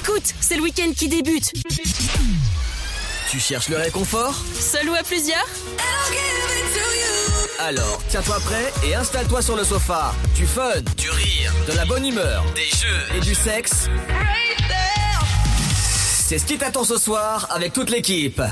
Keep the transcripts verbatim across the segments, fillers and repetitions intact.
Écoute, c'est le week-end qui débute. Tu cherches le réconfort ? Seul ou à plusieurs ? Alors, tiens-toi prêt et installe-toi sur le sofa. Du fun, du rire, de la bonne humeur, des jeux et du sexe. C'est ce qui t'attend ce soir avec toute l'équipe.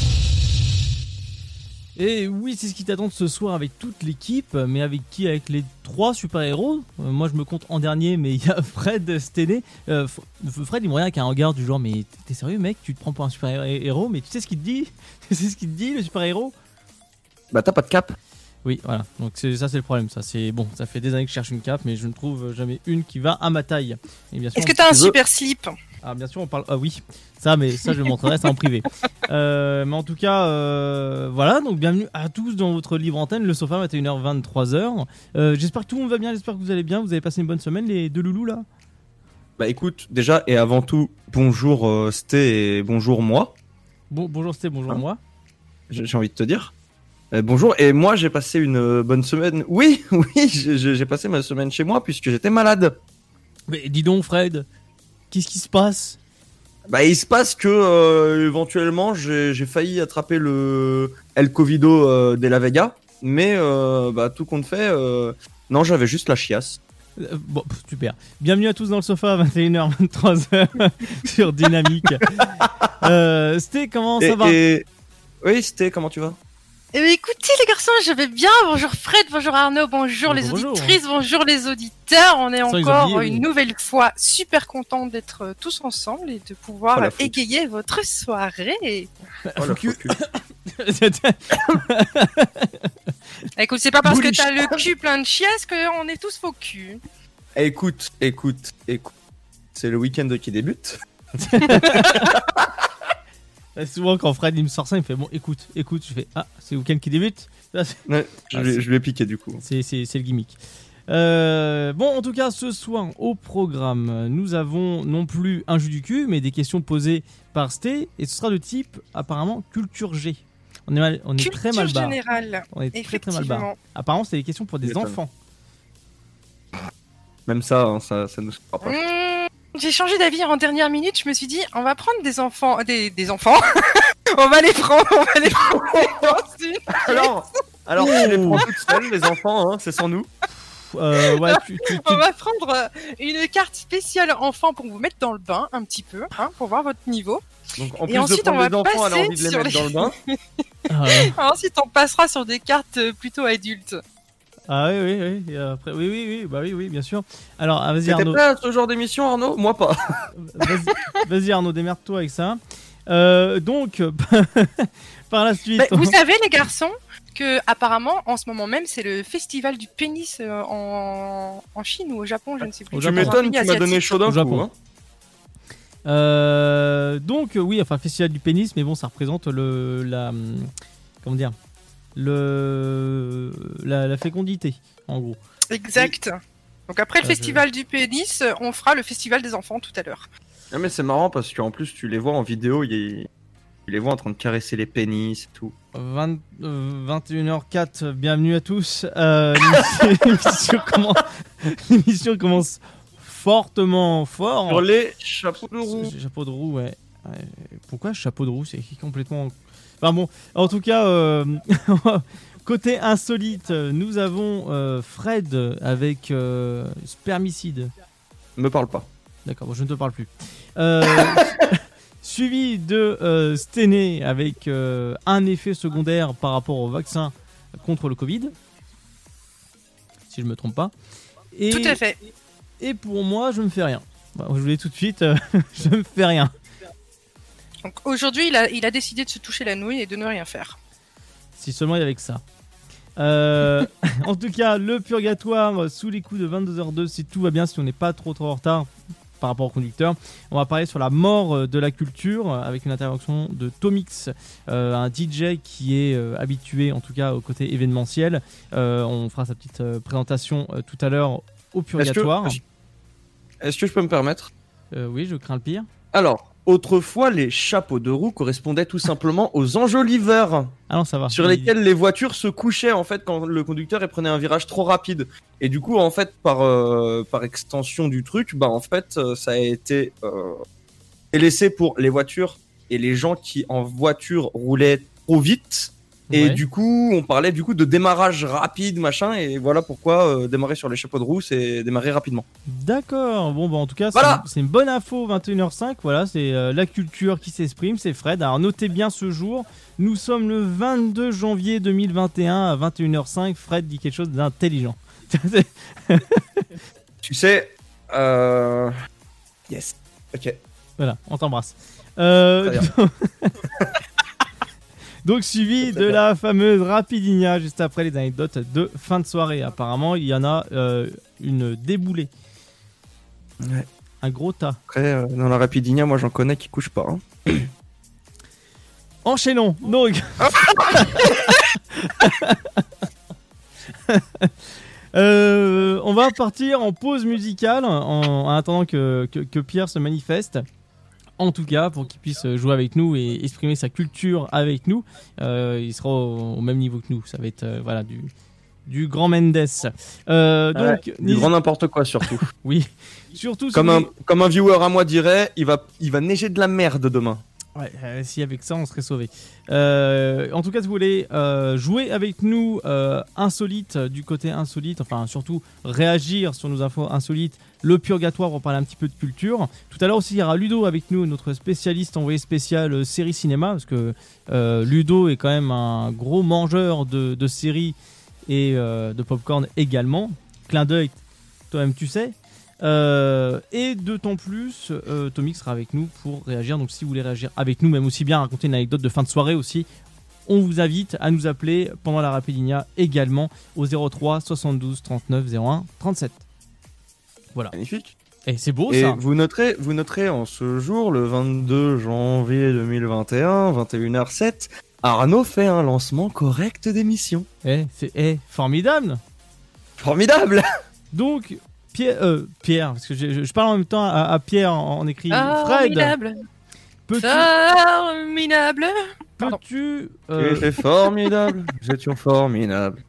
Et oui, c'est ce qui t'attend ce soir avec toute l'équipe, mais avec qui ? Avec les trois super-héros. Euh, moi, je me compte en dernier, mais il y a Fred Stenay. Euh, Fred, il me regarde avec un regard du genre, mais t'es sérieux, mec ? Tu te prends pour un super-héros, mais tu sais ce qu'il te dit ? Tu sais ce qu'il te dit, le super-héros ? Bah, t'as pas de cap. Oui, voilà. Donc c'est, ça, c'est le problème. Ça, c'est bon. Ça fait des années que je cherche une cape, mais je ne trouve jamais une qui va à ma taille. Et bien sûr, Est-ce que t'as un super slip ? Ah, bien sûr, on parle. Ah oui, ça, mais ça, je le montrerai, ça en privé. Euh, mais en tout cas, euh, voilà. Donc, bienvenue à tous dans votre libre antenne, le sofa, vingt et une heures, vingt-trois heures. Euh, j'espère que tout le monde va bien. J'espère que vous allez bien. Vous avez passé une bonne semaine, les deux loulous là. Bah, écoute, déjà et avant tout, bonjour euh, Sté et bonjour moi. Bon, bonjour Sté, bonjour Hein moi. J'ai, j'ai envie de te dire. Euh, bonjour, et moi j'ai passé une euh, bonne semaine. Oui, oui, j'ai, j'ai passé ma semaine chez moi puisque j'étais malade. Mais dis donc, Fred, qu'est-ce qui se passe ? Bah, il se passe que euh, éventuellement j'ai, j'ai failli attraper le El Covido euh, de la Vega, mais euh, bah tout compte fait, euh, non, j'avais juste la chiasse. Euh, Bon, pff, super. Bienvenue à tous dans le sofa, vingt et une heures, vingt-trois heures sur Dynamique. euh, Sté, comment ça et, va ? et... Oui, Sté, comment tu vas ? Eh bien, écoutez les garçons, je vais bien. Bonjour Fred, bonjour Arnaud, bonjour les Bonjour. auditrices, bonjour les auditeurs. On est Sans les encore oublier, une oui. nouvelle fois super content d'être euh, tous ensemble et de pouvoir Oh, la euh, fougue. égayer votre soirée. Oh, le faux cul. Écoute, c'est pas parce Bullish. que t'as le cul plein de chiasses qu'on est tous faux cul. Écoute, écoute, écoute. C'est le week-end qui débute. Souvent, quand Fred il me sort ça, il me fait bon, écoute, écoute. Je fais ah, c'est le week-end qui débute. Là, c'est- Ouais, je, Ah, lui, c'est- je lui ai piqué du coup. C'est, c'est, c'est le gimmick. Euh, bon, en tout cas, ce soir, au programme, nous avons non plus un jeu du cul, mais des questions posées par Sté, et ce sera de type, apparemment, culture G. On est, mal, on est Culture très mal barre. générale, On est très très mal barre. effectivement. Apparemment, c'est des questions pour des M'étonne. enfants. Même ça, hein, ça, ça nous fera pas. Mmh, j'ai changé d'avis en dernière minute. Je me suis dit, on va prendre des enfants, des, des enfants. on va les prendre, on va les prendre. dans une- Alors, alors tu les prends toutes seules, les enfants, hein, c'est sans nous. Euh, ouais, tu, tu, tu- On va prendre euh, une carte spéciale enfant pour vous mettre dans le bain un petit peu, hein, pour voir votre niveau. Donc en Et plus ensuite, de on prendre va les enfants, elle a passer envie de les sur mettre les- dans le bain. Ah, ouais. Ensuite, on passera sur des cartes euh, plutôt adultes. Ah oui, oui, oui. Et après, oui, oui, oui, bah oui, oui, bien sûr. Alors, ah, vas-y T'étais Arnaud. prêt à ce genre d'émission, Arnaud ? Moi pas. Vas-y, vas-y Arnaud, démerde-toi avec ça. Euh, donc, par la suite. Bah, on- vous savez, les garçons, que apparemment, en ce moment même, c'est le festival du pénis euh, en... en Chine ou au Japon, je ne sais plus. Au Tu Japon. Dans un m'étonnes, pays tu m'as donné asiatique. chaud d'un Au coup. Japon. Hein. Euh, donc oui, enfin festival du pénis, mais bon, ça représente le la hum, comment dire le la, la fécondité en gros. Exact. Donc après le Ah, je- festival du pénis, on fera le festival des enfants tout à l'heure. Ah, mais c'est marrant parce qu'en plus tu les vois en vidéo, il- tu les vois en train de caresser les pénis et tout. vingt, euh, vingt et une heures zéro quatre, bienvenue à tous. Euh, l'émission, l'émission commence, l'émission commence fortement fort. Sur les chapeaux de roue. Ce- Chapeau de roue, ouais. Ouais, pourquoi chapeau de roue? C'est complètement. Enfin bon, en tout cas, euh, côté insolite, nous avons euh, Fred avec euh, spermicide. Me parle pas. D'accord, bon, je ne te parle plus. Euh, suivi de euh, Stenay avec euh, un effet secondaire par rapport au vaccin contre le Covid. Si je ne me trompe pas. Et, Tout à fait. Et pour moi, je ne fais rien. Bah, je vous l'ai tout de suite, euh, je ne fais rien. Donc aujourd'hui, il a, il a décidé de se toucher la nouille et de ne rien faire. Si seulement il y avait que ça. Euh, en tout cas, le purgatoire sous les coups de vingt-deux heures deux, si tout va bien, si on n'est pas trop trop en retard par rapport au conducteur. On va parler sur la mort de la culture avec une intervention de Tomix, euh, un D J qui est euh, habitué en tout cas au côté événementiel. Euh, on fera sa petite euh, présentation euh, tout à l'heure au purgatoire. Est-ce que, est-ce que je peux me permettre ? Euh, oui, je crains le pire. Alors, autrefois, les chapeaux de roue correspondaient tout simplement aux enjoliveurs, Ah non, ça va. sur lesquels les voitures se couchaient en fait quand le conducteur prenait un virage trop rapide. Et du coup, en fait, par euh, par extension du truc, bah en fait, euh, ça a été euh, c'est laissé pour les voitures et les gens qui en voiture roulaient trop vite. Et Ouais. du coup, on parlait du coup de démarrage rapide, machin, et voilà pourquoi euh, démarrer sur les chapeaux de roue, c'est démarrer rapidement. D'accord, bon bah en tout cas c'est, Voilà. c'est une bonne info, vingt et une heures cinq, voilà, c'est euh, la culture qui s'exprime, c'est Fred. Alors notez bien ce jour, nous sommes le vingt-deux janvier deux mille vingt et un à vingt et une heures cinq, Fred dit quelque chose d'intelligent. Tu sais, euh... yes, ok. Voilà, on t'embrasse. Euh, Très bien. donc suivi de la fameuse Rapidinia juste après les anecdotes de fin de soirée. Apparemment il y en a euh, une déboulée. Ouais. Un gros tas. Après, euh, dans la Rapidinia, moi j'en connais qui couchent pas. Hein. Enchaînons donc. Euh, on va partir en pause musicale en, en attendant que, que, que Pierre se manifeste. En tout cas, pour qu'il puisse jouer avec nous et exprimer sa culture avec nous, euh, il sera au, au même niveau que nous. Ça va être euh, voilà du du grand Mendes. Euh, donc Ouais, du grand n'importe quoi surtout. oui, surtout si comme, vous un, voulez- comme un viewer à moi dirait, il va, il va neiger de la merde demain. Ouais, euh, si avec ça on serait sauvé. Euh, en tout cas, si vous voulez euh, jouer avec nous euh, insolite, du côté insolite, enfin surtout réagir sur nos infos insolites, le purgatoire pour parler un petit peu de culture. Tout à l'heure aussi, il y aura Ludo avec nous, notre spécialiste envoyé spécial euh, série cinéma, parce que euh, Ludo est quand même un gros mangeur de, de séries et euh, de popcorn également. Clin d'œil, toi-même tu sais. Euh, et d'autant plus, euh, Tommy sera avec nous pour réagir. Donc, si vous voulez réagir avec nous, même aussi bien raconter une anecdote de fin de soirée aussi, on vous invite à nous appeler pendant la Rapidinia également au zéro trois soixante-douze trente-neuf zéro un trente-sept. Voilà. Magnifique. Et c'est beau Et ça. vous noterez, vous noterez en ce jour, le vingt-deux janvier deux mille vingt et un, vingt et une heures sept, Arnaud fait un lancement correct d'émission. Eh, c'est eh, formidable. Formidable. Donc, Pierre, euh, Pierre, parce que je, je- je parle en même temps à, à Pierre en, en écrit. Fred, Formidable. peux-tu, Formidable. Pardon. peux-tu, Tu euh, étais formidable. Vous étions formidable.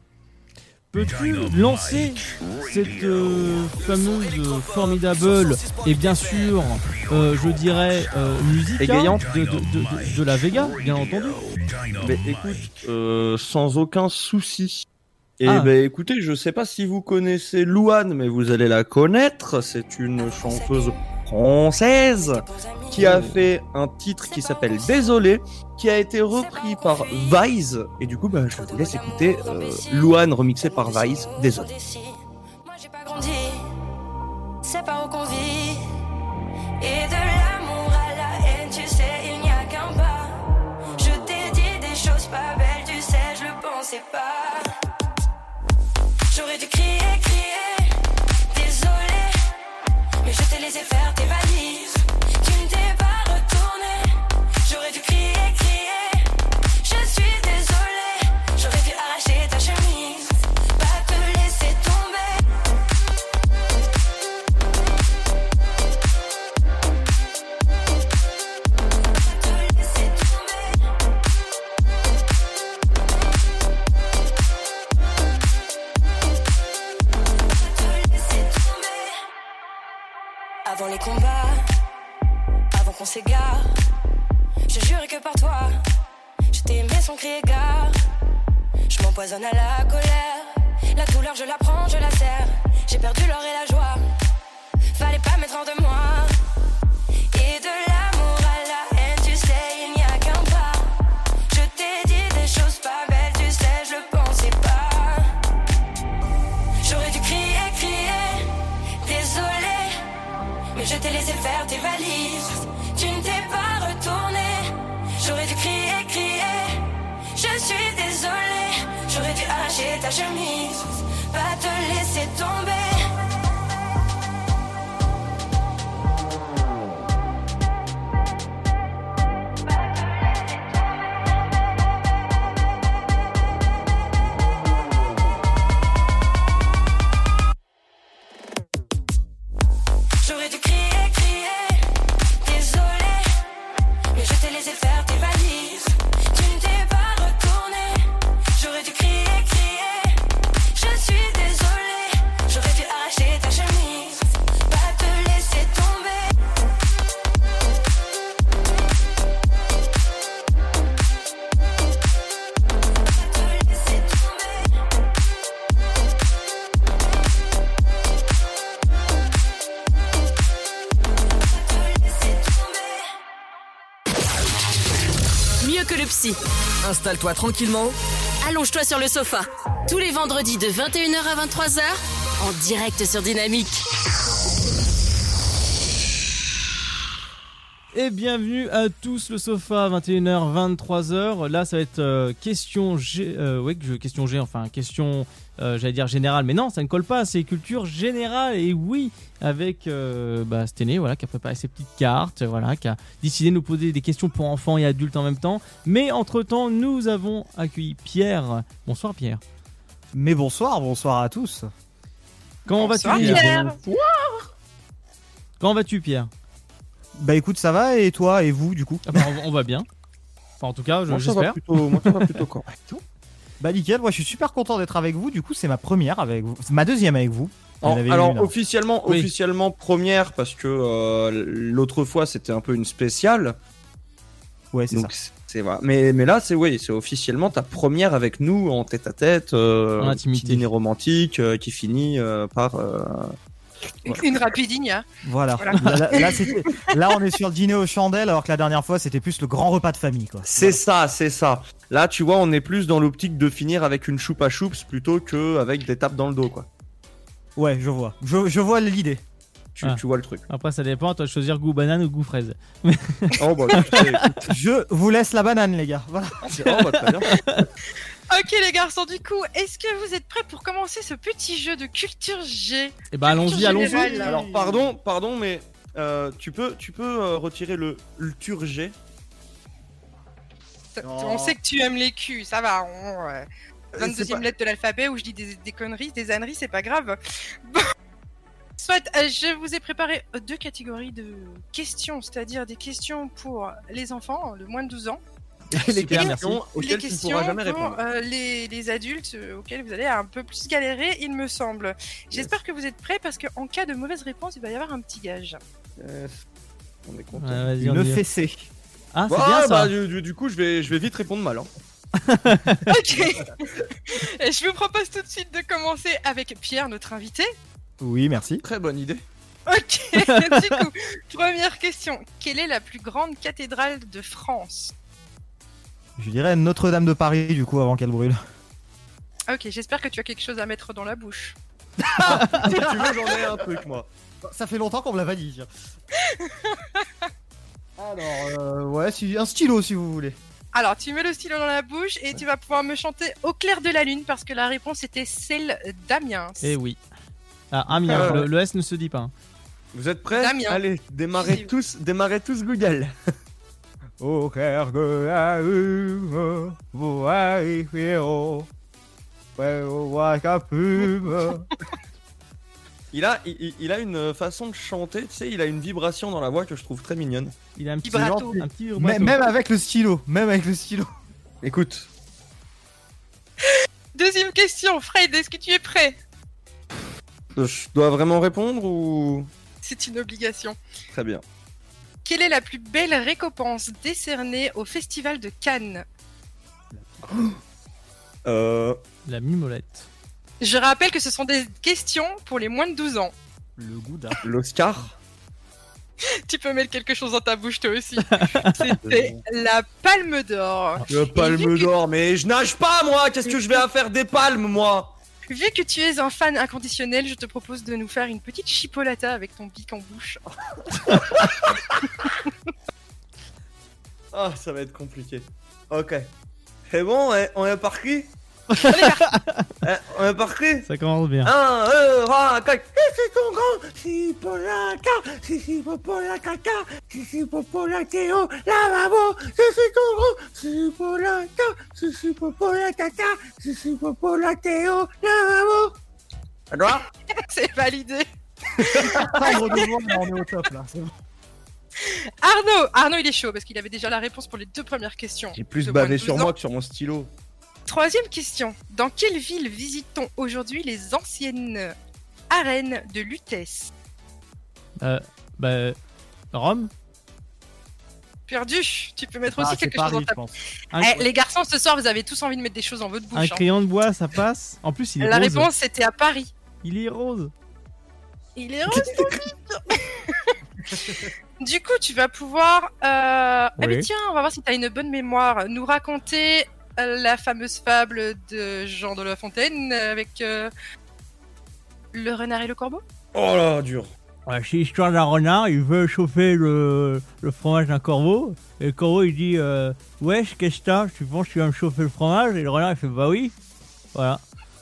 peux-tu lancer cette euh, fameuse euh, formidable et bien sûr, euh, je dirais, euh, musique Égayante. de, de, de, de- de la Vega, bien entendu. Mais écoute, euh, sans aucun souci. Et Ah. ben écoutez, je sais pas si vous connaissez Louane, mais vous allez la connaître. C'est une chanteuse française qui a fait un titre qui s'appelle Désolé, qui a été repris par Vise. Et du coup, bah, je vous laisse écouter euh, Louane remixé par Vise. Désolé. Moi j'ai pas grandi, c'est pas où qu'on vit. Et de l'amour à la haine, tu sais, il n'y a qu'un pas. Je t'ai dit des choses pas belles, tu sais, je le pensais pas. J'aurais dû crier, crier, désolé. Mais je t'ai laissé faire tes valises. Tu ne t'es pas retourné. J'aurais dû crier, crier. Je suis désolé. J'aurais dû arracher ta chemise. Pas te laisser tomber. Pas te laisser tomber. Pas te laisser tomber. Avant les combats, avant qu'on s'égare, je jurais que par toi, je t'ai aimé sans crier gare. Je m'empoisonne à la colère, la douleur je la prends, je la serre. J'ai perdu l'or et la joie, fallait pas mettre hors de moi. Et de l'amour à la haine, tu sais, il n'y a qu'un pas. Je t'ai dit des choses pas belles, tu sais, je le pensais pas. J'aurais dû crier, crier, désolé. Mais je t'ai laissé faire tes valises. Tu ne t'es pas retourné. J'aurais dû crier, crier. Je suis désolé. J'aurais dû arracher ta chemise. Pas te laisser tomber. J'aurais dû crier, crier, désolé. Mais je t'ai laissé faire tes valises. Tu ne t'es pas retourné. J'aurais dû crier, crier. Je suis désolé. J'aurais dû arrêter. mieux que le psy. Installe-toi tranquillement. Allonge-toi sur le sofa. Tous les vendredis de vingt et une heures à vingt-trois heures, en direct sur Dynamique. Et bienvenue à tous, le sofa, vingt et une heures, vingt-trois heures. Là, ça va être euh, question G. Euh, ouais, question G, enfin, question, euh, j'allais dire générale, mais non, ça ne colle pas, c'est culture générale. Et oui, avec euh, bah, Stené, voilà, qui a préparé ses petites cartes, voilà, qui a décidé de nous poser des questions pour enfants et adultes en même temps. Mais entre-temps, nous avons accueilli Pierre. Bonsoir, Pierre. Mais bonsoir, bonsoir à tous. Comment vas-tu, Bonsoir, Pierre? Pierre. Comment vas-tu, Pierre? Bah écoute, ça va, et toi et vous du coup? Ah bah, on, on va bien. Enfin, en tout cas, je- Moi, ça va j'espère. plutôt, moi, ça va plutôt correct. Bah nickel, moi je suis super content d'être avec vous, du coup c'est ma première avec vous, c'est ma deuxième avec vous. Il y en En- avait alors une, hein. officiellement, Oui. officiellement première parce que euh, l'autre fois c'était un peu une spéciale. Ouais c'est Donc ça. c'est- c'est vrai. Mais mais là c'est oui, c'est officiellement ta première avec nous en tête à tête, euh, En un intimité. petit dîner romantique euh, qui finit euh, par. euh, Une rapidigne. Voilà. Voilà. Là, là, là, c'était- là, on est sur le dîner aux chandelles alors que la dernière fois c'était plus le grand repas de famille quoi. C'est ça, c'est ça. Là tu vois, on est plus dans l'optique de finir avec une choupa choups plutôt que avec des tapes dans le dos quoi. Ouais, je vois. Je, je vois l'idée. Tu, Ah. tu vois le truc. Après, ça dépend, toi de choisir goût banane ou goût fraise. Oh bah, tu sais, écoute, Je vous laisse la banane les gars. Voilà. c'est- oh, bah, très bien. Ok les garçons, du coup, est-ce que vous êtes prêts pour commencer ce petit jeu de culture G? Et bah, allons-y, Culture allons-y. générale. Alors pardon, pardon, mais euh, tu peux, tu peux euh, retirer le, le turgé. On sait que tu aimes les culs, ça va. On, euh, vingt-deuxième pas- lettre de l'alphabet où je dis des, des conneries, des âneries, c'est pas grave. Bon. Soit, euh, je vous ai préparé deux catégories de questions, c'est-à-dire des questions pour les enfants de moins de douze ans, les Super, questions merci. auxquelles les tu ne questions pourras jamais pour répondre. euh, les, les adultes euh, auxquels vous allez un peu plus galérer, il me semble. J'espère que vous êtes prêts parce qu'en cas de mauvaise réponse, il va y avoir un petit gage. Yes. On est content. Ouais, vas-y, on Une y va. fessée. Ah, c'est Ah, bien ça. bah, du, du- du coup, je vais, je vais vite répondre mal. Hein. Ok. Et je vous propose tout de suite de commencer avec Pierre, notre invité. Oui, merci. Très bonne idée. Ok, du coup, première question. Quelle est la plus grande cathédrale de France? Je dirais Notre-Dame de Paris du coup avant qu'elle brûle. Ok, j'espère que tu as quelque chose à mettre dans la bouche. Si tu veux, j'en ai un truc, moi. Ça fait longtemps qu'on me l'a pas dit. Alors, euh, ouais, si- un stylo si vous voulez. Alors, tu mets le stylo dans la bouche et tu vas pouvoir me chanter Au clair de la lune parce que la réponse était celle d'Amiens. Eh oui. Ah, Amiens, Euh, le, le S ne se dit pas. hein. Vous êtes prêts? Damien. Allez, démarrez Si. tous, démarrez tous Google. Au clair de la lune, vois les fléaux, ouais, on voit qu'un plume. Il a, il, il- il a une façon de chanter, tu sais, il a une vibration dans la voix que je trouve très mignonne. Il a un petit Vibrato. un petit Même, vibrato. même avec le stylo, même avec le stylo. Écoute, Deuxième question, Fred, est-ce que tu es prêt? je dois vraiment répondre ou... C'est une obligation. Très bien. Quelle est la plus belle récompense décernée au Festival de Cannes? Euh... La mimolette. Je rappelle que ce sont des questions pour les moins de douze ans. Le gouda. L'Oscar. Tu peux mettre quelque chose dans ta bouche toi aussi. C'était la Palme d'Or. Le palme d'or, mais je nage pas moi. Qu'est-ce que je vais à faire des palmes moi? Vu que tu es un fan inconditionnel, je te propose de nous faire une petite chipolata avec ton bic en bouche. Ah, ça va être compliqué. Ok. C'est bon, on est, on est parti. Eh, on est parti. Ça commence bien. Un, deux, trois, quatre. Si c'est ton grand, si pour la car, si si pour la caca, si si pour la théo, lavabo. Si c'est ton grand, si pour la car, si si pour la caca, si si pour la théo, lavabo. À droite. C'est validé. Prendre de moi, mais on est au top là. C'est bon. Arnaud, Arnaud il est chaud parce qu'il avait déjà la réponse pour les deux premières questions. J'ai plus De moins de bavé douze sur ans. moi que sur mon stylo. Troisième question. Dans quelle ville visite-t-on aujourd'hui les anciennes arènes de Lutèce? Euh, bah, Rome. Perdu. Tu peux mettre aussi Ah, c'est quelque chose Paris, dans je ta... pense. Un, Eh, les garçons, ce soir, vous avez tous envie de mettre des choses dans votre bouche. un hein. crayon de bois, ça passe. En plus, il est La rose. réponse, c'était à Paris. Il est rose. Il est rose. Du coup, tu vas pouvoir. Euh... Ah, Oui. mais tiens, on va voir si tu as une bonne mémoire. Nous raconter euh, la fameuse fable de Jean de La Fontaine avec euh, le renard et le corbeau. Oh là, dur. Ouais, c'est l'histoire d'un renard, il veut chauffer le, le fromage d'un corbeau. Et le corbeau il dit euh, wesh, qu'est-ce que t'as? Tu penses que tu vas me chauffer le fromage? Et le renard il fait bah oui. Voilà.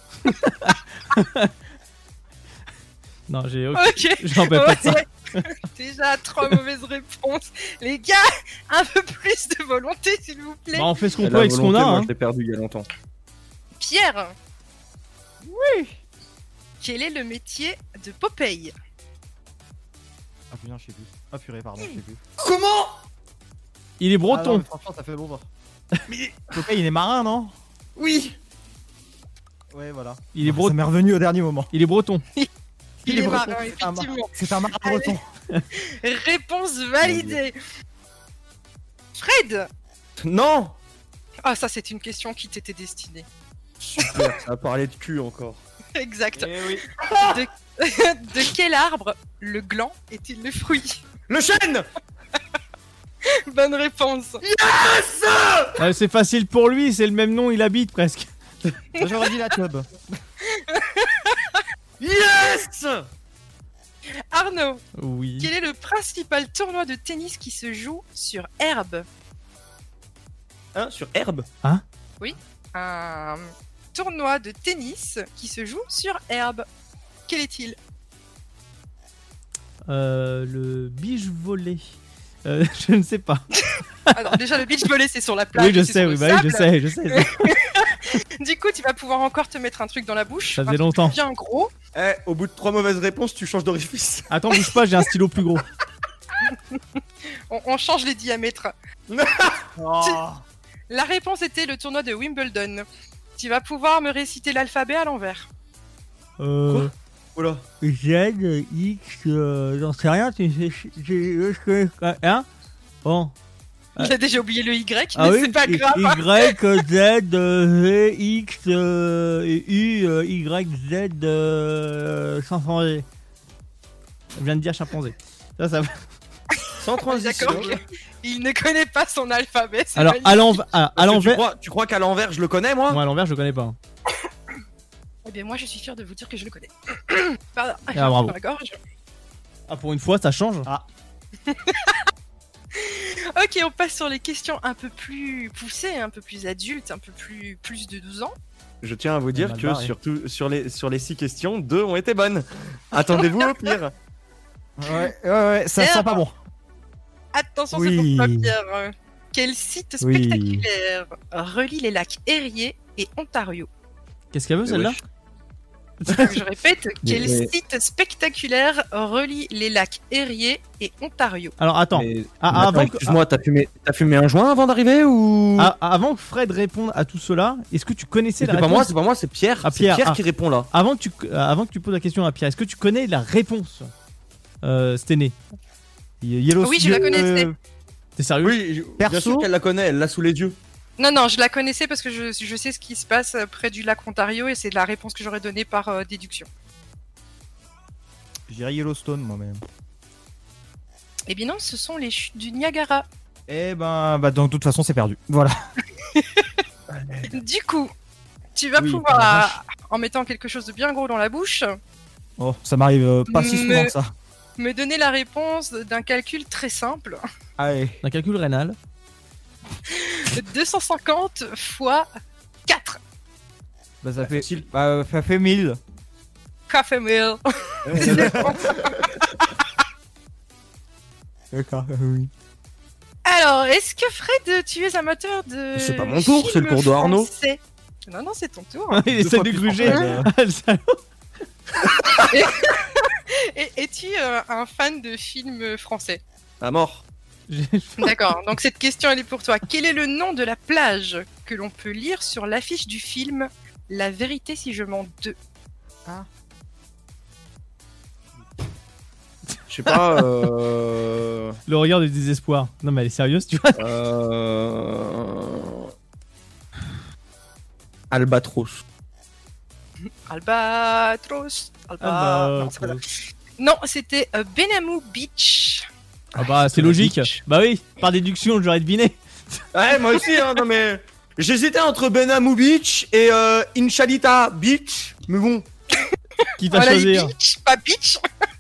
Non, j'ai ok. Ok. Je m'en rappelle pas de ça. Ouais. Déjà, trois mauvaises réponses. Les gars, un peu plus de volonté, s'il vous plaît. Bah, on fait ce qu'on La peut avec ce qu'on a. volonté, moi, Hein. je l'ai perdu il y a longtemps. Pierre. Oui. Quel est le métier de Popeye? Ah putain, je sais plus. Ah purée, pardon, je sais plus. Comment? Il est Ah non, breton. mais franchement, ça fait bon. Mais Popeye, il est marin, non? Oui. Ouais, voilà. Il est Ça breton. m'est revenu au dernier moment. Il est breton. Il est marin, C'est un mar- effectivement. C'est un marin Allez. breton. Réponse validée. Fred. Non. Ah, ça, c'est une question qui t'était destinée. Super, ça a parlé de cul encore. Exact. Eh oui. De... de quel arbre le gland est-il le fruit? Le chêne. Bonne réponse. Euh, c'est facile pour lui, c'est le même nom, il habite presque. Moi, j'aurais dit la tube. Yes. Arnaud, Oui. quel est le principal tournoi de tennis qui se joue sur herbe? Hein, sur herbe. Un tournoi de tennis qui se joue sur herbe. Quel est-il? Euh, le biche volé. Euh, je ne sais pas. Alors déjà le beach volley c'est sur la plage. Oui, je c'est sais, sur oui, le bah oui, je sable. sais, je sais. je sais. Du coup tu vas pouvoir encore te mettre un truc dans la bouche. Ça un faisait truc longtemps. Bien gros. Eh, au bout de trois mauvaises réponses, tu changes d'orifice. Attends, bouge pas, j'ai un stylo plus gros. On, on change les diamètres. Oh. La réponse était le tournoi de Wimbledon. Tu vas pouvoir me réciter l'alphabet à l'envers. Euh, Oh là. Z, X, euh, j'en sais rien, tu sais, je connais, hein? Bon. Il a déjà oublié le Y, Ah mais oui, c'est pas Y, grave. Z, euh, V, X, euh, et U, euh, Y, Z, euh, sans changer. Je viens de dire chimpanzé. Ça, ça va. Sans transition. D'accord. ok. Il ne connaît pas son alphabet. c'est Alors, à magnifique. l'envers, à, à Parce que Tu l'envers. crois, tu crois qu'à l'envers, je le connais, moi? Moi, à l'envers, je connais pas. Eh bien, moi, je suis fière de vous dire que je le connais. Pardon. Ah, bravo. Dans la gorge. Ah, pour une fois, ça change. Ah. Ok, on passe sur les questions un peu plus poussées, un peu plus adultes, un peu plus, plus de douze ans. Je tiens à vous dire mal que barré. surtout sur les sur les six questions, deux ont été bonnes. Attendez-vous au pire. Ouais, ouais, ouais, ça sent pas bon. Attention, Oui. c'est pour toi, Pierre. Quel site Oui. spectaculaire relie les lacs Erie et Ontario? Qu'est-ce qu'elle veut, celle-là? Wesh. Je répète, quel Mais- site spectaculaire relie les lacs Erie et Ontario? Alors, attends. Mais- Ah, mais avant attends, que- excuse-moi, t'as fumé, t'as fumé un joint avant d'arriver ou? Ah, avant que Fred réponde à tout cela, est-ce que tu connaissais c'est la pas réponse? moi, c'est pas moi, c'est Pierre. Ah, C'est Pierre, Pierre ah. qui répond là. Avant que tu, euh, avant que tu poses la question à Pierre, est-ce que tu connais la réponse? Euh, Stené. Yellow Oui, je la connaissais. T'es sérieux? Oui, je- bien Perso. sûr qu'elle la connaît, elle l'a sous les yeux. Non, non, je la connaissais parce que je, je sais ce qui se passe près du lac Ontario et c'est la réponse que j'aurais donnée par euh, déduction. Je dirais Yellowstone moi-même. Eh bien non, ce sont les chutes du Niagara. Eh ben, bah, donc, de toute façon, c'est perdu. Voilà. Du coup, tu vas Oui, pouvoir, oh la vache. en mettant quelque chose de bien gros dans la bouche, Oh, ça m'arrive euh, pas si souvent Mais- que ça. me donner la réponse d'un calcul très simple. Allez. Un calcul rénal. deux cent cinquante fois quatre. Bah, ça fait, Facile. bah, ça fait mille. Café Mill. D'accord, oui. Alors, est-ce que Fred, tu es amateur de. C'est pas mon tour, c'est le films tour de Arnaud. français Non, non, c'est ton tour. Il Deux essaie fois de plus gruger. fort, Fred, euh. Ah, le salaud. Et es-tu euh, un fan de films français? À mort. J'ai- D'accord, donc cette question elle est pour toi. Quel est le nom de la plage que l'on peut lire sur l'affiche du film La vérité si je mens deux? Je sais pas. Euh... Le regard de désespoir. Non, mais elle est sérieuse, tu vois? euh... Albatros. Albatros. Alba... Ah non, bah, c'est pas ça. Non, c'était euh, Benamou Beach. Ah bah c'est logique. Bah oui, par déduction, j'aurais deviné. Ouais, moi aussi, hein, non mais. J'hésitais entre Benamou Beach et euh, Inchalita Beach, mais bon. Qui t'a Voilà, choisi? bitch, pas bitch.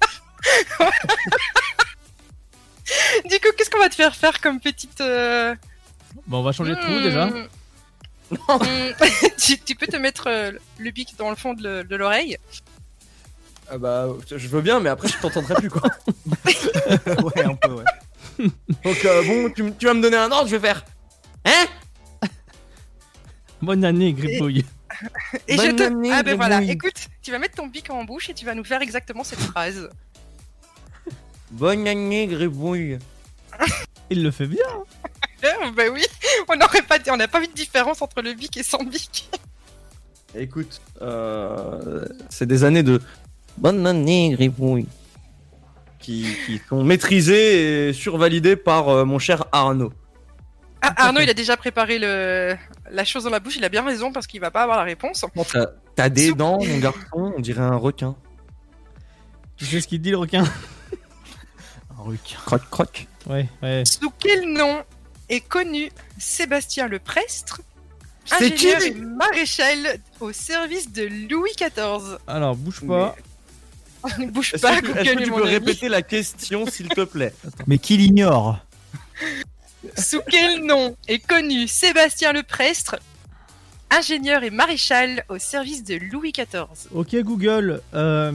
Du coup, qu'est-ce qu'on va te faire faire comme petite. Euh... Bon, on va changer de trou hmm, déjà. hmm, tu, tu peux te mettre euh, le bic dans le fond de, le- de l'oreille. Ah bah, je veux bien, mais après je t'entendrai plus quoi. Ouais, un peu, ouais. Donc euh, bon, tu, m- tu vas me donner un ordre, je vais faire. Hein? Bonne année, Gripouille. Et Bonne je te. année, Ah ben voilà, Grenouille. écoute, tu vas mettre ton bic en bouche et tu vas nous faire exactement cette phrase. Bonne année, Gribouille. Il le fait bien. Euh, bah oui, on n'aurait pas, on n'a pas vu de différence entre le bic et sans bic. Écoute, euh, c'est des années de bonne année, Gribouille. Qui, qui sont maîtrisées et survalidées par euh, mon cher Arnaud. Ah, Arnaud, il a déjà préparé le... la chose dans la bouche, il a bien raison parce qu'il va pas avoir la réponse. Bon, t'as- T'as des dents, mon garçon, on dirait un requin. Tu sais ce qu'il dit le requin? Un requin. Croc, croc. Ouais, ouais. Sous quel nom est connu Sébastien le Prestre, C'est qui ingénieur et maréchal au service de Louis quatorze? Alors, bouge pas. Bouge Est-ce pas, que, tu- est-ce que Google, tu mon peux ami. répéter la question, s'il te plaît? Mais qui l'ignore? Sous quel nom est connu Sébastien le Prestre, ingénieur et maréchal au service de Louis quatorze? Ok, Google. Euh...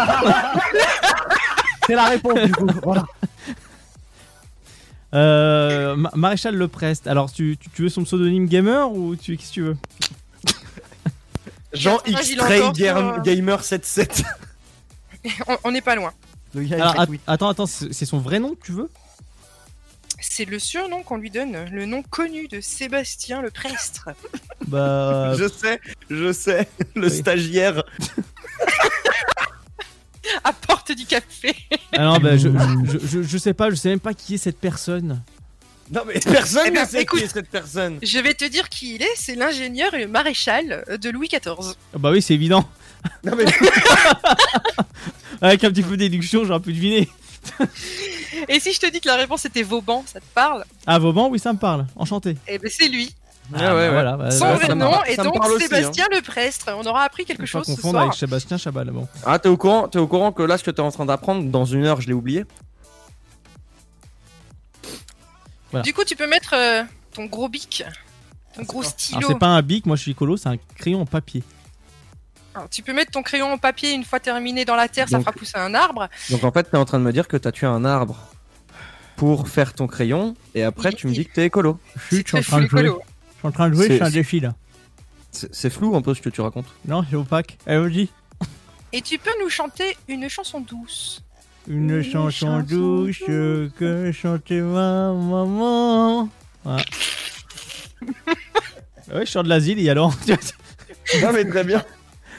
C'est la réponse du coup. Voilà. euh, Ma- Maréchal Le Prest. Alors, tu, tu, tu veux son pseudonyme gamer ou tu qu'est-ce que tu veux? Jean Ah, X il a Tray encore Gamer son- Gamer soixante-dix-sept. On- On n'est pas loin. Le gars, il Alors, fait at- tweet. attends, attends, c'est c'est son vrai nom que tu veux? C'est le surnom qu'on lui donne, le nom connu de Sébastien le Prestre. Bah. Je sais, je sais, le Oui. stagiaire. Apporte du café. Alors, bah, je, je, je, je sais pas, je sais même pas qui est cette personne. Non mais personne Eh ben, ne sait écoute. qui est cette personne. Je vais te dire qui il est, c'est l'ingénieur et le maréchal de Louis quatorze. Ah bah oui, c'est évident. Non mais Avec un petit peu de déduction, j'aurais pu deviner. Et si je te dis que la réponse était Vauban, ça te parle? Ah, Vauban, oui, ça me parle. Enchanté. Eh ben c'est lui. Ah, ouais, bah, ouais. voilà. bah, Son bah, vrai ça me nom par- est ça me donc parle aussi, Sébastien le Prestre. On aura appris quelque Faut pas chose ce confondre soir. avec Sébastien Chabal. Bon. Ah t'es au courant, t'es au courant que là ce que t'es en train d'apprendre dans une heure je l'ai oublié. Voilà. Du coup, tu peux mettre euh, ton gros bic, ton gros Alors, stylo. c'est pas un bic, moi je suis écolo, c'est un crayon en papier. Alors, tu peux mettre ton crayon en papier une fois terminé dans la terre, ça Donc- fera pousser un arbre. Donc en fait t'es en train de me dire que t'as tué un arbre pour faire ton crayon et après tu me dis que t'es écolo. C'est très full écolo. Je suis en train de jouer, C'est- je fais un défi là. C'est c'est flou un peu ce que tu racontes. Non, c'est opaque. Allez, vas-y. Et tu peux nous chanter une chanson douce. Une Une chanson chanson douce que chantait ma maman. Voilà. Ouais, je sors de l'asile et alors. Non mais très bien.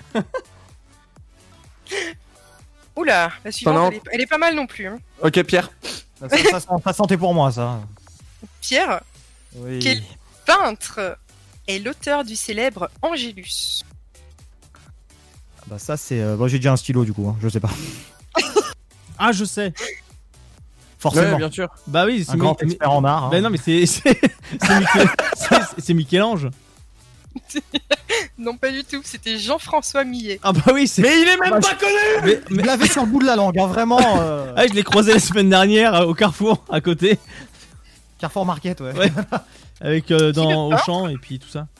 Oula, la suivante, Pendant- elle est, elle est pas mal non plus. hein. Ok Pierre. Ça, ça, ça, sent- ça sentait pour moi ça. Pierre, Oui. Quel- peintre, est l'auteur du célèbre Angélus. Ah bah ça c'est. euh, Bon, j'ai déjà un stylo du coup, hein, je sais pas. Ah, je sais. Forcément. Ouais, bien sûr. Bah oui, c'est Un grand Mi- Mi- expert en art. hein. Bah non, mais c'est c'est c'est Michel- c'est- c'est Michel-Ange. Non, pas du tout, c'était Jean-François Millet. Ah bah oui, c'est. Mais il est même Bah, pas connu. Mais, Je mais- l'avais sur le bout de la langue, hein, vraiment. euh, Ah, je l'ai croisé la semaine dernière euh, au Carrefour à côté, Carrefour Market, ouais. Ouais. avec euh, dans le peintre Auchan et puis tout ça.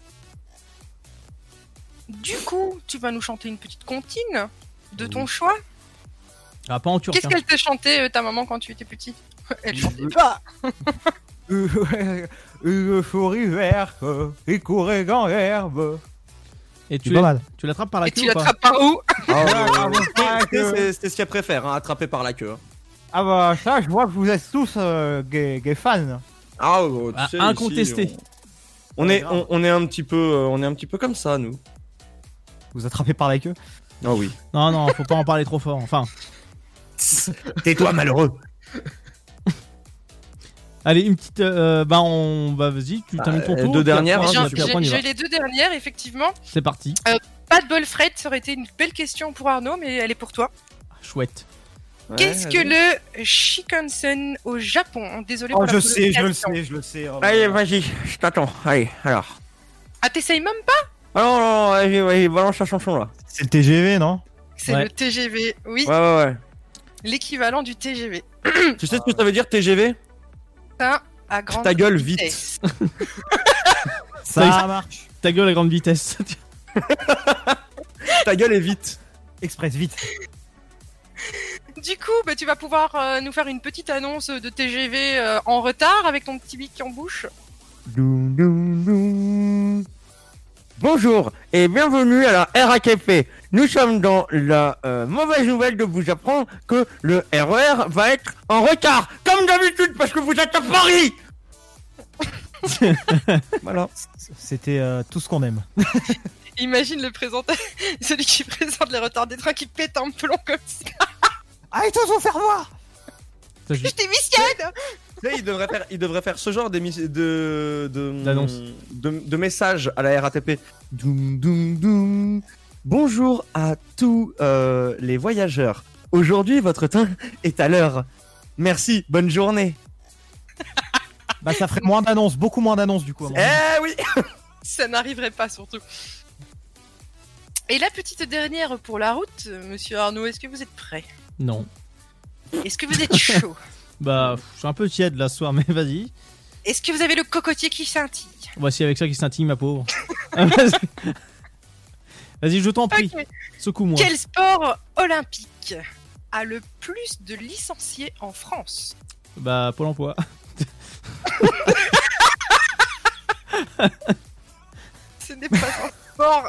Du coup, tu vas nous chanter une petite comptine de ton choix. Ah, pas en turc. Qu'est-ce hein. qu'elle t'a chanté, euh, ta maman, quand tu étais petit? Elle chantait pas. Euh, Une souris verte, il courait dans l'herbe. Et tu C'est pas l'as- mal. tu l'attrapes par la Et queue tu ou pas? l'attrapes par où? Ah, Ah, ouais, ah, ouais. que- C'est c'est ce qu'elle préfère, hein, attraper par la queue. hein. Ah bah ça, je vois que vous êtes tous euh, gay, gay fans. Ah, oh, tu Ah, sais, incontesté. ici, on, on est, on, on est un petit peu, euh, on est un petit peu comme ça nous. Vous attrapez par la queue. Ah oui. Non, non, faut pas en parler trop fort. Enfin, Tais-toi malheureux. allez, une petite. Euh, bah, on. Bah, vas-y, tu termines ton euh, tour. deux puis dernières, après, hein, J'ai puis après, on y j'ai- va. j'ai les deux dernières, effectivement. C'est parti. Pas de bol Fred, ça aurait été une belle question pour Arnaud, mais elle est pour toi. Chouette. Ouais, Qu'est-ce que vas-y. le Shikansen au Japon? Désolé Oh, pour la je sais, je le prononciation. sais, je le sais. oh là Allez, là. vas-y, je t'attends. Allez, alors. Ah, t'essayes même pas? Ah non, non, non, vas-y, vas-y, balance la chanson là. C'est le T G V, non? C'est Ouais. le T G V, oui, Ouais, ouais, ouais. l'équivalent du T G V. Tu sais ce que ça veut dire T G V? Ça, à grande Ta gueule, vite. vitesse. Ça marche. Ta gueule à grande vitesse. Ta gueule est vite. Express, vite. Du coup, bah, tu vas pouvoir euh, nous faire une petite annonce de T G V euh, en retard avec ton petit bic en bouche. Doum, doum, doum. Bonjour et bienvenue à la R A T P. Nous sommes dans la euh, mauvaise nouvelle de vous apprendre que le R E R va être en retard, comme d'habitude, parce que vous êtes à Paris. Voilà. C'était euh, tout ce qu'on aime. Imagine le présentateur, celui qui présente les retards des trains qui pète un plomb comme ça. Allez, tous vous faire voir. Ça, je- Je démissionne. Tu sais, il devrait faire, il devrait faire ce genre d'émis- de de D'annonce. de, de messages à la R A T P. Doum, doum, doum. Bonjour à tous euh, les voyageurs. Aujourd'hui, votre train est à l'heure. Merci, bonne journée. Bah, ça ferait moins d'annonces, beaucoup moins d'annonces du coup. à mon avis. Eh oui. Ça n'arriverait pas surtout. Et la petite dernière pour la route, monsieur Arnaud, est-ce que vous êtes prêt? Non. Est-ce que vous êtes chaud? Bah, pff, je suis un peu tiède là ce soir, mais vas-y. Est-ce que vous avez le cocotier qui scintille? Voici avec ça qui scintille, ma pauvre. Ah, vas-y. Vas-y, je t'en prie. Ok. Secoue-moi. Quel sport olympique a le plus de licenciés en France? Bah, Pôle emploi. Ce n'est pas un sport.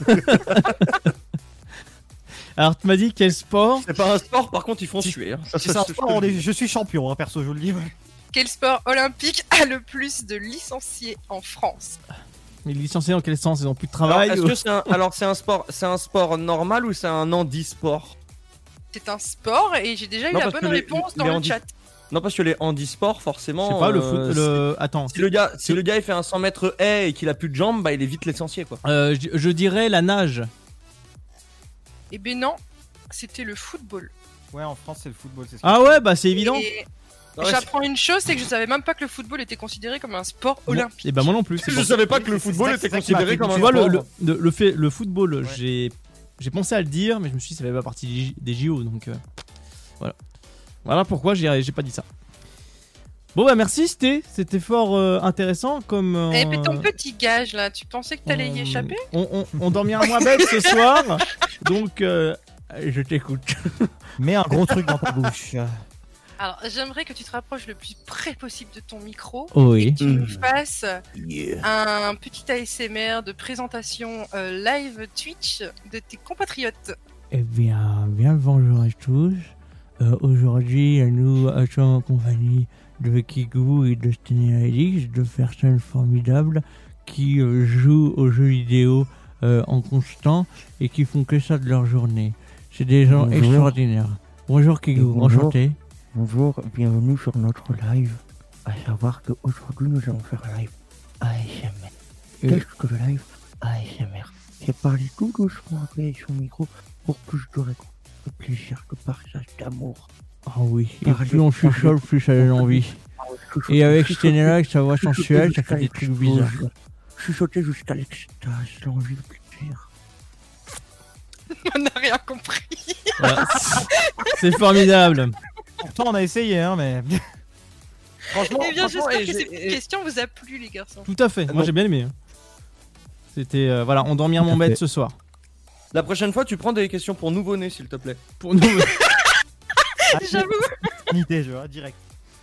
Alors, tu m'as dit quel sport? C'est pas un sport, par contre, ils font Si- suer. hein. Si c'est un sport, on est- je suis champion, hein, perso, je vous le dis. Quel sport olympique a le plus de licenciés en France? Les licenciés dans quel sens? Ils ont plus de Alors, travail est-ce ou- que c'est un, alors c'est un sport, c'est un sport normal ou c'est un handisport? C'est un sport et j'ai déjà eu Non, la parce bonne que les- réponse les dans le handi- chat. Non, parce que les handisports, Je forcément. sais pas, le euh, foot. Le... Attends. Si le gars, si le gars il fait un cent mètres haie et qu'il a plus de jambes, bah il est vite licencié quoi. Euh, je, je dirais la nage. Eh ben non, c'était le football. Ouais, en France, c'est le football, c'est ce Ah ouais, bah c'est évident. Et Non, ouais, j'apprends une chose, c'est que je savais même pas que le football était considéré comme un sport olympique. Et bah moi non plus. c'est Je pour- savais pas que le c'est- football c'est- était c'est ça qui m'a considéré fait comme un Tu douter. vois, le, sport. le, le, le fait, le football, Ouais. j'ai j'ai pensé à le dire, mais je me suis dit ça fait pas partie des J- des J O, donc euh, voilà. Voilà pourquoi j'ai j'ai pas dit ça. Bon bah merci, c'était c'était fort euh, intéressant comme. euh, Eh ben ton petit gage là, tu pensais que t'allais y on- échapper? On, on, on dormira moins bête ce soir, donc euh, je t'écoute. Mets un gros truc dans ta bouche. Alors j'aimerais que tu te rapproches le plus près possible de ton micro. Oui. Et que tu nous Mhm. fasses un petit A S M R de présentation euh, live Twitch de tes compatriotes. Eh bien, bien le bonjour à tous. Euh, Aujourd'hui, nous sommes en compagnie de Kigou et de Stenerelix, deux personnes formidables qui euh, jouent aux jeux vidéo euh, en constant et qui font que ça de leur journée. C'est des gens Bonjour. extraordinaires. Bonjour Kigou, Bonjour. enchanté. Bonjour, bienvenue sur notre live. À savoir qu'aujourd'hui nous allons faire un live A S M R. Euh. Qu'est-ce que le live A S M R? C'est parler tout doucement avec son micro pour plus de réponses, de plaisir, de partage, d'amour. Ah oui, et Parlez, plus on chuchote, plus ça donne envie. Et avec Stenerelix, sa voix sensuelle, ça fait des trucs bizarres. Chuchoter jusqu'à l'extase, l'envie de plaisir. On n'a rien compris. Voilà. C'est formidable. Pourtant, on a essayé, hein, mais. Franchement, Eh bien franchement, j'espère et que j'ai- cette et- question vous a plu les garçons. Tout à fait, moi Non. j'ai bien aimé. hein. C'était, euh, voilà, on dormira Tout à mon bête fait. ce soir. la prochaine fois, tu prends des questions pour nouveau-nés, s'il te plaît. Pour nous. J'avoue, Unité, je vois, direct.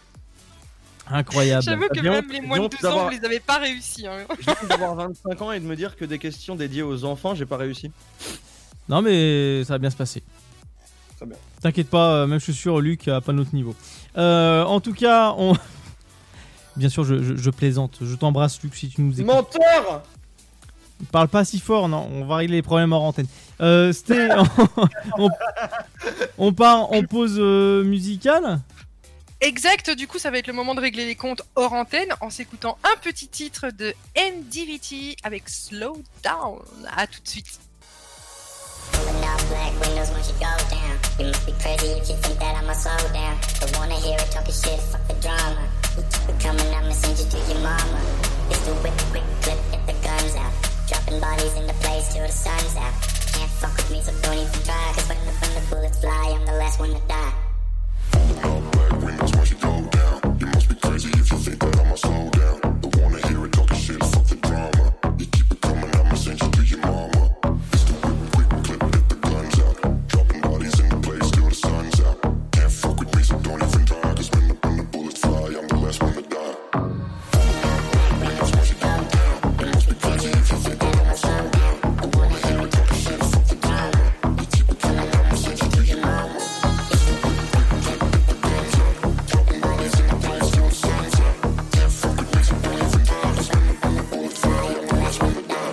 Incroyable. j'avoue que Bien, même les moins de bien douze ans, d'avoir- vous les avez pas réussi. Hein. Je viens d'avoir vingt-cinq ans et de me dire que des questions dédiées aux enfants, j'ai pas réussi. Non mais ça va bien se passer. Très bien. T'inquiète pas, euh, même je suis sûr Luc a pas notre niveau. Euh, en tout cas, on... Bien sûr, je, je- je plaisante. Je t'embrasse Luc si tu nous écoutes. Menteur. Parle pas si fort, non. On va régler les problèmes hors antenne. Euh, C'était... on... on part en pause euh, musicale. Exact, du coup ça va être le moment de régler les comptes hors antenne en s'écoutant un petit titre de N D V T avec Slow Down. À tout de suite. Pulling up black windows once you go down. You must be crazy if you think that I'ma slow down. Don't wanna hear it talking shit, fuck the drama. You keep it coming, I'ma send you to your mama. It's the whip, quick clip, get the guns out. Dropping bodies in the place till the sun's out. Can't fuck with me, so don't even try. Cause when the, when the bullets fly, I'm the last one to die. Black windows once you go down. You must be crazy if you think that I'ma slow down. Don't wanna hear it talking shit, fuck the drama. You keep it coming, I'ma send you to your mama. It's the whip, quick clip, get the guns out. Dropping bodies in the place till the sun's out. Can't fuck with me, so don't even try. Cause when the, when the bullets fly, I'm the last one to die. Black windows once you go down. You must be crazy if you think that I'ma slow down. Don't wanna hear it talking shit, fuck the drama. You keep it coming, I'ma send you to your mama. It's the whip, quick clip, get the guns out. Dropping bodies in the place till the sun's out. Can't fuck with me, so don't even try. Cause when the, when the bullets fly, I'm the last one to die.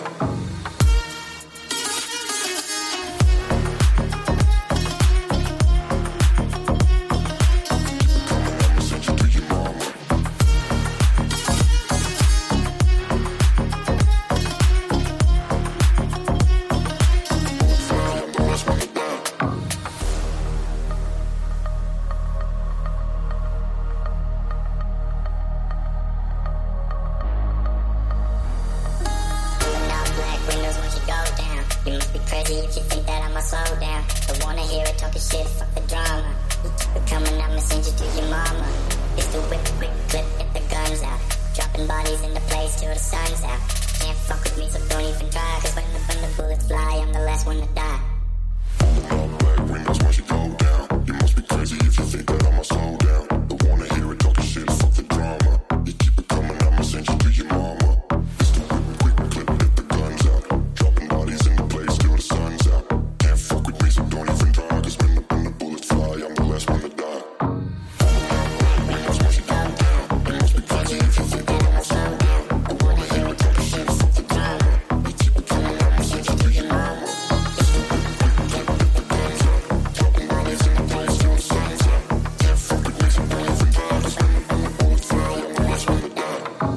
Black windows once you go down. You must be crazy if you think that I'ma slow down. Don't wanna hear it talking shit, fuck the drama. You keep it coming, I'ma send you to your mama. It's the whip, quick clip, get the guns out. Dropping bodies in the place till the sun's out. Can't fuck with me, so don't even try. Cause when the, when the bullets fly, I'm the last one to die. Black windows once you go down. You must be crazy if you think that I'ma slow down. Don't wanna hear it talking shit, fuck the drama. You keep it coming, I'ma send you to your mama. It's the whip, quick clip, get the guns out. Dropping bodies in the place till the sun's out. Can't fuck with me, so don't even try. Cause when the, when the bullets fly, I'm the last one to die. Black windows once you go down. You must be crazy if you think that I'ma slow down. Don't wanna hear it talking shit, fuck the drama. You keep it coming, I'ma send you to your mama. It's the whip, quick clip, get the guns out. Dropping bodies in the place till the sun's out. Can't fuck with me, so don't even try. Cause when the, when the bullets fly, I'm the last one to die.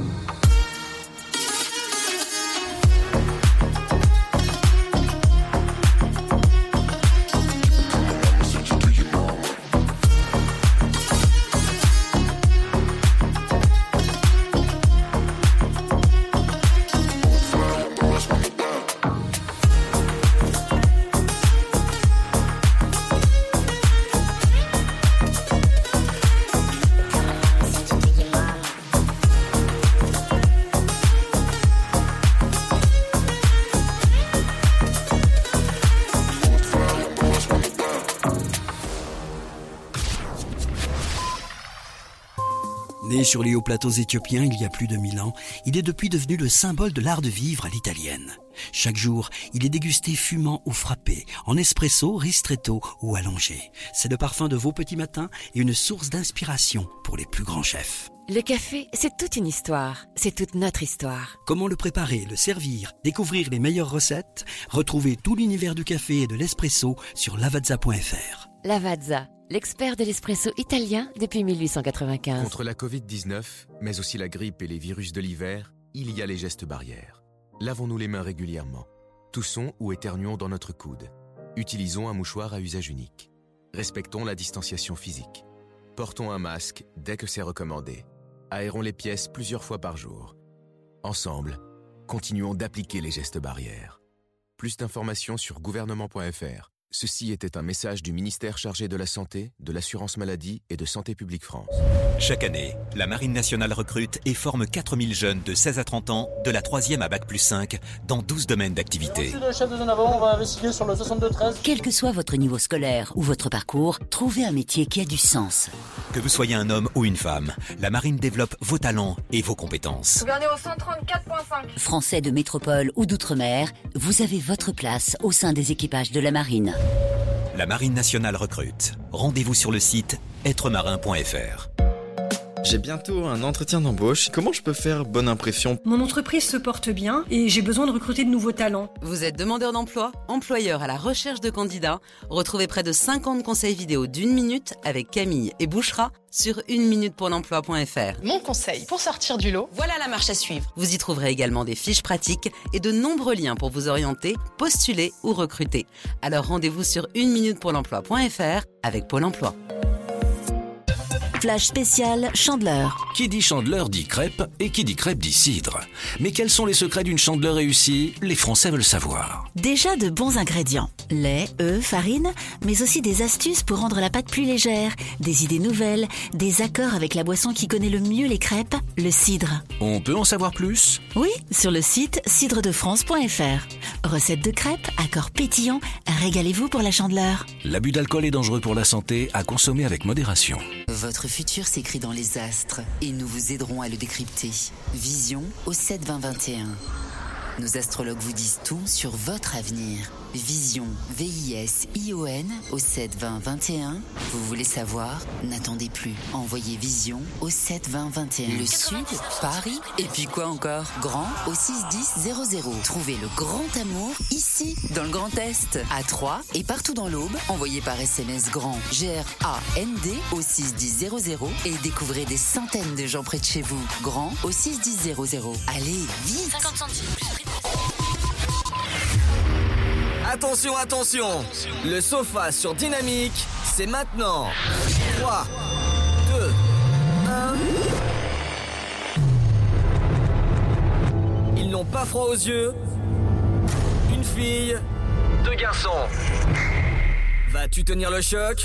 Né sur les hauts plateaux éthiopiens il y a plus de mille ans, il est depuis devenu le symbole de l'art de vivre à l'italienne. Chaque jour, il est dégusté fumant ou frappé, en espresso, ristretto ou allongé. C'est le parfum de vos petits matins et une source d'inspiration pour les plus grands chefs. Le café, c'est toute une histoire. C'est toute notre histoire. Comment le préparer, le servir, découvrir les meilleures recettes? Retrouvez tout l'univers du café et de l'espresso sur lavazza point f r. Lavazza, l'expert de l'espresso italien depuis mille huit cent quatre-vingt-quinze. Contre la covid dix-neuf, mais aussi la grippe et les virus de l'hiver, il y a les gestes barrières. Lavons-nous les mains régulièrement. Toussons ou éternuons dans notre coude. Utilisons un mouchoir à usage unique. Respectons la distanciation physique. Portons un masque dès que c'est recommandé. Aérons les pièces plusieurs fois par jour. Ensemble, continuons d'appliquer les gestes barrières. Plus d'informations sur gouvernement point f r. Ceci était un message du ministère chargé de la Santé, de l'Assurance Maladie et de Santé Publique France. Chaque année, la Marine nationale recrute et forme quatre mille jeunes de seize à trente ans, de la troisième à bac plus cinq, dans douze domaines d'activité. Le chef de zone avant, on va investiguer sur le soixante-deux treize. Quel que soit votre niveau scolaire ou votre parcours, trouvez un métier qui a du sens. Que vous soyez un homme ou une femme, la Marine développe vos talents et vos compétences. Gouverneur au cent trente-quatre point cinq. Français de métropole ou d'outre-mer, vous avez votre place au sein des équipages de la Marine. La Marine nationale recrute. Rendez-vous sur le site êtremarin point f r. J'ai bientôt un entretien d'embauche. Comment je peux faire bonne impression? Mon entreprise se porte bien et j'ai besoin de recruter de nouveaux talents. Vous êtes demandeur d'emploi, employeur à la recherche de candidats? Retrouvez près de cinquante conseils vidéo d'une minute avec Camille et Bouchra sur une minute pour l'emploi point f r. Mon conseil pour sortir du lot, voilà la marche à suivre. Vous y trouverez également des fiches pratiques et de nombreux liens pour vous orienter, postuler ou recruter. Alors rendez-vous sur une minute pour l'emploi point f r avec Pôle emploi. Flash spécial Chandeleur. Qui dit Chandeleur dit crêpe et qui dit crêpe dit cidre. Mais quels sont les secrets d'une Chandeleur réussie? Les Français veulent savoir. Déjà de bons ingrédients. Lait, œufs, farine, mais aussi des astuces pour rendre la pâte plus légère, des idées nouvelles, des accords avec la boisson qui connaît le mieux les crêpes, le cidre. On peut en savoir plus? Oui, sur le site cidre de france point f r. Recettes de crêpes, accords pétillants, régalez-vous pour la Chandeleur. L'abus d'alcool est dangereux pour la santé, à consommer avec modération. Votre futur s'écrit dans les astres et nous vous aiderons à le décrypter. Vision au sept vingt vingt et un. Nos astrologues vous disent tout sur votre avenir. Vision, V I S I O N au sept vingt vingt et un. Vous voulez savoir? N'attendez plus. Envoyez Vision au sept vingt vingt et un. Le Sud, Paris, et puis quoi encore? Grand au six dix zéro zéro. Trouvez le grand amour ici, dans le Grand Est, à Troyes et partout dans l'Aube. Envoyez par S M S grand G R A N D au six dix zéro zéro et découvrez des centaines de gens près de chez vous. Grand au six dix zéro zéro. Allez, vite! cinquante centimes plus prix. Attention, attention, le sofa sur Dynamique, c'est maintenant. trois, deux, un. Ils n'ont pas froid aux yeux. Une fille, deux garçons. Vas-tu tenir le choc?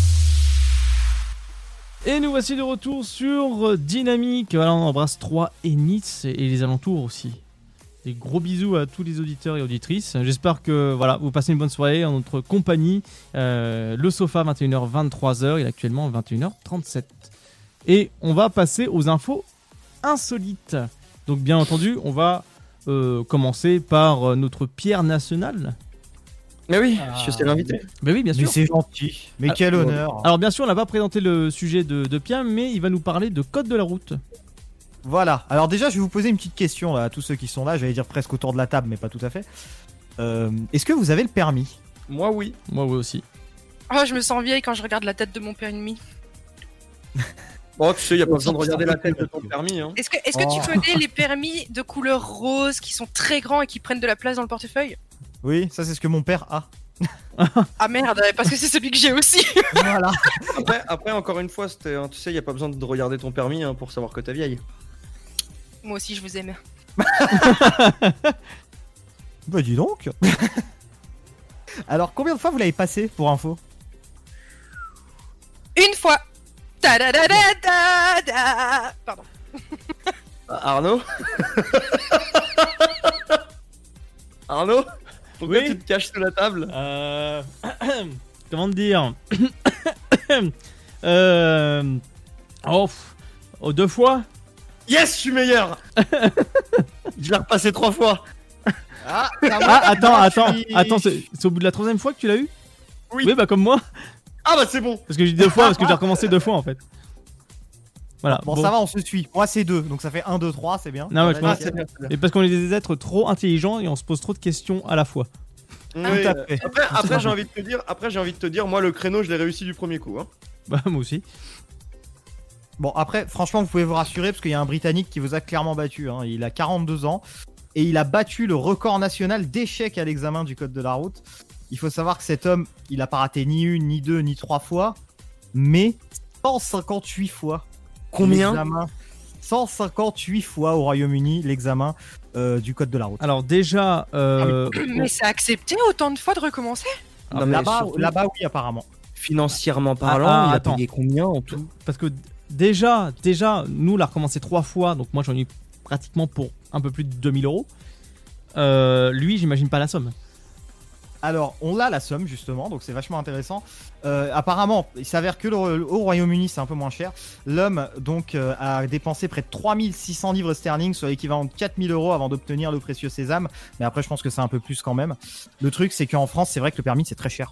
Et nous voici de retour sur Dynamique. Voilà, on embrasse Troyes et Nice et les alentours aussi. Des gros bisous à tous les auditeurs et auditrices. J'espère que voilà, vous passez une bonne soirée en notre compagnie. Euh, le sofa, vingt et une heures vingt-trois heures. Il est actuellement vingt et une heures trente-sept. Et on va passer aux infos insolites. Donc bien entendu, on va euh, commencer par notre Pierre national. Mais oui, ah, je suis l'invité. Mais oui, bien sûr. Mais c'est gentil. Mais quel alors, honneur. Alors bien sûr, on n'a pas présenté le sujet de, de Pierre, mais il va nous parler de code de la route. Voilà, alors déjà je vais vous poser une petite question là, à tous ceux qui sont là, j'allais dire presque autour de la table mais pas tout à fait. Euh, est-ce que vous avez le permis? Moi oui. Moi oui aussi. Oh, je me sens vieille quand je regarde la tête de mon permis. Bon, tu sais, il n'y a pas besoin de regarder la tête de ton permis. Hein. Est-ce que, est-ce que Oh. tu connais les permis de couleur rose qui sont très grands et qui prennent de la place dans le portefeuille? Oui, ça c'est ce que mon père a. Ah merde, parce que c'est celui que j'ai aussi. Voilà. Après, après, encore une fois, c'était, hein, tu sais, il n'y a pas besoin de regarder ton permis hein, pour savoir que t'es vieille. Moi aussi, je vous aime. Bah dis donc. Alors combien de fois vous l'avez passé pour info? Une fois. Ta da da da da da. Pardon. Arnaud Arnaud Pourquoi Oui. tu te caches sous la table? Euh... Comment te dire euh... Oh, pff. Oh, deux fois. Yes, je suis meilleur. Je l'ai repassé trois fois. Ah, Ah, attends, attends, attends, c'est c'est au bout de la troisième fois que tu l'as eu? Oui. Oui, bah comme moi. Ah bah c'est bon. Parce que j'ai dit deux fois, parce que j'ai recommencé deux fois en fait. Voilà. Bon, ça va, on se suit. Moi c'est deux, donc ça fait un, deux, trois, c'est bien. Non, mais je Ah, pense- c'est bien, c'est bien. Et parce qu'on est des êtres trop intelligents et on se pose trop de questions à la fois. Oui, à euh, fait. Après, après j'ai envie de te dire, après j'ai envie de te dire, moi le créneau je l'ai réussi du premier coup. Hein. Bah moi aussi. Bon après, franchement vous pouvez vous rassurer parce qu'il y a un Britannique qui vous a clairement battu. Hein. Il a quarante-deux ans et il a battu le record national d'échecs à l'examen du code de la route. Il faut savoir que cet homme, il a pas raté ni une, ni deux, ni trois fois, mais cent cinquante-huit fois. Combien? L'examen. cent cinquante-huit fois au Royaume-Uni l'examen euh, du code de la route. Alors déjà, euh, Mais c'est accepté autant de fois de recommencer? Non, Non, mais là-bas, surtout- là-bas oui apparemment. Financièrement parlant, Ah, ah, il a attends. payé combien en tout? parce que d- déjà, déjà, nous l'a recommencé trois fois, donc moi j'en ai eu pratiquement pour un peu plus de deux mille euros. Euh, lui, j'imagine pas la somme. Alors, on a la somme justement, donc c'est vachement intéressant. Euh, apparemment, il s'avère que le- au Royaume-Uni, c'est un peu moins cher. L'homme donc euh, a dépensé près de trois mille six cents livres sterling, soit l'équivalent de quatre mille euros avant d'obtenir le précieux sésame. Mais après, je pense que c'est un peu plus quand même. Le truc, c'est qu'en France, c'est vrai que le permis c'est très cher.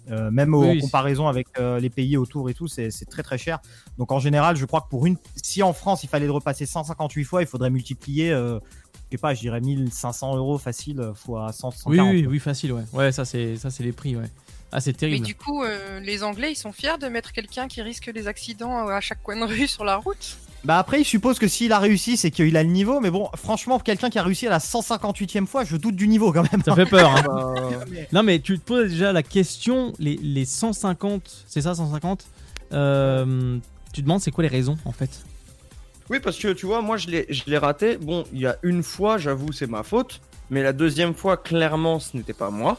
Euh, même au- Oui, en comparaison avec euh, les pays autour et tout, c'est c'est très très cher. Donc en général, je crois que pour une, si en France il fallait le repasser cent cinquante-huit fois, il faudrait multiplier, euh, je sais pas, je dirais mille cinq cents euros facile euh, fois cent, cent Oui, quarante. oui, oui, facile, ouais. Ouais, ça c'est ça c'est les prix, ouais. Ah, c'est Mais terrible. du coup, euh, les Anglais, ils sont fiers de mettre quelqu'un qui risque des accidents à chaque coin de rue sur la route. Bah après, il suppose que s'il a réussi, c'est qu'il a le niveau. Mais bon, franchement, quelqu'un qui a réussi à la cent cinquantehuitième fois, je doute du niveau quand même. Ça fait peur. Hein. Bah, Non, mais tu te poses déjà la question, les, les cent cinquante, c'est ça, cent cinquante euh, tu te demandes c'est quoi les raisons en fait. Oui, parce que tu vois, moi je l'ai je l'ai raté. Bon, il y a une fois, j'avoue, c'est ma faute. Mais la deuxième fois, clairement, ce n'était pas moi.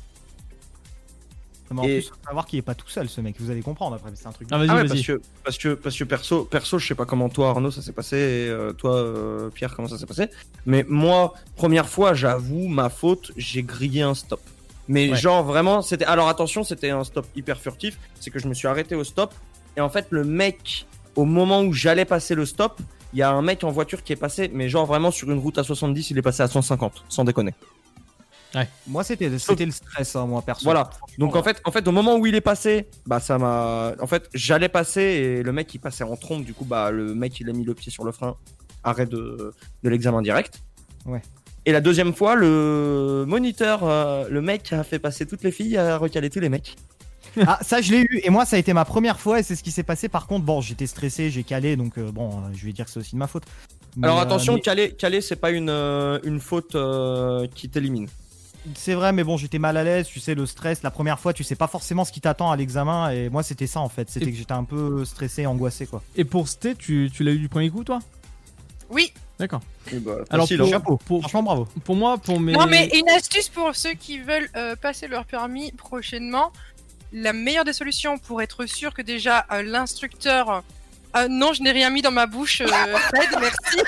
Mais en Et- plus, faut savoir qu'il est pas tout seul, ce mec. Vous allez comprendre après, c'est un truc. de- Ah, vas-y, Ah ouais, vas-y. parce que, parce que, parce que perso, perso, je sais pas comment toi, Arnaud, ça s'est passé, et euh, toi, euh, Pierre, comment ça s'est passé. Mais moi, première fois, j'avoue, ma faute, j'ai grillé un stop. Mais Ouais. genre vraiment, c'était. Alors attention, c'était un stop hyper furtif. C'est que je me suis arrêté au stop. Et en fait, le mec, au moment où j'allais passer le stop, il y a un mec en voiture qui est passé, mais genre vraiment sur une route à soixante-dix, il est passé à cent cinquante, sans déconner. Moi, c'était c'était le stress, hein, moi perso. Voilà. Donc en fait, en fait, au moment où il est passé, bah ça m'a. En fait, j'allais passer et le mec il passait en trompe. Du coup, bah le mec il a mis le pied sur le frein. Arrêt de, de l'examen direct. Ouais. Et la deuxième fois, le moniteur, euh, le mec a fait passer toutes les filles, a recalé tous les mecs. Ah, ça je l'ai eu, et moi ça a été ma première fois, et c'est ce qui s'est passé. Par contre, bon, j'étais stressé, j'ai calé, donc euh, bon, euh, je vais dire que c'est aussi de ma faute. Mais, Alors euh, attention, mais- caler, caler, c'est pas une, euh, une faute euh, qui t'élimine. C'est vrai, mais bon, j'étais mal à l'aise, tu sais, le stress, la première fois, tu sais pas forcément ce qui t'attend à l'examen, et moi c'était ça en fait, c'était Et- que j'étais un peu stressé, angoissé quoi. Et pour Sté, tu, tu l'as eu du premier coup toi? Oui. D'accord. Et bah, Alors facile, pour, hein. Chapeau, pour, franchement bravo. pour moi, pour mes. Non, mais une astuce pour ceux qui veulent euh, passer leur permis prochainement. La meilleure des solutions pour être sûr que déjà euh, l'instructeur. Euh, non, je n'ai rien mis dans ma bouche, euh, Fred, merci.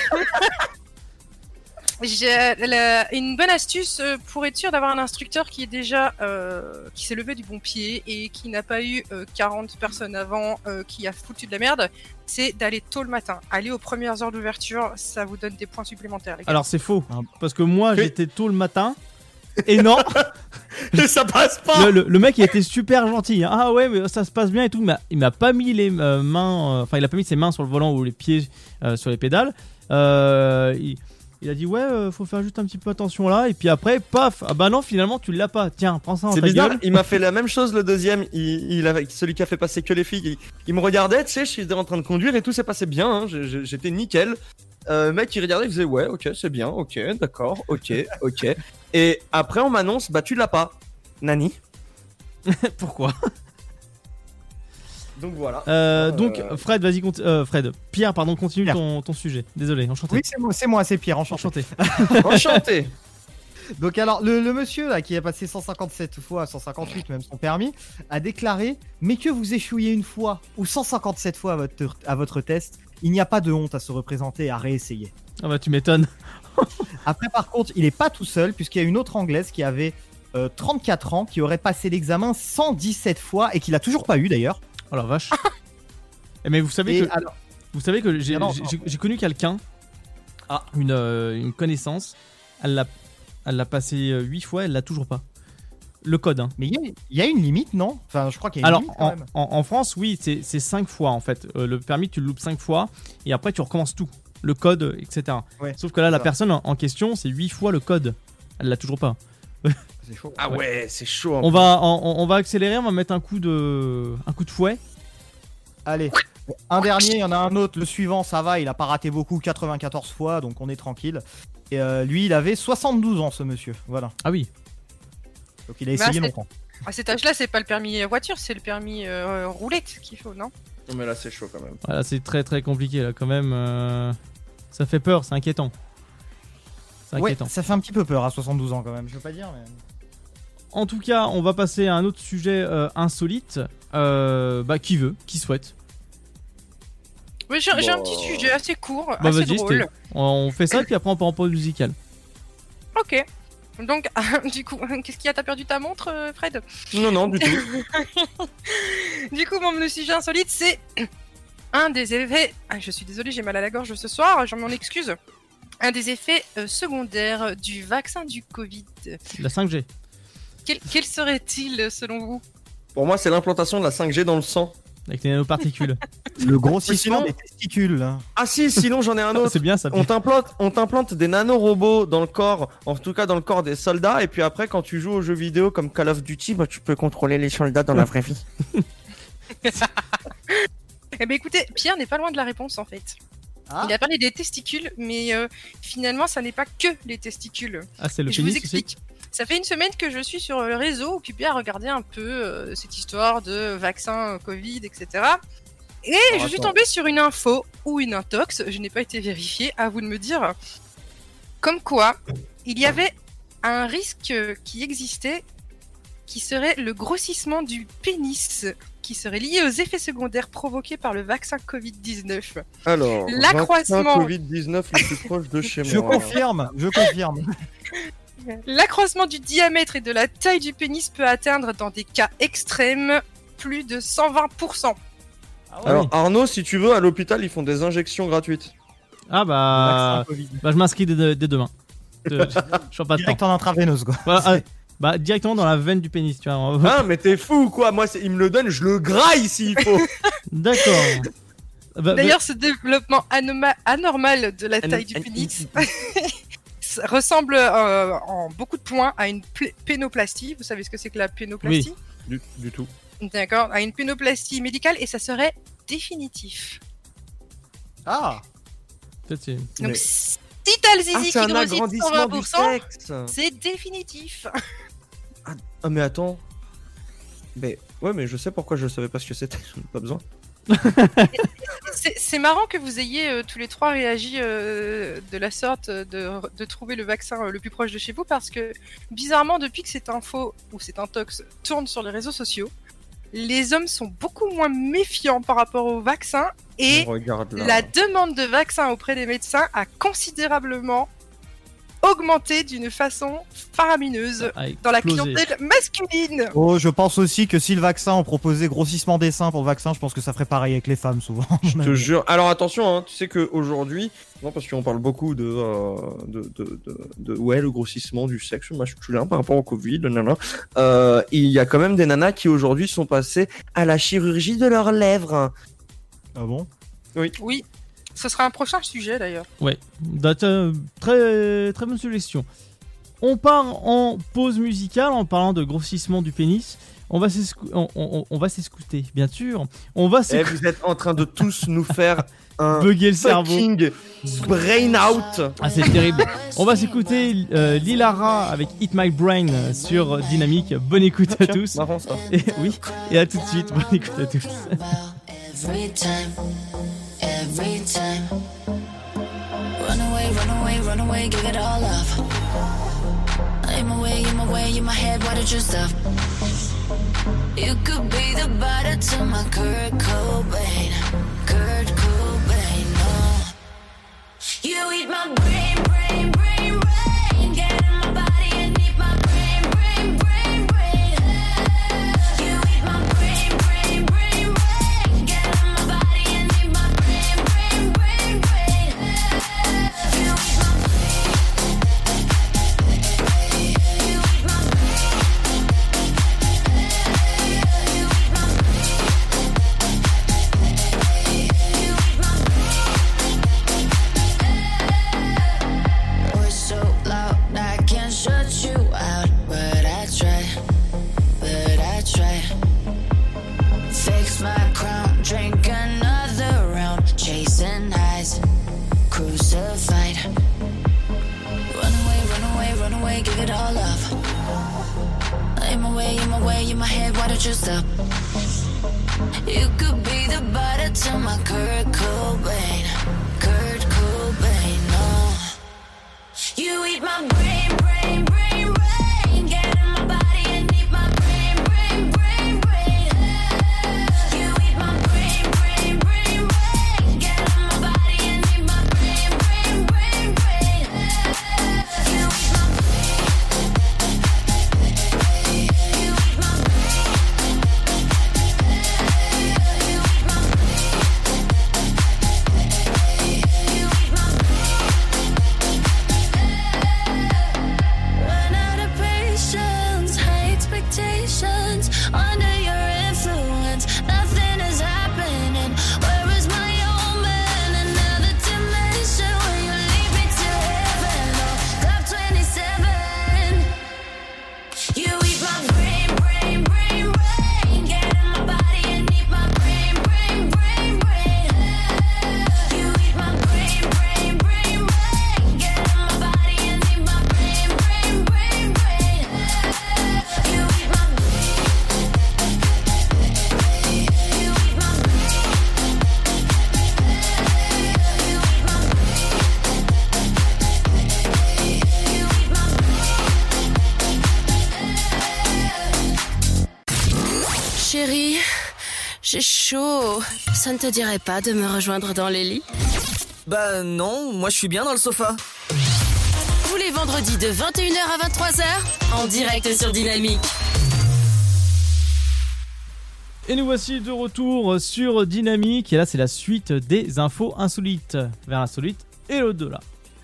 J'ai la- une bonne astuce euh, pour être sûr d'avoir un instructeur qui est déjà euh, qui s'est levé du bon pied et qui n'a pas eu euh, quarante personnes avant euh, qui a foutu de la merde, c'est d'aller tôt le matin. Aller aux premières heures d'ouverture, ça vous donne des points supplémentaires, les gars. Alors c'est faux, Ah. parce que moi Oui. j'étais tôt le matin. Et non, Et ça passe pas. le, le- le mec il était super gentil. Hein. Ah ouais, mais ça se passe bien et tout. Mais il m'a pas mis les euh, mains, euh, enfin il a pas mis ses mains sur le volant ou les pieds euh, sur les pédales. Euh, il, il a dit ouais, euh, faut faire juste un petit peu attention là. Et puis après, paf, ah bah non, finalement tu l'as pas. Tiens, prends ça dans C'est ta bizarre, gueule. il m'a fait la même chose le deuxième, il, il avait, celui qui a fait passer que les filles, il, il me regardait, tu sais, je suis en train de conduire et tout s'est passé bien, hein, je- je- j'étais nickel. Euh, mec il regardait, il faisait ouais, ok, c'est bien, ok, d'accord, ok, ok. Et après on m'annonce, bah tu l'as pas, Nani. Pourquoi? Donc voilà. Euh, Euh, donc Fred, vas-y, conti- euh, Fred, Pierre, pardon, continue Pierre. ton, ton sujet. Désolé, enchanté. Oui, c'est moi, c'est moi, c'est Pierre, enchanté. Enchanté. Enchanté. Donc alors, le, le monsieur là qui a passé cent cinquante-sept fois, cent cinquante-huit même son permis, a déclaré « Mais que vous échouiez une fois ou cent cinquante-sept fois à votre, à votre test, il n'y a pas de honte à se représenter et à réessayer. Ah bah tu m'étonnes. » Après par contre, il est pas tout seul puisqu'il y a une autre anglaise qui avait euh, trente-quatre ans, qui aurait passé l'examen cent dix-sept fois et qui l'a toujours pas eu d'ailleurs. Oh la vache. Eh, mais vous savez Et que alors, vous savez que j'ai Ah non, j'ai- non. j'ai- j'ai connu quelqu'un, Ah. une, euh, une connaissance, elle l'a elle l'a passé huit fois, elle l'a toujours pas. Le code, hein. mais il y, a- il y a une limite, non? Enfin, je crois qu'il y a une Alors limite quand en, même. en- en France, oui, c'est c'est cinq fois en fait. Euh, le permis, tu le loupes cinq fois et après tu recommences tout. Le code, et cetera. Ouais, Sauf que là, la ça. personne en, en question, c'est huit fois le code. Elle l'a toujours pas. C'est chaud. Ah ouais, c'est chaud. en On plus. va, on, on va accélérer, on va mettre un coup de, un coup de fouet. Allez, un dernier, il y en a un autre, le suivant, ça va, il a pas raté beaucoup, quatre-vingt-quatorze fois, donc on est tranquille. Et euh, lui, il avait soixante-douze ans, ce monsieur, voilà. Ah oui. Donc il a essayé c'est- longtemps. À cet âge-là, c'est pas le permis voiture, c'est le permis euh, roulette qu'il faut, non? Non, mais là c'est chaud quand même. Voilà, c'est très très compliqué là quand même. euh, Ça fait peur, c'est inquiétant. C'est Ouais, inquiétant. ça fait un petit peu peur à soixante-douze ans quand même, je veux pas dire, mais... En tout cas, on va passer à un autre sujet euh, insolite. Euh, bah, qui veut, qui souhaite. Oui, j'ai j'ai un Bon. petit sujet assez court, Bah, assez vas-y, drôle. Sté. On fait ça et puis après on part en pause musicale. Ok. Donc, du coup, qu'est-ce qu'il y a? T'as perdu ta montre, euh, Fred? Non, non, du tout. Du coup, mon le sujet insolite, c'est un des effets. Ah, je suis désolée, j'ai mal à la gorge ce soir, j'en m'en excuse. Un des effets euh, secondaires du vaccin du Covid. La cinq G. Quel, quel serait-il selon vous? Pour moi, c'est l'implantation de la cinq G dans le sang. Avec les nanoparticules. Le grossissement Sinon- des testicules. là. Ah si, sinon j'en ai un autre. C'est bien ça. On t'implante, on t'implante des nanorobots dans le corps, en tout cas dans le corps des soldats, et puis après quand tu joues aux jeux vidéo comme Call of Duty, bah, tu peux contrôler les soldats dans la vraie vie. Eh ben écoutez, Pierre n'est pas loin de la réponse en fait. Ah. Il a parlé des testicules, mais euh, finalement, ça n'est pas que les testicules. Ah, c'est le Et je vous pénis aussi. explique. Ça fait une semaine que je suis sur le réseau occupé à regarder un peu euh, cette histoire de vaccin euh, Covid, et cetera. Et Alors, je suis attends. tombée sur une info ou une intox, je n'ai pas été vérifiée, à vous de me dire, comme quoi il y avait un risque qui existait qui serait le grossissement du pénis, qui serait lié aux effets secondaires provoqués par le vaccin covid dix-neuf. Alors, L'accroissement- vaccin covid dix-neuf le plus proche de chez Je moi. confirme, je confirme. L'accroissement du diamètre et de la taille du pénis peut atteindre, dans des cas extrêmes, plus de cent vingt pour cent. Alors Arnaud, si tu veux, à l'hôpital, ils font des injections gratuites. Ah bah, Vaccin Covid. bah je m'inscris dès, dès demain. Euh, je je suis pas de Direct temps. en intraveineuse, quoi. Voilà, ah, bah directement dans la veine du pénis, tu vois. Ah, mais t'es fou ou quoi? Moi, c'est- il me le donne, je le graille s'il faut. D'accord. Bah, D'ailleurs, ce développement anoma- anormal de la taille du an- pénis ça ressemble euh, en beaucoup de points à une pl- pénoplastie. Vous savez ce que c'est que la pénoplastie? Du, du tout. D'accord, à une pénoplastie médicale et ça serait définitif. Ah. peut-être c'est- Donc Mais- si t'as le Ah, zizi c'est qui un grossit de agrandissement cent vingt du pour cent, sexe. c'est définitif. Ah, mais attends. Mais ouais, mais je sais pourquoi je savais pas ce que c'était. J'en ai pas besoin. C'est c'est marrant que vous ayez euh, tous les trois réagi euh, de la sorte euh, de, de trouver le vaccin euh, le plus proche de chez vous parce que bizarrement depuis que cette info ou cet intox tourne sur les réseaux sociaux, les hommes sont beaucoup moins méfiants par rapport au vaccin et Mais regarde là. la demande de vaccin auprès des médecins a considérablement augmenté d'une façon faramineuse a dans la explosé. clientèle masculine. Oh, je pense aussi que si le vaccin, on proposait grossissement des seins pour le vaccin, je pense que ça ferait pareil avec les femmes souvent. Je te jure. Alors attention, hein, tu sais qu'aujourd'hui, non, parce qu'on parle beaucoup de, euh, de, de, de, de- ouais, le grossissement du sexe masculin par rapport au Covid, nanana. Euh, il y a quand même des nanas qui aujourd'hui sont passées à la chirurgie de leurs lèvres. Ah bon? Oui. Oui, ce sera un prochain sujet d'ailleurs. Ouais, Date, euh, très, très bonne suggestion. On part en pause musicale en parlant de grossissement du pénis. On va s'escou- on, on- on va s'écouter, bien sûr. On va Et s'écouter. vous êtes en train de tous nous faire un Bugger le cerveau. fucking brain out. Ah, c'est terrible. On va s'écouter euh, Lilara avec Eat My Brain euh, sur Dynamique. Bonne écoute à Tiens, tous. marrant ça. Et, oui, et à tout de suite. Bonne écoute à tous. Every time, every time. Run away, run away, run away, give it all up. In my way, in my way, in my head, why did you stop? You could be the butter to my Kurt Cobain, Kurt Cobain, no. You eat my brain, brain, brain, brain. Get in my body and eat my brain, brain, brain, brain. You eat my brain, brain, brain, brain. Get in my body and eat my brain, brain, brain, brain. You eat my You eat my We're so loud, I can't shut you out. But I try, but I try. Fix my crown, drink another round. Chasing highs, crucified. Run away, run away, run away, give it all up. In my way, in my way, in my head, why don't you stop? You could be the butter to my Kurt Cobain, Kurt Cobain, no. You eat my brain, brain, brain, brain. Get in my body and eat my brain, brain, brain, brain. You eat my brain, brain, brain, brain. Get in my body and eat my brain, brain, brain, brain. You eat my You eat my You eat my J'ai chaud. Ça ne te dirait pas de me rejoindre dans les lits? Bah non, moi je suis bien dans le sofa. Tous les vendredis de vingt et une heures à vingt-trois heures, en direct sur Dynamique. Et nous voici de retour sur Dynamique. Et là, c'est la suite des infos insolites. Vers l'insolite et l'au-delà.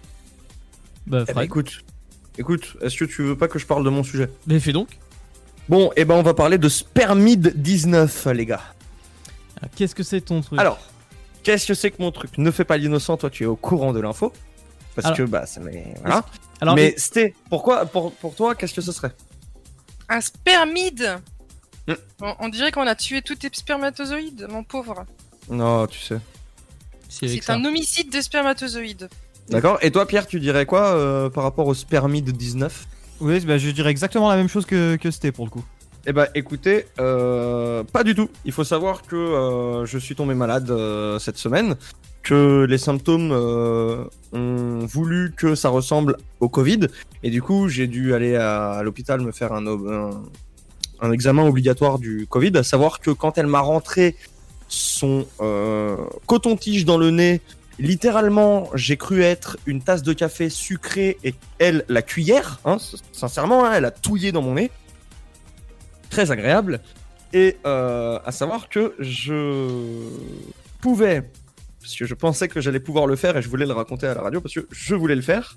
Bah, Eh Fred. ben, écoute, écoute, est-ce que tu veux pas que je parle de mon sujet? Mais fais donc. Bon, et ben on va parler de Spermide dix-neuf, les gars. Alors, qu'est-ce que c'est ton truc? Alors, qu'est-ce que c'est que mon truc? Ne fais pas l'innocent, toi tu es au courant de l'info. Parce Alors- que bah ça m'est... Voilà. Alors, Mais et- c'était... Pourquoi pour, pour toi, qu'est-ce que ce serait? Un spermide. Mm. On, on dirait qu'on a tué tous tes spermatozoïdes, mon pauvre. Non, tu sais. C'est un homicide de spermatozoïdes. D'accord. Et toi, Pierre, tu dirais quoi euh, par rapport au Spermide dix-neuf? Oui, bah, je dirais exactement la même chose que, que c'était pour le coup. Eh bah écoutez, euh, pas du tout. Il faut savoir que euh, je suis tombé malade euh, cette semaine, que les symptômes euh, ont voulu que ça ressemble au Covid, et du coup j'ai dû aller à, à l'hôpital me faire un, un, un examen obligatoire du Covid, à savoir que quand elle m'a rentré son euh, coton-tige dans le nez, littéralement j'ai cru être une tasse de café sucrée et elle la cuillère, hein, sincèrement, hein, elle a touillé dans mon nez. Très agréable. Et euh, à savoir que je pouvais, parce que je pensais que j'allais pouvoir le faire et je voulais le raconter à la radio parce que je voulais le faire,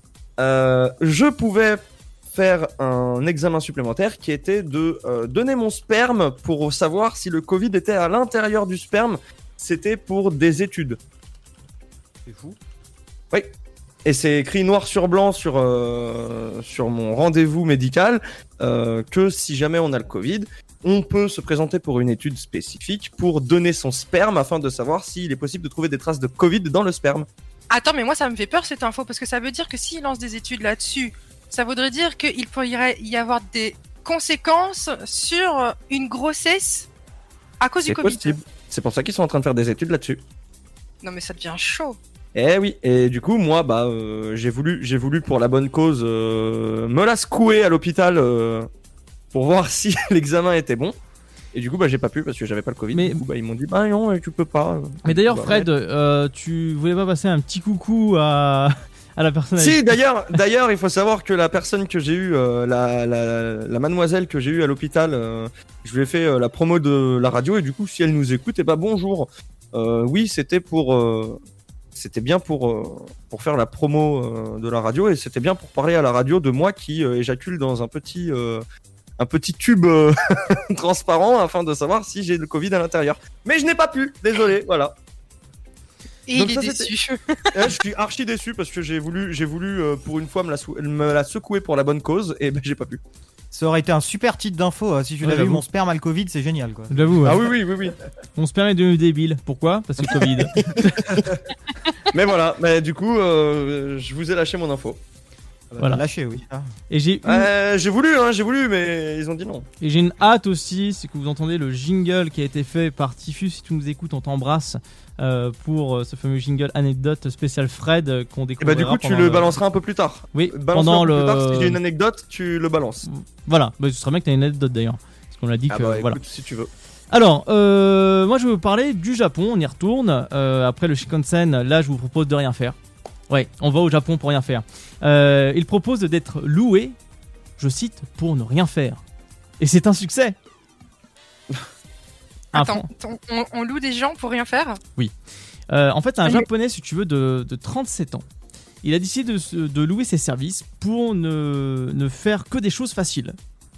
euh, je pouvais faire un examen supplémentaire qui était de euh, donner mon sperme pour savoir si le Covid était à l'intérieur du sperme. C'était pour des études. C'est fou. Oui. Et c'est écrit noir sur blanc sur, euh, sur mon rendez-vous médical euh, que si jamais on a le Covid, on peut se présenter pour une étude spécifique pour donner son sperme afin de savoir s'il est possible de trouver des traces de Covid dans le sperme. Attends, mais moi ça me fait peur cette info parce que ça veut dire que s'ils lancent des études là-dessus, ça voudrait dire qu'il pourrait y avoir des conséquences sur une grossesse à cause du C'est Covid. possible. C'est pour ça qu'ils sont en train de faire des études là-dessus. Non mais ça devient chaud. Eh oui, et du coup, moi, bah, euh, j'ai voulu, j'ai voulu pour la bonne cause euh, me la secouer à l'hôpital euh, pour voir si l'examen était bon. Et du coup, bah, j'ai pas pu parce que j'avais pas le Covid. Mais- Du coup, bah, ils m'ont dit, bah non, tu peux pas. Mais d'ailleurs, Bah, Fred, euh, tu voulais pas passer un petit coucou à, à la personne avec- Si, d'ailleurs, d'ailleurs, il faut savoir que la personne que j'ai eue, euh, la, la, la mademoiselle que j'ai eue à l'hôpital, euh, je lui ai fait euh, la promo de la radio et du coup, si elle nous écoute, et bah bonjour. Euh, oui, c'était pour, euh, c'était bien pour euh, pour faire la promo euh, de la radio et c'était bien pour parler à la radio de moi qui euh, éjacule dans un petit euh, un petit tube euh, transparent afin de savoir si j'ai le Covid à l'intérieur. Mais je n'ai pas pu, désolé, voilà. Et Donc il ça, est c'était- déçu. Euh, je suis archi déçu parce que j'ai voulu, j'ai voulu euh, pour une fois me la, sou- me la secouer pour la bonne cause et ben j'ai pas pu. Ça aurait été un super titre d'info. euh, Si je Ouais, l'avais eu, j'avoue. mon sperme a le Covid, c'est génial quoi. J'avoue. Ah ouais. oui, oui, oui, oui. On se permet de nous débile. Pourquoi? Parce que Covid. Mais voilà, mais du coup, euh, je vous ai lâché mon info. Voilà. Lâché, oui. Ah. Et j'ai une- Euh, j'ai voulu, hein, j'ai voulu, mais ils ont dit non. Et j'ai une hâte aussi, c'est que vous entendez le jingle qui a été fait par Tifus. Si tu nous écoutes, on t'embrasse euh, pour euh, ce fameux jingle anecdote spécial Fred euh, qu'on Et découvrira. bah du coup, tu pendant le balanceras un peu plus tard. Oui, Balance-le pendant un peu le. plus tard. Si j'ai une anecdote, tu le balances. Voilà, bah, ce serait bien que tu aies une anecdote d'ailleurs. Parce qu'on l'a dit Ah que. bah voilà. écoute, si tu veux. Alors, euh, moi je vais vous parler du Japon, on y retourne. Euh, après le Shinkansen, là je vous propose de rien faire. Ouais, on va au Japon pour rien faire. Euh, il propose d'être loué, je cite, pour ne rien faire. Et c'est un succès. Un Attends, on, on- on loue des gens pour rien faire? Oui. Euh, en fait, c'est un Oui. japonais, si tu veux, de, de trente-sept ans. Il a décidé de, se- de louer ses services pour ne, ne faire que des choses faciles.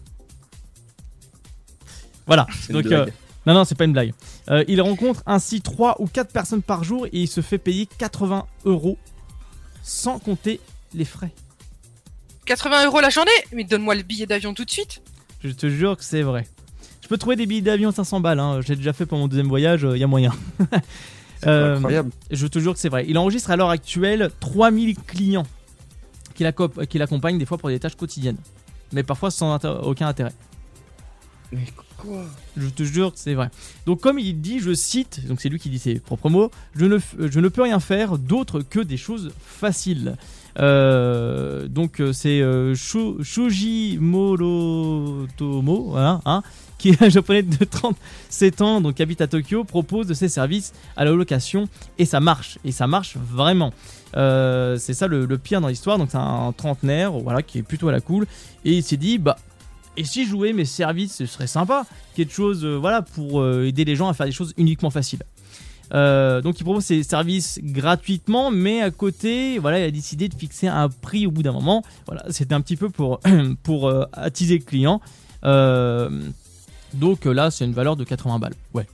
Voilà. C'est une Donc, blague. euh, non, non, c'est pas une blague. Euh, il rencontre ainsi trois ou quatre personnes par jour et il se fait payer quatre-vingts euros sans compter les frais. quatre-vingts euros la journée? Mais donne-moi le billet d'avion tout de suite. Je te jure que c'est vrai. Je peux trouver des billets d'avion à cinq cents balles. Hein. J'ai déjà fait pour mon deuxième voyage, il y a moyen. Euh, incroyable. Je te jure que c'est vrai. Il enregistre à l'heure actuelle trois mille clients qui l'accop- qui l'accompagnent des fois pour des tâches quotidiennes. Mais parfois sans inter- aucun intérêt. Mais quoi. Je te jure que c'est vrai. Donc comme il dit, je cite, donc c'est lui qui dit ses propres mots, je ne, f- je ne peux rien faire d'autre que des choses faciles. Euh, donc euh, c'est euh, Sho- Shoji Morotomo, voilà, hein, qui est un japonais de trente-sept ans, donc qui habite à Tokyo, propose de ses services à la location et ça marche, et ça marche vraiment. Euh, c'est ça le, le pire dans l'histoire, donc c'est un trentenaire, voilà, qui est plutôt à la cool, et il s'est dit, bah, et si je jouais mes services, ce serait sympa, quelque chose, euh, voilà, pour euh, aider les gens à faire des choses uniquement faciles. Euh, donc il propose ses services gratuitement, mais à côté, voilà, il a décidé de fixer un prix au bout d'un moment. Voilà, c'était un petit peu pour pour euh, attiser le client. Euh, donc là, c'est une valeur de quatre-vingts balles. Ouais.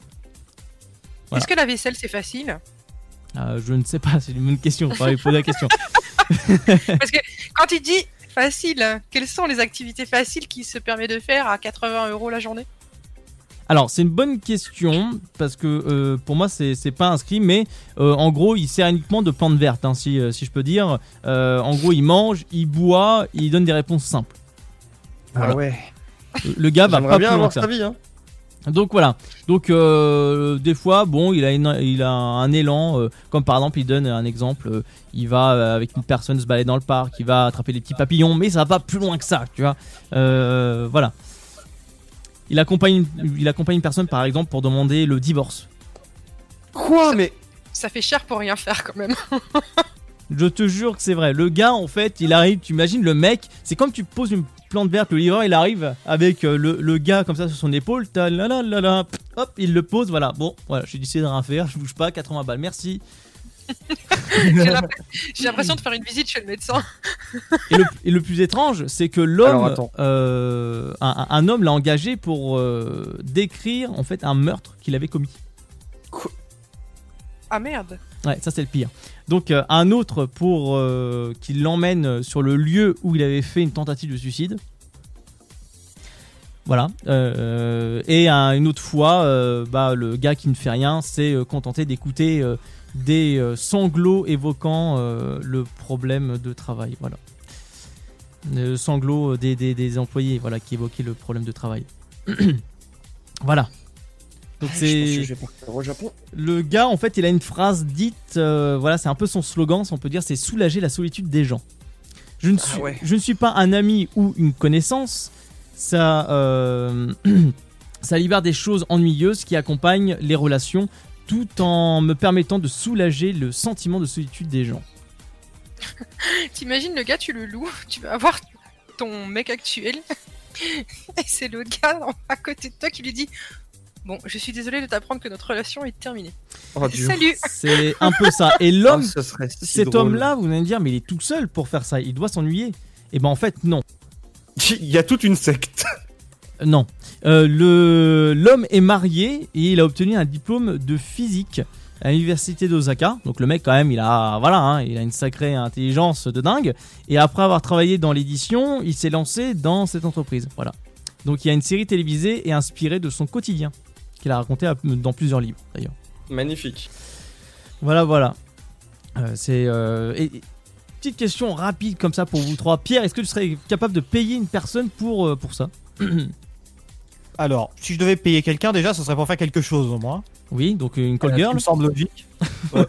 Voilà. Est-ce que la vaisselle c'est facile? Euh, je ne sais pas, c'est une bonne question. Il faudrait lui poser la question. Parce que quand il dit facile, quelles sont les activités faciles qu'il se permet de faire à quatre-vingts euros la journée? Alors c'est une bonne question parce que euh, pour moi c'est c'est pas inscrit, mais euh, en gros il sert uniquement de plantes vertes, hein, si euh, si je peux dire. Euh, en gros il mange, il boit, il donne des réponses simples. Voilà. Ah ouais. Le, le gars va J'aimerais pas bien plus loin avoir que ça. sa vie, hein. Donc voilà. Donc euh, des fois bon il a une, il a un élan, euh, comme par exemple il donne un exemple, euh, il va euh, avec une personne se balader dans le parc, il va attraper des petits papillons, mais ça va pas plus loin que ça, tu vois. Euh, voilà. Il accompagne, il accompagne une personne par exemple pour demander le divorce. Quoi, mais Ça fait cher pour rien faire quand même. Je te jure que c'est vrai. Le gars en fait, il arrive, tu imagines le mec, c'est comme tu poses une plante verte, le livreur il arrive avec euh, le, le gars comme ça sur son épaule, ta la la la la, hop, il le pose, voilà. Bon, voilà, j'ai décidé de rien faire, je bouge pas, quatre-vingts balles, merci. J'ai l'imp- j'ai l'impression de faire une visite chez le médecin. Et le, et le plus étrange, c'est que Alors, l'homme, attends. euh, un, un homme l'a engagé pour euh, décrire en fait un meurtre qu'il avait commis. Ah merde. Ouais, ça c'est le pire. Donc euh, un autre pour euh, qu'il l'emmène sur le lieu où il avait fait une tentative de suicide. Voilà. Euh, et un- une autre fois, euh, bah, le gars qui ne fait rien s'est euh, contenté d'écouter euh, des euh, sanglots évoquant euh, le problème de travail. Voilà. Le sanglot des, des, des employés, voilà, qui évoquaient le problème de travail. Voilà. Donc Je pense c'est que je vais partir au Japon. le gars en fait, il a une phrase dite, euh, voilà, c'est un peu son slogan, si on peut dire, c'est soulager la solitude des gens. Je ne Ah suis, ouais. je ne suis pas un ami ou une connaissance. Ça, euh, ça libère des choses ennuyeuses qui accompagnent les relations, tout en me permettant de soulager le sentiment de solitude des gens. T'imagines le gars, tu le loues, tu vas avoir ton mec actuel, et c'est le gars à côté de toi qui lui dit: bon, je suis désolé de t'apprendre que notre relation est terminée. Oh, Dieu. Salut. C'est un peu ça. Et l'homme, Oh, ce serait si cet drôle. homme-là, vous allez me dire, mais il est tout seul pour faire ça, il doit s'ennuyer. Et ben en fait, non. Il y a toute une secte. Non. Euh, le, l'homme est marié et il a obtenu un diplôme de physique à l'université d'Osaka. Donc le mec quand même, il a, voilà, hein, il a une sacrée intelligence de dingue. Et après avoir travaillé dans l'édition, il s'est lancé dans cette entreprise. Voilà. Donc il y a une série télévisée et inspirée de son quotidien qu'il a raconté à- dans plusieurs livres d'ailleurs. Magnifique. Voilà, voilà. Euh, c'est euh, et- et- petite question rapide comme ça pour vous trois. Pierre, est-ce que tu serais capable de payer une personne pour euh, pour ça? Alors, si je devais payer quelqu'un, déjà, ce serait pour faire quelque chose au moins. Oui, donc une call Euh, girl. Ça me semble logique. Ouais.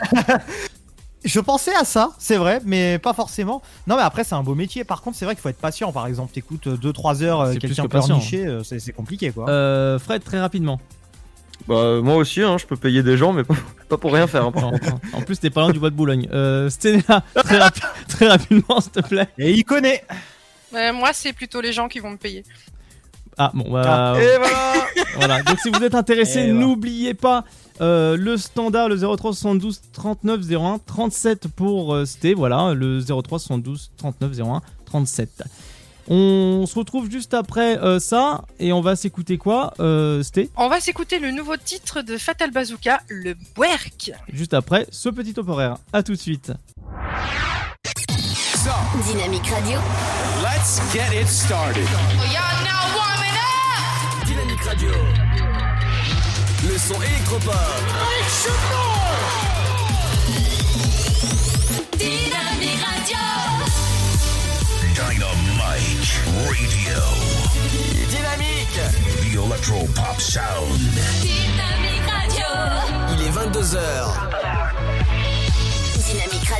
Je pensais à ça, c'est vrai, mais pas forcément. Non, mais après, c'est un beau métier. Par contre, c'est vrai qu'il faut être patient. Par exemple, t'écoutes deux trois heures euh, C'est plus quelqu'un que peut patient. nicher, euh, c'est c'est compliqué quoi. Euh, Fred, très rapidement. Bah, moi aussi, hein, je peux payer des gens, mais pas, pas pour rien faire. hein, par En, contre. en plus, t'es pas loin du bois de Boulogne. Euh, Sténéa, très, rapi- très rapidement, s'il te plaît. Et il connaît. Euh, moi, c'est plutôt les gens qui vont me payer. Ah, bon, bah. Et voilà. Voilà, donc si vous êtes intéressé, Et voilà. n'oubliez pas euh, le standard, le zéro trois soixante-douze trente-neuf zéro un trente-sept pour euh, Sté, voilà, le zéro trois soixante-douze trente-neuf zéro un trente-sept. On se retrouve juste après euh, ça et on va s'écouter quoi, euh, Sté? On va s'écouter le nouveau titre de Fatal Bazooka, le Bwerk. Juste après ce petit top horaire. À tout de suite. Dynamique Radio. Let's get it started. Y'all now warming up. Dynamique Radio. Le son électropop. Dynamique Radio. Dynamite Radio. Dynamique. The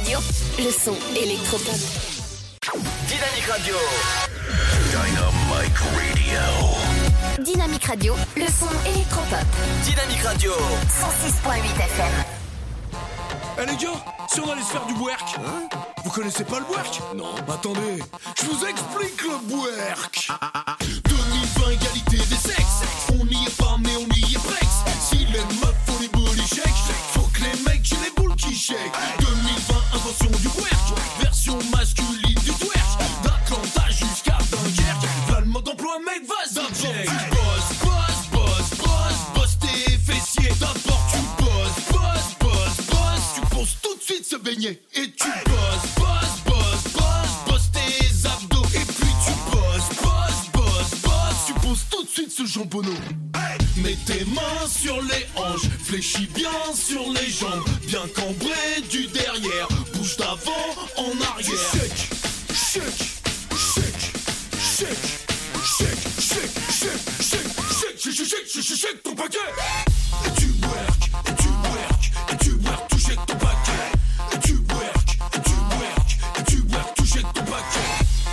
Radio, le son électropop. Dynamique Radio. Dynamique Radio. Dynamique Radio, le son électropop. Dynamique Radio. cent six virgule huit F M. Eh les gars, si on allait se faire du bwerk, hein? Vous connaissez pas le bwerk? Non. Attendez, je vous explique le bwerk. deux mille vingt, égalité des sexes. On n'y est pas mais on y est presque. Si les meufs font les booty shake, faut que les mecs j'ai les boules qui shake. deux mille vingt, invention du bwerk, version masculine du twerk. D'Atlanta jusqu'à Dunkerque, là le mode d'emploi mec vas-y check. Tu bosses, bosses, bosses, bosses, bosses tes fessiers. D'abord tu bosses, bosses, bosses, bosses. Tu penses tout de suite se baigner. Et tu bosses, bosses, bosses, bosses, bosses tes abdos. Et puis tu bosses, bosses, bosses, bosses. Tu poses tout de suite ce jambonneau. Mets tes mains sur les hanches, fléchis bien sur les jambes, bien cambré du derrière, bouge d'avant en arrière. Shake, shake, shake, shake, shake, shake, shake, shake, shake, shake, shake, shake, shake ton paquet. Et tu work, et tu work, et tu work, tu shake ton paquet. Et tu work, et tu work, et tu work, tu shake ton paquet.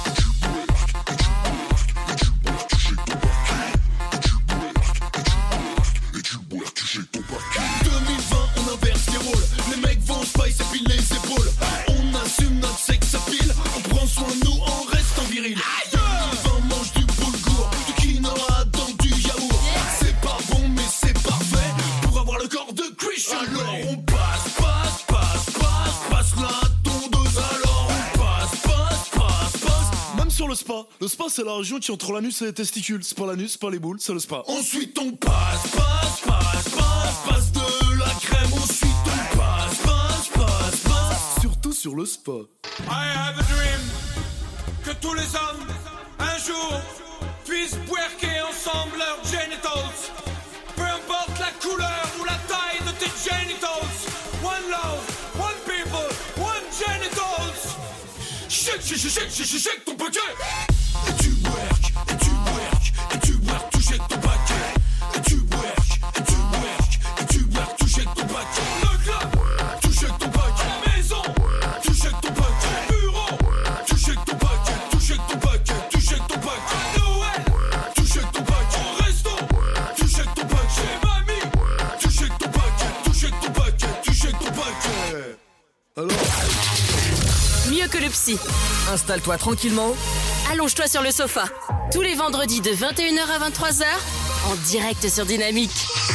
deux mille vingt, on inverse les rôles. Les mecs vont spice et puis les épaules. On assume notre sexe à pile. On prend soin de nous en restant viril. deux mille vingt, mange du boulgour, du quinoa dans du yaourt. C'est pas bon mais c'est parfait pour avoir le corps de Chris. Alors on passe, passe, passe, passe, passe la tondeuse. Alors on passe, passe, passe, passe. Même sur le spa, le spa c'est la région qui entre l'anus et les testicules. C'est pas l'anus, c'est pas les boules, c'est le spa. Ensuite on passe, passe, passe, passe, passe de la crème. Ensuite on passe, passe, passe, passe. Surtout sur le spa. I have a dream que tous les hommes un jour puissent bwerker ensemble leurs genitals. Peu importe la couleur ou la taille de tes genitals. One love, one people, one genitals. Shake, shake, shake, shake, shake, shake ton paquet. Et tu work, et tu work, et tu work, tu shake ton paquet. Et tu work, et tu work, et tu work, tu shake ton paquet. Le club, tu shake ton paquet. La maison, tu shake ton paquet. Bureau, tu shake ton paquet, tu shake ton paquet, tu shake ton paquet. À Noël, tu shake ton paquet. Au resto, tu shake ton paquet. Mamie, tu shake ton paquet, tu shake ton paquet, tu shake ton paquet. Alors Mieux que le psy. Installe-toi tranquillement. Allonge-toi sur le sofa. Tous les vendredis de vingt et une heures à vingt-trois heures, en direct sur Dynamique.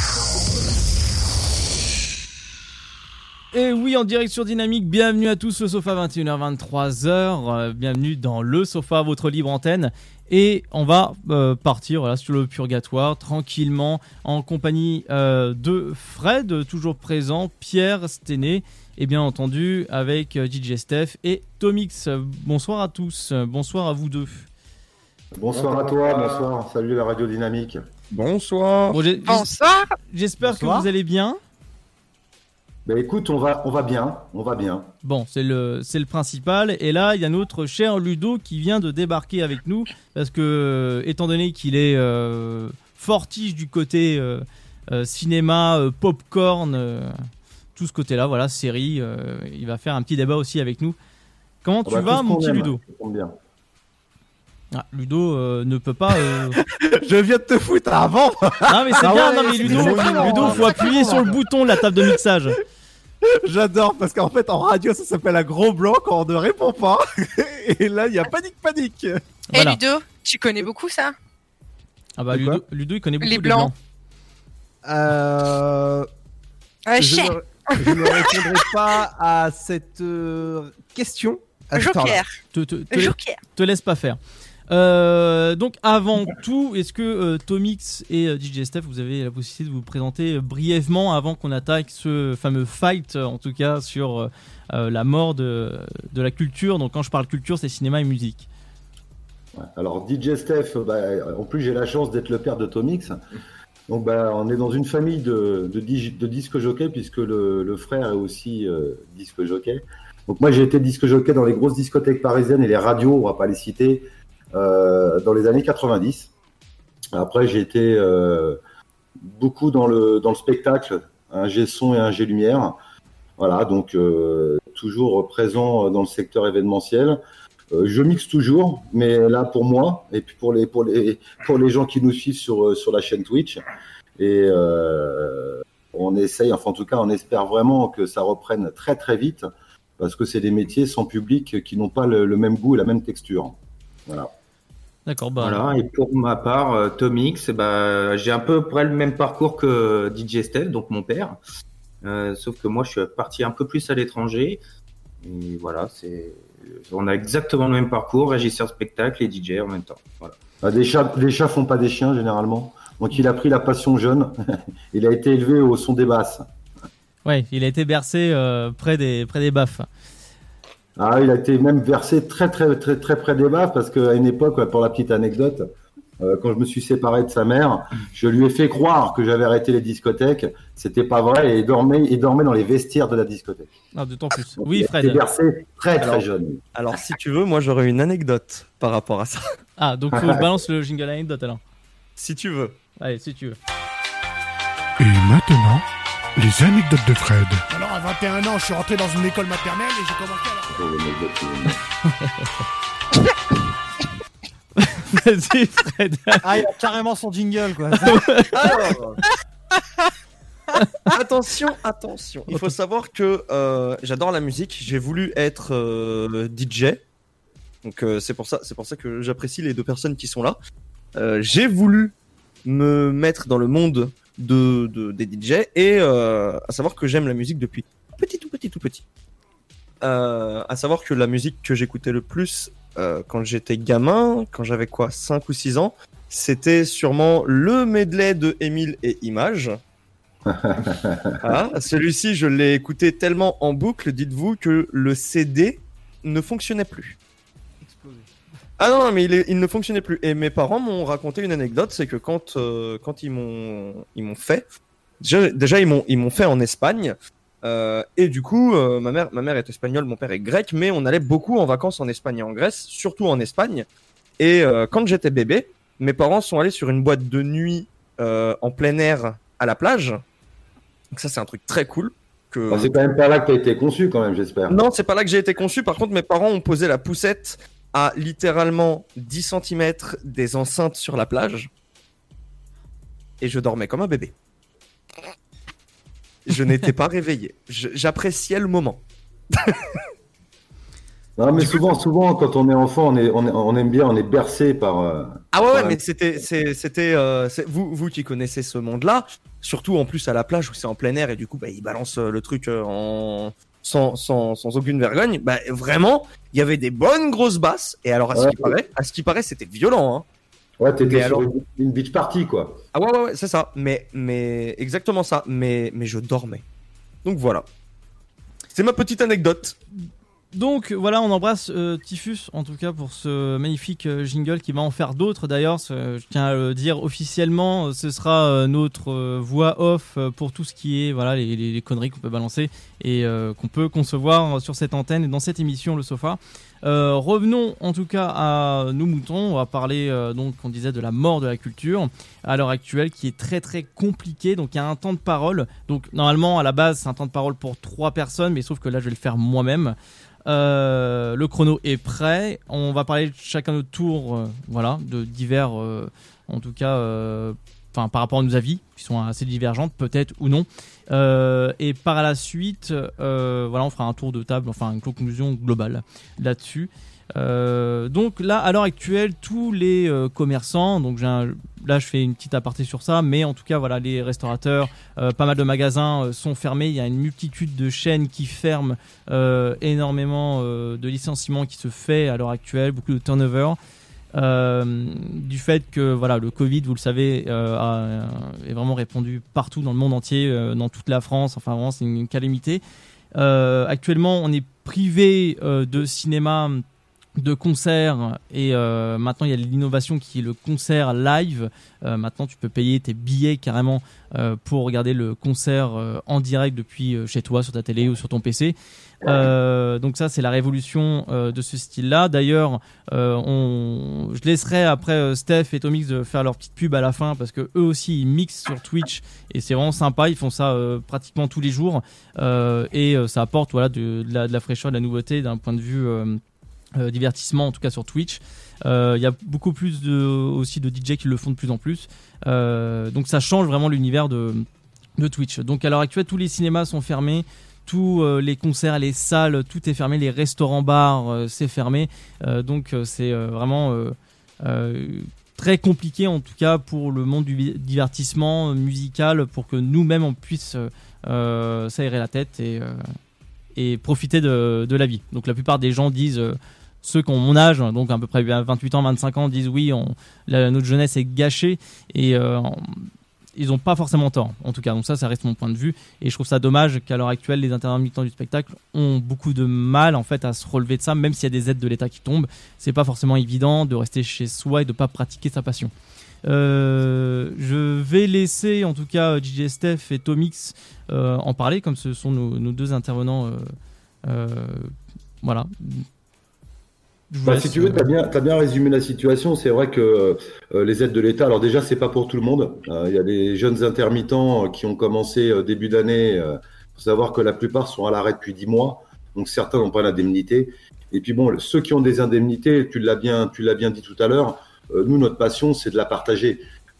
Et oui, en direct sur Dynamique, bienvenue à tous, le sofa, vingt et une heures vingt-trois heures. Euh, bienvenue dans le sofa, votre libre antenne. Et on va euh, partir voilà, sur le purgatoire, tranquillement, en compagnie euh, de Fred, toujours présent, Pierre Stené, et bien entendu avec euh, D J Steph et Tomix. Bonsoir à tous, bonsoir à vous deux. Bonsoir à toi, bonsoir, salut la radio Dynamique. Bonsoir. Bon, j'ai- Bonsoir. J'espère Bonsoir. que vous allez bien. Bah écoute, on va, on va bien, on va bien. Bon, c'est le, c'est le principal. Et là, il y a notre cher Ludo qui vient de débarquer avec nous. Parce que, euh, étant donné qu'il est euh, fortiche du côté euh, euh, cinéma, euh, popcorn, euh, tout ce côté-là, voilà, série, euh, il va faire un petit débat aussi avec nous. Comment On tu va vas, tous mon qu'on petit aime, Ludo? ça tombe bien. Ah, Ludo euh, ne peut pas. euh, Je viens de te foutre avant. Non, mais c'est Ah bien, ouais, non, mais c'est Ludo, vraiment- Ludo, faut appuyer sur le bouton de la table de mixage. J'adore parce qu'en fait en radio ça s'appelle un gros blanc quand on ne répond pas. Et là il y a panique panique. Et Voilà. Ludo, tu connais beaucoup ça? Ah bah, De quoi Ludo, Ludo, il connaît beaucoup Les de blancs. blancs. Euh... Ouais, je, chais. ne, je ne répondrai pas à cette euh, question. à cette heure-là. Joker. Te, te, te, Joker. te laisse pas faire. Euh, donc avant tout, est-ce que euh, Tomix et euh, D J Steph, vous avez la possibilité de vous présenter euh, brièvement avant qu'on attaque ce fameux fight, euh, en tout cas sur euh, euh, la mort de, de la culture. Donc quand je parle culture, c'est cinéma et musique. Ouais. Alors D J Steph, bah, en plus j'ai la chance d'être le père de Tomix. Donc bah, on est dans une famille de, de, digi- de disque jockey puisque le, le frère est aussi euh, disque jockey. Donc moi j'ai été disque jockey dans les grosses discothèques parisiennes et les radios, on va pas les citer, euh, dans les années quatre-vingt-dix. Après j'ai été euh, beaucoup dans le, dans le spectacle, un G son et un G lumière. Voilà, donc euh, toujours présent dans le secteur événementiel. Euh, je mixe toujours, mais là pour moi et puis pour les pour les pour les gens qui nous suivent sur sur la chaîne Twitch. Et euh, on essaye, enfin en tout cas, on espère vraiment que ça reprenne très très vite, parce que c'est des métiers sans public qui n'ont pas le, le même goût et la même texture. Voilà. D'accord. Bah... Voilà. Et pour ma part, euh, Tomix, bah, j'ai un peu près le même parcours que D J Steph, donc mon père. Euh, sauf que moi, je suis parti un peu plus à l'étranger. Et voilà, c'est, on a exactement le même parcours, régisseur spectacle et D J en même temps. Voilà. Ah, des chats, les chats font pas des chiens généralement. Donc il a pris la passion jeune. Il a été élevé au son des basses. Ouais, il a été bercé euh, près des près des baffes. Ah, il a été même versé très très très très près des baffes, parce qu'à une époque, pour la petite anecdote, euh, quand je me suis séparé de sa mère, je lui ai fait croire que j'avais arrêté les discothèques. C'était pas vrai, et il dormait, il dormait dans les vestiaires de la discothèque. Ah, d'autant plus. Donc, oui, il Fred. Il a été versé très très alors, jeune. Alors, si tu veux, moi j'aurais une anecdote par rapport à ça. Ah, donc faut balance le jingle anecdote alors. Si tu veux. Allez, si tu veux. Et maintenant, les anecdotes de Fred. Alors à vingt et un ans, je suis rentré dans une école maternelle et j'ai commencé à la... Vas-y, Fred. Ah, il a carrément son jingle, quoi. Alors, attention, attention. Il faut savoir que euh, j'adore la musique. J'ai voulu être euh, D J. Donc euh, c'est pour ça, c'est pour ça que j'apprécie les deux personnes qui sont là. Euh, j'ai voulu me mettre dans le monde de, de des D J et euh, à savoir que j'aime la musique depuis petit tout petit tout petit. Euh, à savoir que la musique que j'écoutais le plus euh, quand j'étais gamin, quand j'avais quoi, cinq ou six ans, c'était sûrement le medley de Émile et Images. Ah, celui-ci, je l'ai écouté tellement en boucle, dites-vous que le C D ne fonctionnait plus. Ah non, mais il, est, il ne fonctionnait plus. Et mes parents m'ont raconté une anecdote, c'est que quand euh, quand ils m'ont ils m'ont fait, déjà, déjà ils m'ont ils m'ont fait en Espagne. Euh, et du coup, euh, ma mère ma mère est espagnole, mon père est grec, mais on allait beaucoup en vacances en Espagne et en Grèce, surtout en Espagne. Et euh, quand j'étais bébé, mes parents sont allés sur une boîte de nuit euh, en plein air à la plage. Donc ça, c'est un truc très cool. Que... Bah, c'est quand même pas là que t'as été conçu, quand même, j'espère. Non, c'est pas là que j'ai été conçu. Par contre, mes parents ont posé la poussette à littéralement dix centimètres des enceintes sur la plage. Et je dormais comme un bébé. Je n'étais pas réveillé. Je, j'appréciais le moment. Non, mais souvent, souvent, quand on est enfant, on, est, on, est, on aime bien, on est bercé par. Euh, ah ouais, par ouais, la... mais c'était, c'est, c'était, euh, c'est, vous, vous qui connaissez ce monde-là, surtout en plus à la plage où c'est en plein air et du coup, bah, ils balancent le truc en sans, sans, sans aucune vergogne. Bah, vraiment, il y avait des bonnes grosses basses. Et alors, à ce ouais, qui ouais. paraît, à ce qui paraît, c'était violent, hein. Ouais, t'étais mais sur alors... une, une beach party, quoi. Ah ouais, ouais, ouais, c'est ça. Mais, mais exactement ça. Mais, mais je dormais. Donc voilà. C'est ma petite anecdote. Donc voilà, on embrasse euh, Typhus en tout cas pour ce magnifique euh, jingle qui va en faire d'autres d'ailleurs. Ce, je tiens à le dire officiellement, ce sera euh, notre euh, voix off euh, pour tout ce qui est voilà les, les, les conneries qu'on peut balancer et euh, qu'on peut concevoir sur cette antenne et dans cette émission Le Sofa. Euh, revenons en tout cas à nos moutons. On va parler euh, donc on disait de la mort de la culture à l'heure actuelle qui est très très compliqué. Donc il y a un temps de parole. Donc normalement à la base c'est un temps de parole pour trois personnes, mais sauf que là je vais le faire moi-même. Euh, le chrono est prêt. On va parler chacun notre tour, euh, voilà, de divers, euh, en tout cas, euh, enfin par rapport à nos avis qui sont assez divergentes, peut-être ou non. Euh, et par la suite, euh, voilà, on fera un tour de table, enfin une conclusion globale là-dessus. Euh, donc là, à l'heure actuelle, tous les euh, commerçants, donc j'ai un, là je fais une petite aparté sur ça, mais en tout cas voilà, les restaurateurs, euh, pas mal de magasins euh, sont fermés. Il y a une multitude de chaînes qui ferment, euh, énormément euh, de licenciements qui se fait à l'heure actuelle, beaucoup de turnover. Euh, du fait que voilà, le Covid, vous le savez, euh, a, est vraiment répandu partout dans le monde entier, euh, dans toute la France. Enfin vraiment, c'est une, une calamité. Euh, actuellement, on est privé euh, de cinéma de concerts et euh, maintenant il y a l'innovation qui est le concert live. Euh, maintenant tu peux payer tes billets carrément euh, pour regarder le concert euh, en direct depuis euh, chez toi, sur ta télé ou sur ton P C. Euh, donc ça c'est la révolution euh, de ce style-là. D'ailleurs, euh, on... je laisserai après euh, Steph et Tomix de faire leur petite pub à la fin parce que eux aussi ils mixent sur Twitch et c'est vraiment sympa. Ils font ça euh, pratiquement tous les jours euh, et euh, ça apporte voilà de, de, la, de la fraîcheur, de la nouveauté d'un point de vue euh, Euh, divertissement, en tout cas sur Twitch. Il euh, y a beaucoup plus de, aussi de D J qui le font de plus en plus. Euh, donc ça change vraiment l'univers de, de Twitch. Donc à l'heure actuelle, tous les cinémas sont fermés, tous euh, les concerts, les salles, tout est fermé, les restaurants, bars, euh, c'est fermé. Euh, donc euh, c'est euh, vraiment euh, euh, très compliqué en tout cas pour le monde du divertissement euh, musical, pour que nous-mêmes on puisse euh, s'aérer la tête et, euh, et profiter de, de la vie. Donc la plupart des gens disent... Euh, ceux qui ont mon âge, donc à peu près vingt-huit ans, vingt-cinq ans, disent oui, on, la, notre jeunesse est gâchée et euh, ils n'ont pas forcément tort, en tout cas. Donc ça, ça reste mon point de vue et je trouve ça dommage qu'à l'heure actuelle, les intermittents du spectacle ont beaucoup de mal en fait à se relever de ça, même s'il y a des aides de l'État qui tombent. C'est pas forcément évident de rester chez soi et de pas pratiquer sa passion. Euh, je vais laisser en tout cas D J Steph et Tomix euh, en parler, comme ce sont nos, nos deux intervenants. Euh, euh, voilà. Bah, si tu veux, tu as bien, t'as bien résumé la situation. C'est vrai que euh, les aides de l'État, alors déjà, c'est pas pour tout le monde. Il euh, y a des jeunes intermittents qui ont commencé euh, début d'année. Il euh, faut savoir que la plupart sont à l'arrêt depuis dix mois. Donc certains n'ont pas l'indemnité. Et puis bon, ceux qui ont des indemnités, tu l'as bien, tu l'as bien dit tout à l'heure, euh, nous, notre passion, c'est de la partager.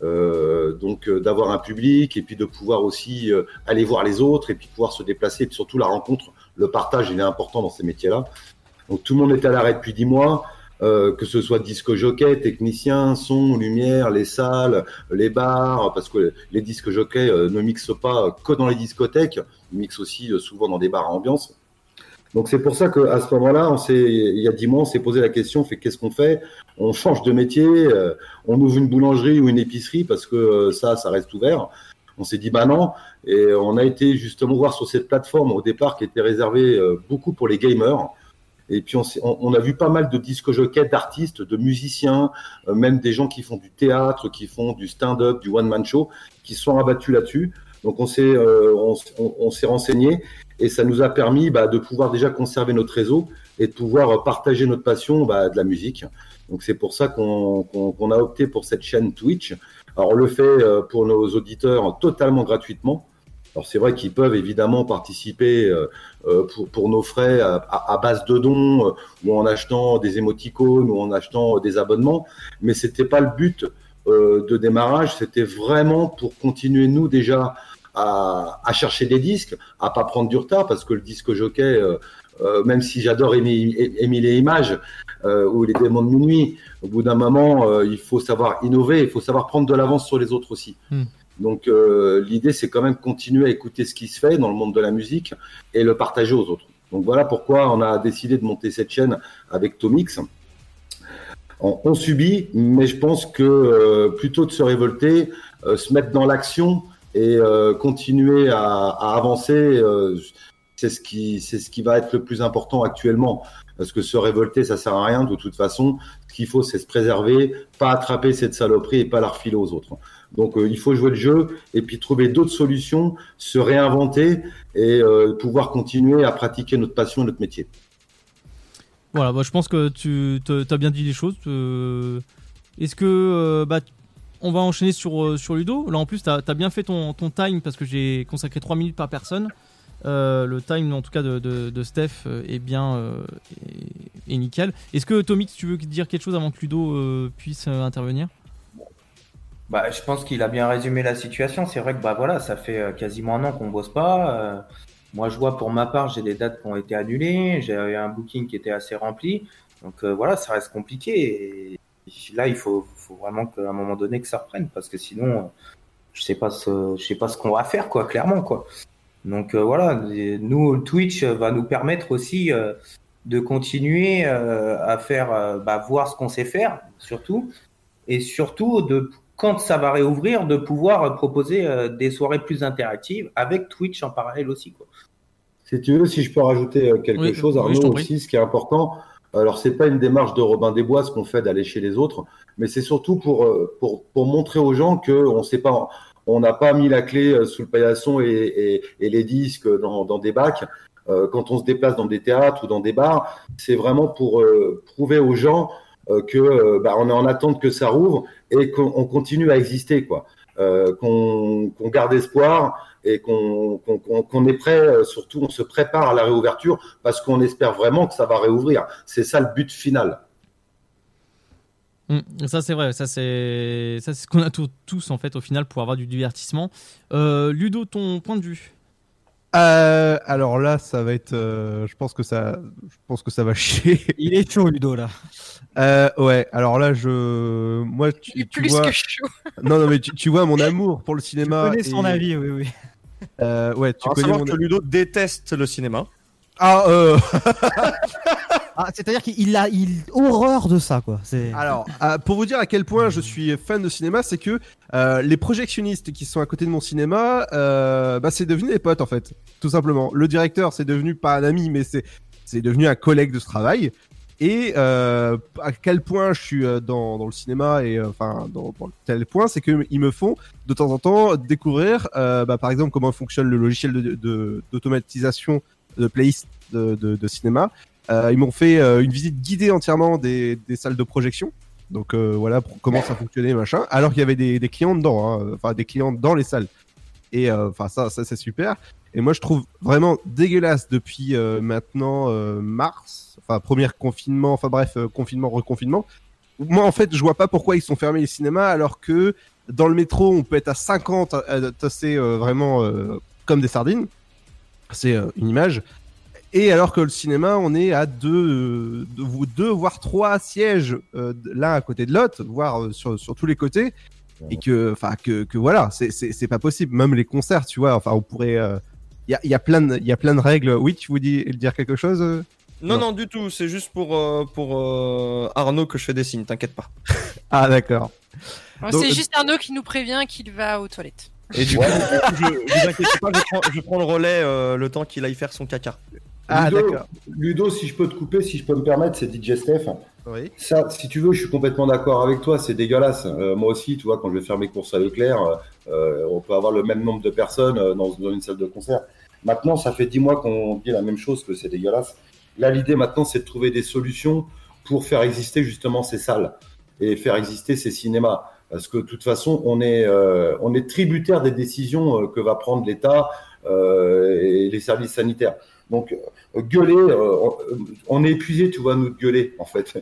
Euh, donc euh, d'avoir un public et puis de pouvoir aussi euh, aller voir les autres et puis pouvoir se déplacer. Et puis surtout, la rencontre, le partage, il est important dans ces métiers-là. Donc tout le monde est à l'arrêt depuis dix mois, euh, que ce soit disque jockey, technicien, son, lumière, les salles, les bars, parce que les disques jockeys euh, ne mixent pas que dans les discothèques, ils mixent aussi euh, souvent dans des bars à ambiance. Donc c'est pour ça qu'à ce moment-là, on s'est, il y a dix mois, on s'est posé la question, on fait qu'est-ce qu'on fait ? On change de métier, euh, on ouvre une boulangerie ou une épicerie parce que euh, ça, ça reste ouvert. On s'est dit bah non, et on a été justement voir sur cette plateforme au départ qui était réservée euh, beaucoup pour les gamers. Et puis on, on a vu pas mal de disques jockeys, d'artistes, de musiciens, euh, même des gens qui font du théâtre, qui font du stand-up, du one-man show, qui se sont abattus là-dessus. Donc on s'est, euh, on, on, on s'est renseigné et ça nous a permis bah, de pouvoir déjà conserver notre réseau et de pouvoir partager notre passion bah, de la musique. Donc c'est pour ça qu'on, qu'on, qu'on a opté pour cette chaîne Twitch. Alors on le fait euh, pour nos auditeurs totalement gratuitement. Alors c'est vrai qu'ils peuvent évidemment participer euh, pour, pour nos frais à, à, à base de dons euh, ou en achetant des émoticônes ou en achetant euh, des abonnements, mais c'était pas le but euh, de démarrage, c'était vraiment pour continuer nous déjà à, à chercher des disques, à pas prendre du retard parce que le disque jockey, euh, euh, même si j'adore Émile et Images euh, ou les démons de minuit, au bout d'un moment euh, il faut savoir innover, il faut savoir prendre de l'avance sur les autres aussi. Mm. Donc euh, l'idée c'est quand même continuer à écouter ce qui se fait dans le monde de la musique et le partager aux autres. Donc voilà pourquoi on a décidé de monter cette chaîne avec Tomix. On, on subit, mais je pense que euh, plutôt de se révolter, euh, se mettre dans l'action et euh, continuer à, à avancer, euh, c'est ce qui c'est ce qui va être le plus important actuellement. Parce que se révolter, ça sert à rien de toute façon. Ce qu'il faut, c'est se préserver, pas attraper cette saloperie et pas la refiler aux autres. Donc euh, il faut jouer le jeu et puis trouver d'autres solutions, se réinventer et euh, pouvoir continuer à pratiquer notre passion et notre métier. Voilà, bah, je pense que tu as bien dit les choses. Euh, est-ce que euh, bah, on va enchaîner sur, sur Ludo ? Là en plus, tu as bien fait ton, ton time parce que j'ai consacré trois minutes par personne. Euh, le time en tout cas de, de, de Steph est bien euh, est, est nickel. Est-ce que Tomix, tu veux dire quelque chose avant que Ludo euh, puisse euh, intervenir ? Bah, je pense qu'il a bien résumé la situation. C'est vrai que bah voilà, ça fait quasiment un an qu'on bosse pas. Euh, moi, je vois pour ma part, j'ai des dates qui ont été annulées. J'ai eu un booking qui était assez rempli. Donc euh, voilà, ça reste compliqué. Et là, il faut, faut vraiment qu'à un moment donné que ça reprenne parce que sinon, je sais pas ce, je sais pas ce qu'on va faire, quoi, clairement, quoi. Donc euh, voilà, nous, Twitch va nous permettre aussi euh, de continuer euh, à faire, euh, bah, voir ce qu'on sait faire, surtout, et surtout de quand ça va réouvrir, de pouvoir proposer euh, des soirées plus interactives avec Twitch en parallèle aussi, quoi. Si tu veux, si je peux rajouter quelque oui, chose, Arnaud, oui, aussi, ce qui est important, Alors, c'est pas une démarche de Robin des Bois, ce qu'on fait d'aller chez les autres, mais c'est surtout pour, euh, pour, pour montrer aux gens qu'on sait pas, on n'a pas mis la clé sous le paillasson et, et, et les disques dans, dans des bacs. Euh, quand on se déplace dans des théâtres ou dans des bars, c'est vraiment pour euh, prouver aux gens euh, que euh, bah, on est en attente que ça rouvre et qu'on continue à exister, quoi. Euh, qu'on, qu'on garde espoir et qu'on, qu'on, qu'on est prêt, euh, surtout on se prépare à la réouverture parce qu'on espère vraiment que ça va réouvrir. C'est ça le but final. Mmh, ça c'est vrai, ça c'est, ça, c'est ce qu'on a tous, tous en fait au final pour avoir du divertissement. Euh, Ludo, ton point de vue? Euh, alors là, ça va être. Euh, je pense que ça. Je pense que ça va chier. Il est chaud, Ludo là. Euh, ouais. Alors là, je. Moi, tu, Il est tu plus vois. que chaud. Non, non, mais tu, tu vois mon amour pour le cinéma. Tu connais son et... avis, oui, oui. Euh, ouais, tu Alors, connais savoir mon. que Ludo déteste le cinéma. Ah, euh. Ah, c'est-à-dire qu'il a il horreur de ça, quoi. C'est... Alors, euh, pour vous dire à quel point je suis fan de cinéma, c'est que euh, les projectionnistes qui sont à côté de mon cinéma, euh, bah, c'est devenu des potes en fait, tout simplement. Le directeur, c'est devenu pas un ami, mais c'est c'est devenu un collègue de ce travail. Et euh, à quel point je suis dans, dans le cinéma et enfin euh, dans, dans tel point, c'est que ils me font de temps en temps découvrir, euh, bah, par exemple, comment fonctionne le logiciel de, de, d'automatisation de playlist de, de, de cinéma. Euh, ils m'ont fait euh, une visite guidée entièrement des, des salles de projection. Donc euh, voilà pour comment ça fonctionnait machin. Alors qu'il y avait des, des clients dedans, hein, enfin des clients dans les salles. Et enfin euh, ça, ça c'est super. Et moi je trouve vraiment dégueulasse depuis euh, maintenant euh, mars, enfin premier confinement, enfin bref euh, confinement reconfinement. Moi en fait je vois pas pourquoi ils sont fermés les cinémas alors que dans le métro on peut être à cinquante à tasser euh, vraiment euh, comme des sardines. C'est euh, une image. Et alors que le cinéma, on est à deux, deux, deux voire trois sièges euh, l'un à côté de l'autre, voire euh, sur, sur tous les côtés, et que, enfin, que, que voilà, c'est, c'est, c'est pas possible. Même les concerts, tu vois, enfin, on pourrait, il euh, y a, y a plein de, il y a plein de règles. Oui, tu voulais dire quelque chose euh non, non, non, du tout. C'est juste pour euh, pour euh, Arnaud que je fais des signes. T'inquiète pas. Ah d'accord. Alors, Donc, c'est juste Arnaud qui nous prévient qu'il va aux toilettes. Et du coup, je, je, vous inquiétez pas, je prends, je prends le relais euh, le temps qu'il aille faire son caca. Ah, Ludo, d'accord. Ludo, si je peux te couper, si je peux me permettre, c'est D J Steph. Oui. Ça, si tu veux, je suis complètement d'accord avec toi, c'est dégueulasse. Euh, moi aussi, tu vois, quand je vais faire mes courses à Leclerc, euh, on peut avoir le même nombre de personnes euh, dans, dans une salle de concert. Maintenant, ça fait dix mois qu'on dit la même chose, que c'est dégueulasse. Là, l'idée maintenant, c'est de trouver des solutions pour faire exister justement ces salles et faire exister ces cinémas. Parce que de toute façon, on est, euh, on est tributaire des décisions euh, que va prendre l'État euh, et les services sanitaires. Donc, euh, gueuler, euh, on, on est épuisé, tu vois, nous de gueuler, en fait.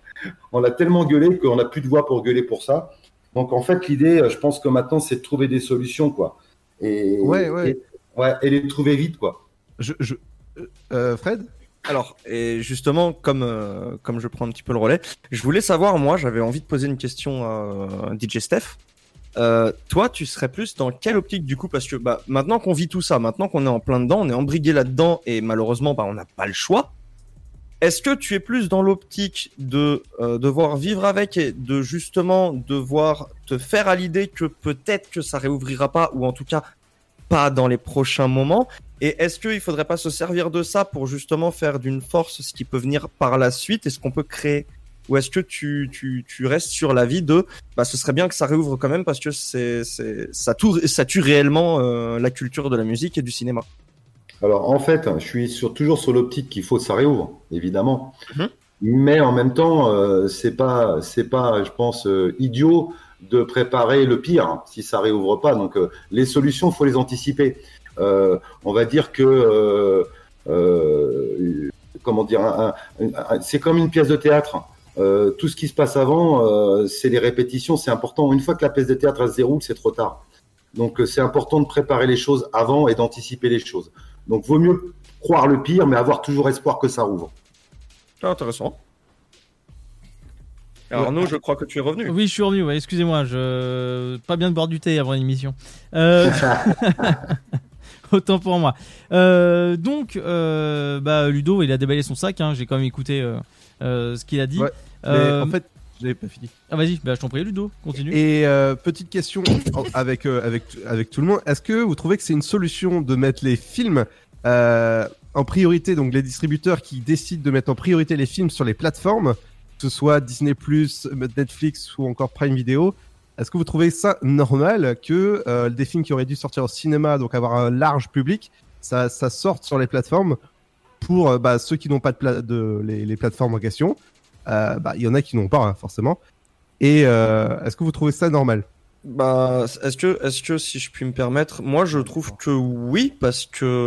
On a tellement gueulé qu'on n'a plus de voix pour gueuler pour ça. Donc, en fait, l'idée, je pense que maintenant, c'est de trouver des solutions, quoi. Et, ouais, ouais. Et, ouais, et les trouver vite, quoi. Je, je, euh, Fred ? Alors, et justement, comme euh, comme je prends un petit peu le relais, je voulais savoir, moi, j'avais envie de poser une question à D J Steph. Euh, toi, tu serais plus dans quelle optique du coup? Parce que bah, maintenant qu'on vit tout ça, maintenant qu'on est en plein dedans, on est embrigué là-dedans et malheureusement, bah, on n'a pas le choix. Est-ce que tu es plus dans l'optique de euh, devoir vivre avec et de justement devoir te faire à l'idée que peut-être que ça réouvrira pas ou en tout cas pas dans les prochains moments? Et est-ce qu'il faudrait pas se servir de ça pour justement faire d'une force ce qui peut venir par la suite et ce qu'on peut créer? Ou est-ce que tu, tu, tu restes sur l'avis de bah ce serait bien que ça réouvre quand même parce que c'est, c'est, ça, tout, ça tue réellement euh, la culture de la musique et du cinéma? Alors en fait, je suis sur, toujours sur l'optique qu'il faut que ça réouvre, évidemment. Mmh. Mais en même temps, euh, c'est pas, c'est pas, je pense, euh, idiot de préparer le pire hein, si ça réouvre pas. Donc euh, les solutions, faut les anticiper. Euh, on va dire que euh, euh, comment dire, un, un, un, c'est comme une pièce de théâtre. Euh, tout ce qui se passe avant, euh, c'est les répétitions, c'est important. Une fois que la pièce de théâtre elle se déroule, c'est trop tard. Donc euh, c'est important de préparer les choses avant et d'anticiper les choses. Donc vaut mieux croire le pire, mais avoir toujours espoir que ça rouvre. C'est intéressant. Alors Arnaud, je crois que tu es revenu. Oui, je suis revenu. Ouais, excusez-moi, je pas bien de boire du thé avant l'émission. Euh... Autant pour moi. Euh, donc, euh, bah, Ludo, il a déballé son sac. Hein. J'ai quand même écouté euh, euh, ce qu'il a dit. Ouais, euh... En fait, j'avais pas fini. Ah vas-y, bah, je t'en prie, Ludo, continue. Et euh, petite question avec euh, avec avec tout le monde. Est-ce que vous trouvez que c'est une solution de mettre les films euh, en priorité, donc les distributeurs qui décident de mettre en priorité les films sur les plateformes, que ce soit Disney plus, Netflix ou encore Prime Video, est-ce que vous trouvez ça normal que euh, des films qui auraient dû sortir au cinéma, donc avoir un large public, ça, ça sorte sur les plateformes pour euh, bah, ceux qui n'ont pas de, pla- de les, les plateformes en question. Euh, bah, il y en a qui n'ont pas, hein, forcément. Et euh, est-ce que vous trouvez ça normal ? Bah, est-ce que, est-ce que, si je puis me permettre, moi je trouve que oui, parce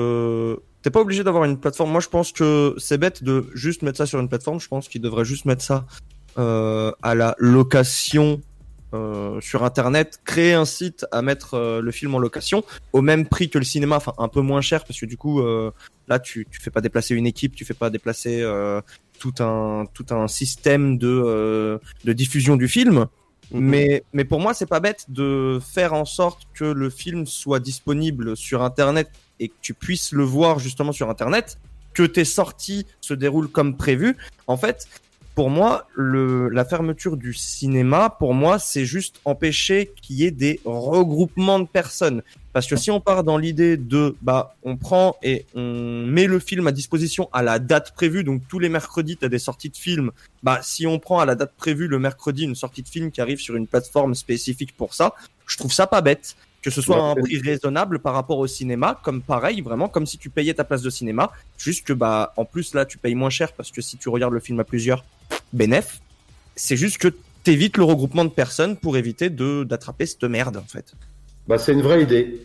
que t'es pas obligé d'avoir une plateforme. Moi je pense que c'est bête de juste mettre ça sur une plateforme. Je pense qu'ils devraient juste mettre ça euh, à la location euh, sur internet, créer un site à mettre euh, le film en location au même prix que le cinéma, enfin un peu moins cher, parce que du coup euh, là tu tu fais pas déplacer une équipe, tu fais pas déplacer euh, tout un tout un système de euh, de diffusion du film. Mm-hmm. Mais mais pour moi c'est pas bête de faire en sorte que le film soit disponible sur internet et que tu puisses le voir justement sur internet, que tes sorties se déroulent comme prévu. En fait, pour moi, le, la fermeture du cinéma, pour moi, c'est juste empêcher qu'il y ait des regroupements de personnes. Parce que si on part dans l'idée de, bah, on prend et on met le film à disposition à la date prévue, donc tous les mercredis, t'as des sorties de films, bah, si on prend à la date prévue le mercredi une sortie de film qui arrive sur une plateforme spécifique pour ça, je trouve ça pas bête. Que ce soit à un prix raisonnable par rapport au cinéma, comme pareil, vraiment, comme si tu payais ta place de cinéma, juste que, bah, en plus, là, tu payes moins cher parce que si tu regardes le film à plusieurs, bénéf, c'est juste que t'évites le regroupement de personnes pour éviter de, d'attraper cette merde, en fait. Bah, c'est une vraie idée.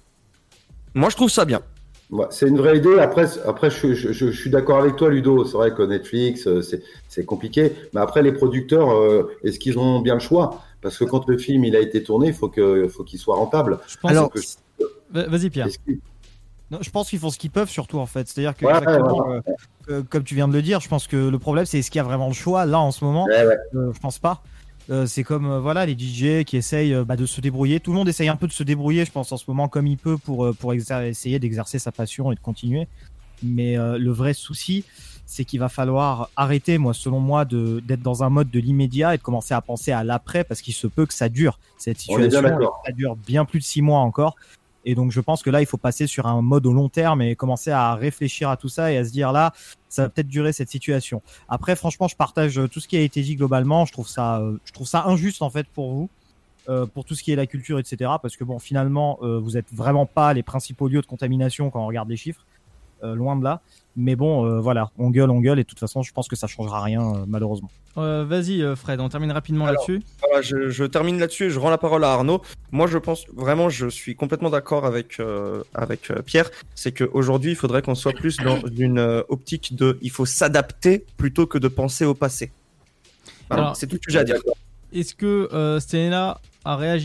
Moi, je trouve ça bien. Ouais, c'est une vraie idée. Après, après je, je, je, je suis d'accord avec toi, Ludo. C'est vrai que Netflix, c'est, c'est compliqué. Mais après, les producteurs, euh, est-ce qu'ils ont bien le choix ? Parce que quand le film il a été tourné, il faut, que, faut qu'il soit rentable. Je pense Alors, que... vas-y, Pierre. Non, je pense qu'ils font ce qu'ils peuvent, surtout, en fait. C'est-à-dire que, ouais, exactement, ouais, ouais. Euh, euh, comme tu viens de le dire, je pense que le problème, c'est est-ce qu'il y a vraiment le choix, là, en ce moment ouais, ouais. Euh, Je pense pas. Euh, c'est comme euh, voilà les D J qui essayent euh, bah, de se débrouiller. Tout le monde essaye un peu de se débrouiller, je pense, en ce moment, comme il peut pour, euh, pour exer- essayer d'exercer sa passion et de continuer. Mais euh, le vrai souci, c'est qu'il va falloir arrêter, moi, selon moi, de, d'être dans un mode de l'immédiat et de commencer à penser à l'après, parce qu'il se peut que ça dure, cette situation. Ça dure bien plus de six mois encore. Et donc, je pense que là, il faut passer sur un mode au long terme et commencer à réfléchir à tout ça et à se dire là, ça va peut-être durer cette situation. Après, franchement, je partage tout ce qui a été dit globalement. Je trouve ça, euh, je trouve ça injuste en fait pour vous, euh, pour tout ce qui est la culture, et cetera. Parce que bon, finalement, euh, vous êtes vraiment pas les principaux lieux de contamination quand on regarde les chiffres, euh, loin de là. Mais bon, euh, voilà, on gueule, on gueule, et de toute façon, je pense que ça changera rien, euh, malheureusement. Euh, vas-y, euh, Fred, on termine rapidement Alors, là-dessus. Voilà, je, je termine là-dessus et je rends la parole à Arnaud. Moi, je pense vraiment, je suis complètement d'accord avec euh, avec euh, Pierre. C'est qu'aujourd'hui, il faudrait qu'on soit plus dans une euh, optique de, il faut s'adapter plutôt que de penser au passé. Voilà, Alors, c'est tout ce que j'ai à dire. Est-ce que euh, Stella a réagi ?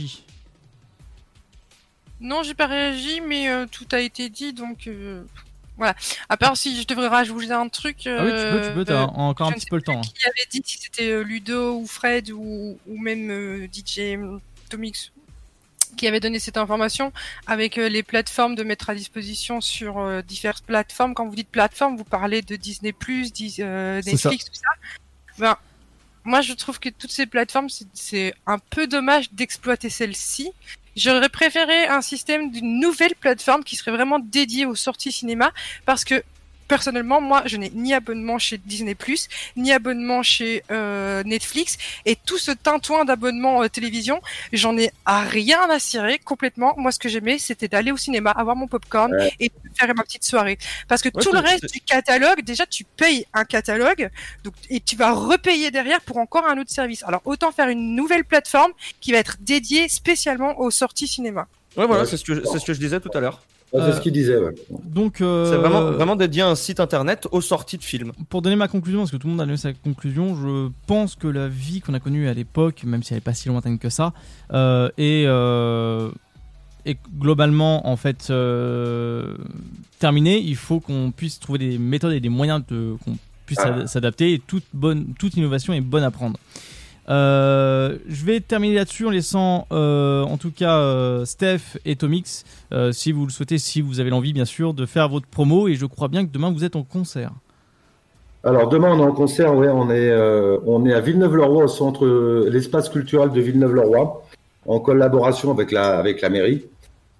Non, j'ai pas réagi, mais euh, tout a été dit, donc. Euh... Voilà. À part si je devrais rajouter un truc. Euh, ah oui, tu peux, tu peux, t'as euh, encore un petit peu le temps. Qui avait dit si c'était Ludo ou Fred ou, ou même euh, D J Tomix qui avait donné cette information avec euh, les plateformes de mettre à disposition sur euh, diverses plateformes. Quand vous dites plateforme, vous parlez de Disney plus, Dis, euh, Netflix, tout ça. Ben, moi, je trouve que toutes ces plateformes, c'est, c'est un peu dommage d'exploiter celles-ci. J'aurais préféré un système d'une nouvelle plateforme qui serait vraiment dédiée aux sorties cinéma, parce que personnellement, moi, je n'ai ni abonnement chez Disney plus, ni abonnement chez euh, Netflix, et tout ce tintouin d'abonnement euh, télévision, j'en ai à rien à cirer complètement. Moi, ce que j'aimais, c'était d'aller au cinéma, avoir mon popcorn ouais. et faire ma petite soirée. Parce que ouais, tout le reste c'est... du catalogue, déjà, tu payes un catalogue, donc et tu vas repayer derrière pour encore un autre service. Alors, autant faire une nouvelle plateforme qui va être dédiée spécialement aux sorties cinéma. Ouais, voilà, ouais. c'est ce que je, c'est ce que je disais tout à l'heure. Ouais, c'est euh, ce qu'il disait, ouais. Donc, euh, c'est vraiment, vraiment dédié à un site internet aux sorties de films. Pour donner ma conclusion, parce que tout le monde a donné sa conclusion, je pense que la vie qu'on a connue à l'époque, même si elle n'est pas si lointaine que ça, euh, est, euh, est globalement en fait euh, terminée. Il faut qu'on puisse trouver des méthodes et des moyens de, qu'on puisse ah. s'adapter, et toute, bonne, toute innovation est bonne à prendre. Euh, je vais terminer là-dessus en laissant euh, en tout cas euh, Steph et Tomix, euh, si vous le souhaitez, si vous avez l'envie bien sûr, de faire votre promo, et je crois bien que demain vous êtes en concert. Alors demain on est en concert, ouais, on est, euh, on est à Villeneuve-le-Roi, au centre, euh, l'espace culturel de Villeneuve-le-Roi, en collaboration avec la, avec la mairie.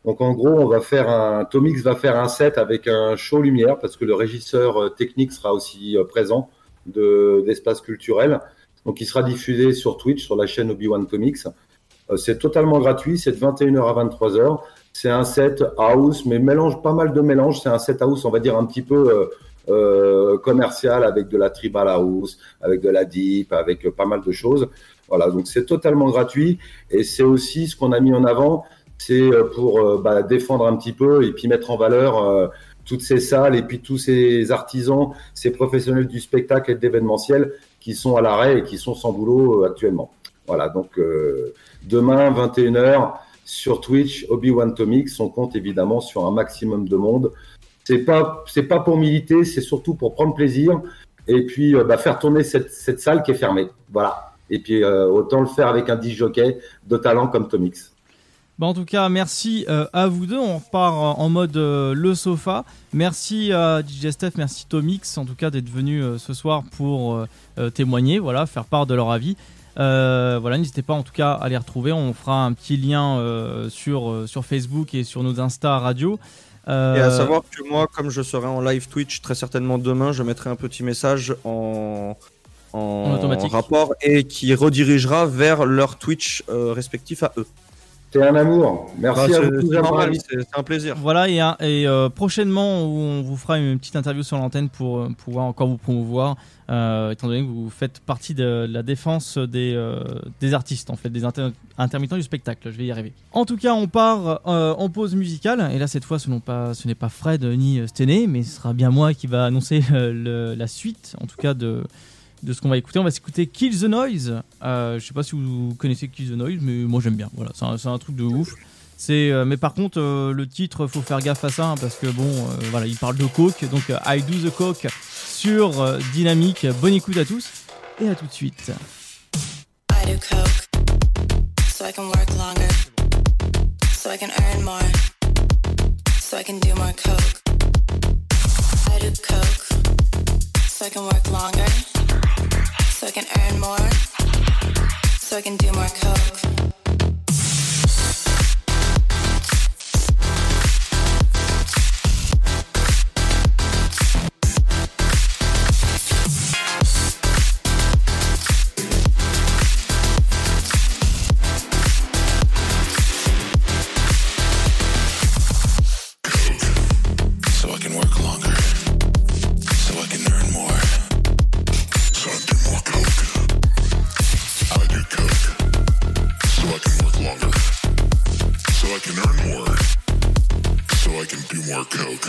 Donc en gros, on va faire un Tomix va faire un set avec un show lumière parce que le régisseur euh, technique sera aussi euh, présent de d'espace culturel. Donc il sera diffusé sur Twitch sur la chaîne Obi-Wan Tomix. Euh, c'est totalement gratuit, c'est de vingt et une heures à vingt-trois heures. C'est un set house, mais mélange pas mal de mélanges. C'est un set house, on va dire un petit peu euh, euh, commercial avec de la tribal house, avec de la deep, avec euh, pas mal de choses. Voilà, donc c'est totalement gratuit et c'est aussi ce qu'on a mis en avant. C'est pour bah, défendre un petit peu et puis mettre en valeur euh, toutes ces salles et puis tous ces artisans, ces professionnels du spectacle et de l'événementiel qui sont à l'arrêt et qui sont sans boulot euh, actuellement. Voilà, donc euh, demain, vingt et une heures, sur Twitch, Obi-Wan Tomix, on compte évidemment sur un maximum de monde. C'est pas, c'est pas pour militer, c'est surtout pour prendre plaisir et puis euh, bah, faire tourner cette, cette salle qui est fermée. Voilà, et puis euh, autant le faire avec un disc jockey de talent comme Tomix. Bah en tout cas, merci euh, à vous deux. On repart en mode euh, le sofa. Merci à D J Steph, merci Tomix, en tout cas d'être venus euh, ce soir pour euh, témoigner, voilà, faire part de leur avis. Euh, voilà, n'hésitez pas en tout cas à les retrouver. On fera un petit lien euh, sur euh, sur Facebook et sur nos Insta radio. Euh... Et à savoir que moi, comme je serai en live Twitch très certainement demain, je mettrai un petit message en en, en rapport et qui redirigera vers leur Twitch euh, respectif à eux. C'est un amour. Merci bah, à c'est, vous. C'est, normal, c'est, c'est un plaisir. Voilà, et, et euh, prochainement, on vous fera une petite interview sur l'antenne pour euh, pouvoir encore vous promouvoir, euh, étant donné que vous faites partie de la défense des, euh, des artistes, en fait, des inter- intermittents du spectacle. Je vais y arriver. En tout cas, on part euh, en pause musicale. Et là, cette fois, ce, n'est pas, ce n'est pas Fred ni Stené, mais ce sera bien moi qui va annoncer euh, le, la suite, en tout cas, de... de ce qu'on va écouter. On va s'écouter Kill the Noise. Euh, je sais pas si vous connaissez Kill the Noise, mais moi j'aime bien. Voilà, c'est un, c'est un truc de ouf. C'est, euh, mais par contre, euh, le titre, faut faire gaffe à ça hein, parce que bon, euh, voilà, il parle de coke. Donc, euh, I Do the Coke sur euh, Dynamique. Bonne écoute à tous et à tout de suite. I do coke, so I can work longer, so I can earn more, so I can do more coke. I do coke, so I can work longer. So I can earn more, so I can do more coke. So I can work longer, so I can earn more, so I do more coke. I do coke, so I can work longer, so I can earn more, so I can do more coke.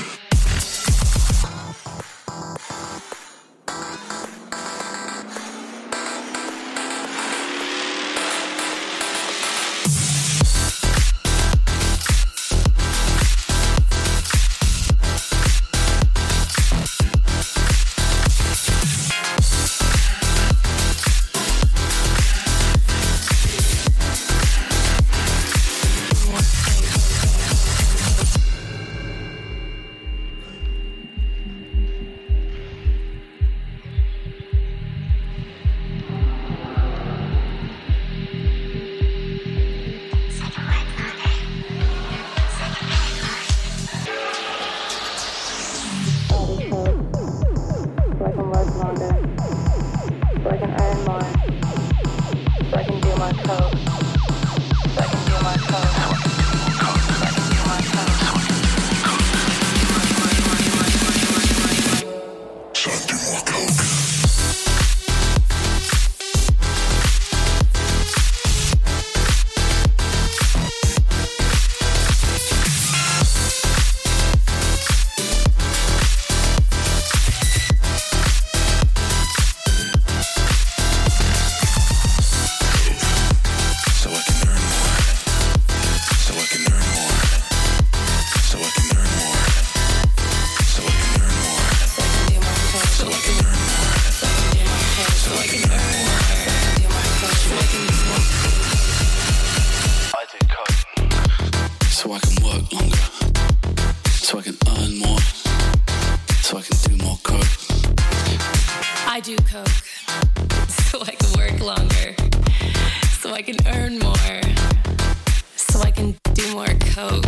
so I can do more coke.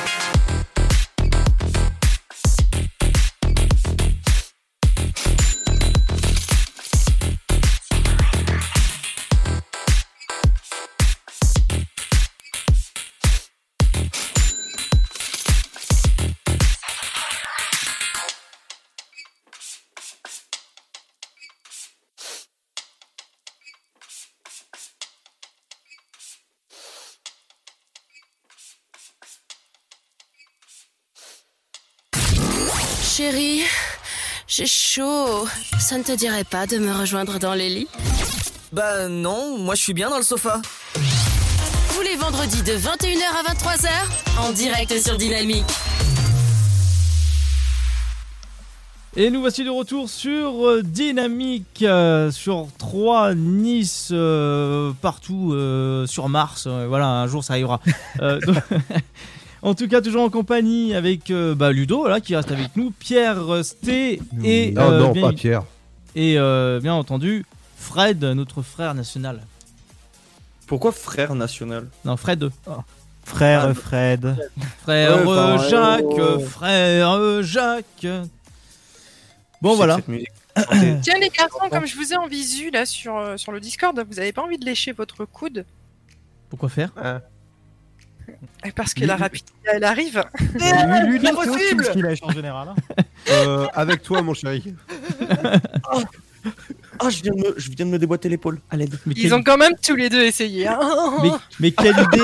Chérie, j'ai chaud. Ça ne te dirait pas de me rejoindre dans les lits? Bah non, moi je suis bien dans le sofa. Tous les vendredis de vingt et une heures à vingt-trois heures, en direct sur Dynamique. Et nous voici de retour sur euh, Dynamique, euh, sur trois Nice, euh, partout euh, sur Mars. Euh, voilà, un jour ça arrivera. Euh, donc, en tout cas, toujours en compagnie avec euh, bah, Ludo, là, qui reste avec nous, Pierre, Sté et Non, euh, non, bien, pas Pierre. Et euh, bien entendu, Fred, notre frère national. Pourquoi frère national? Non, Fred. Oh. Frère Ah, Fred. Frère Ouais, euh, enfin, Jacques, oh. frère euh, Jacques. Bon, voilà. Tiens les garçons, comme je vous ai en visu là sur, euh, sur le Discord, vous avez pas envie de lécher votre coude? Pourquoi faire? Parce que la rapidité elle arrive. Ludo, c'est c'est possible. ce qu'il a en général. Hein. Euh, avec toi, mon chéri. Oh, oh, je, viens de me, je viens de me déboîter l'épaule. À l'aide. Mais Ils ont quand même tous les deux essayé. Hein. Mais, mais quelle idée.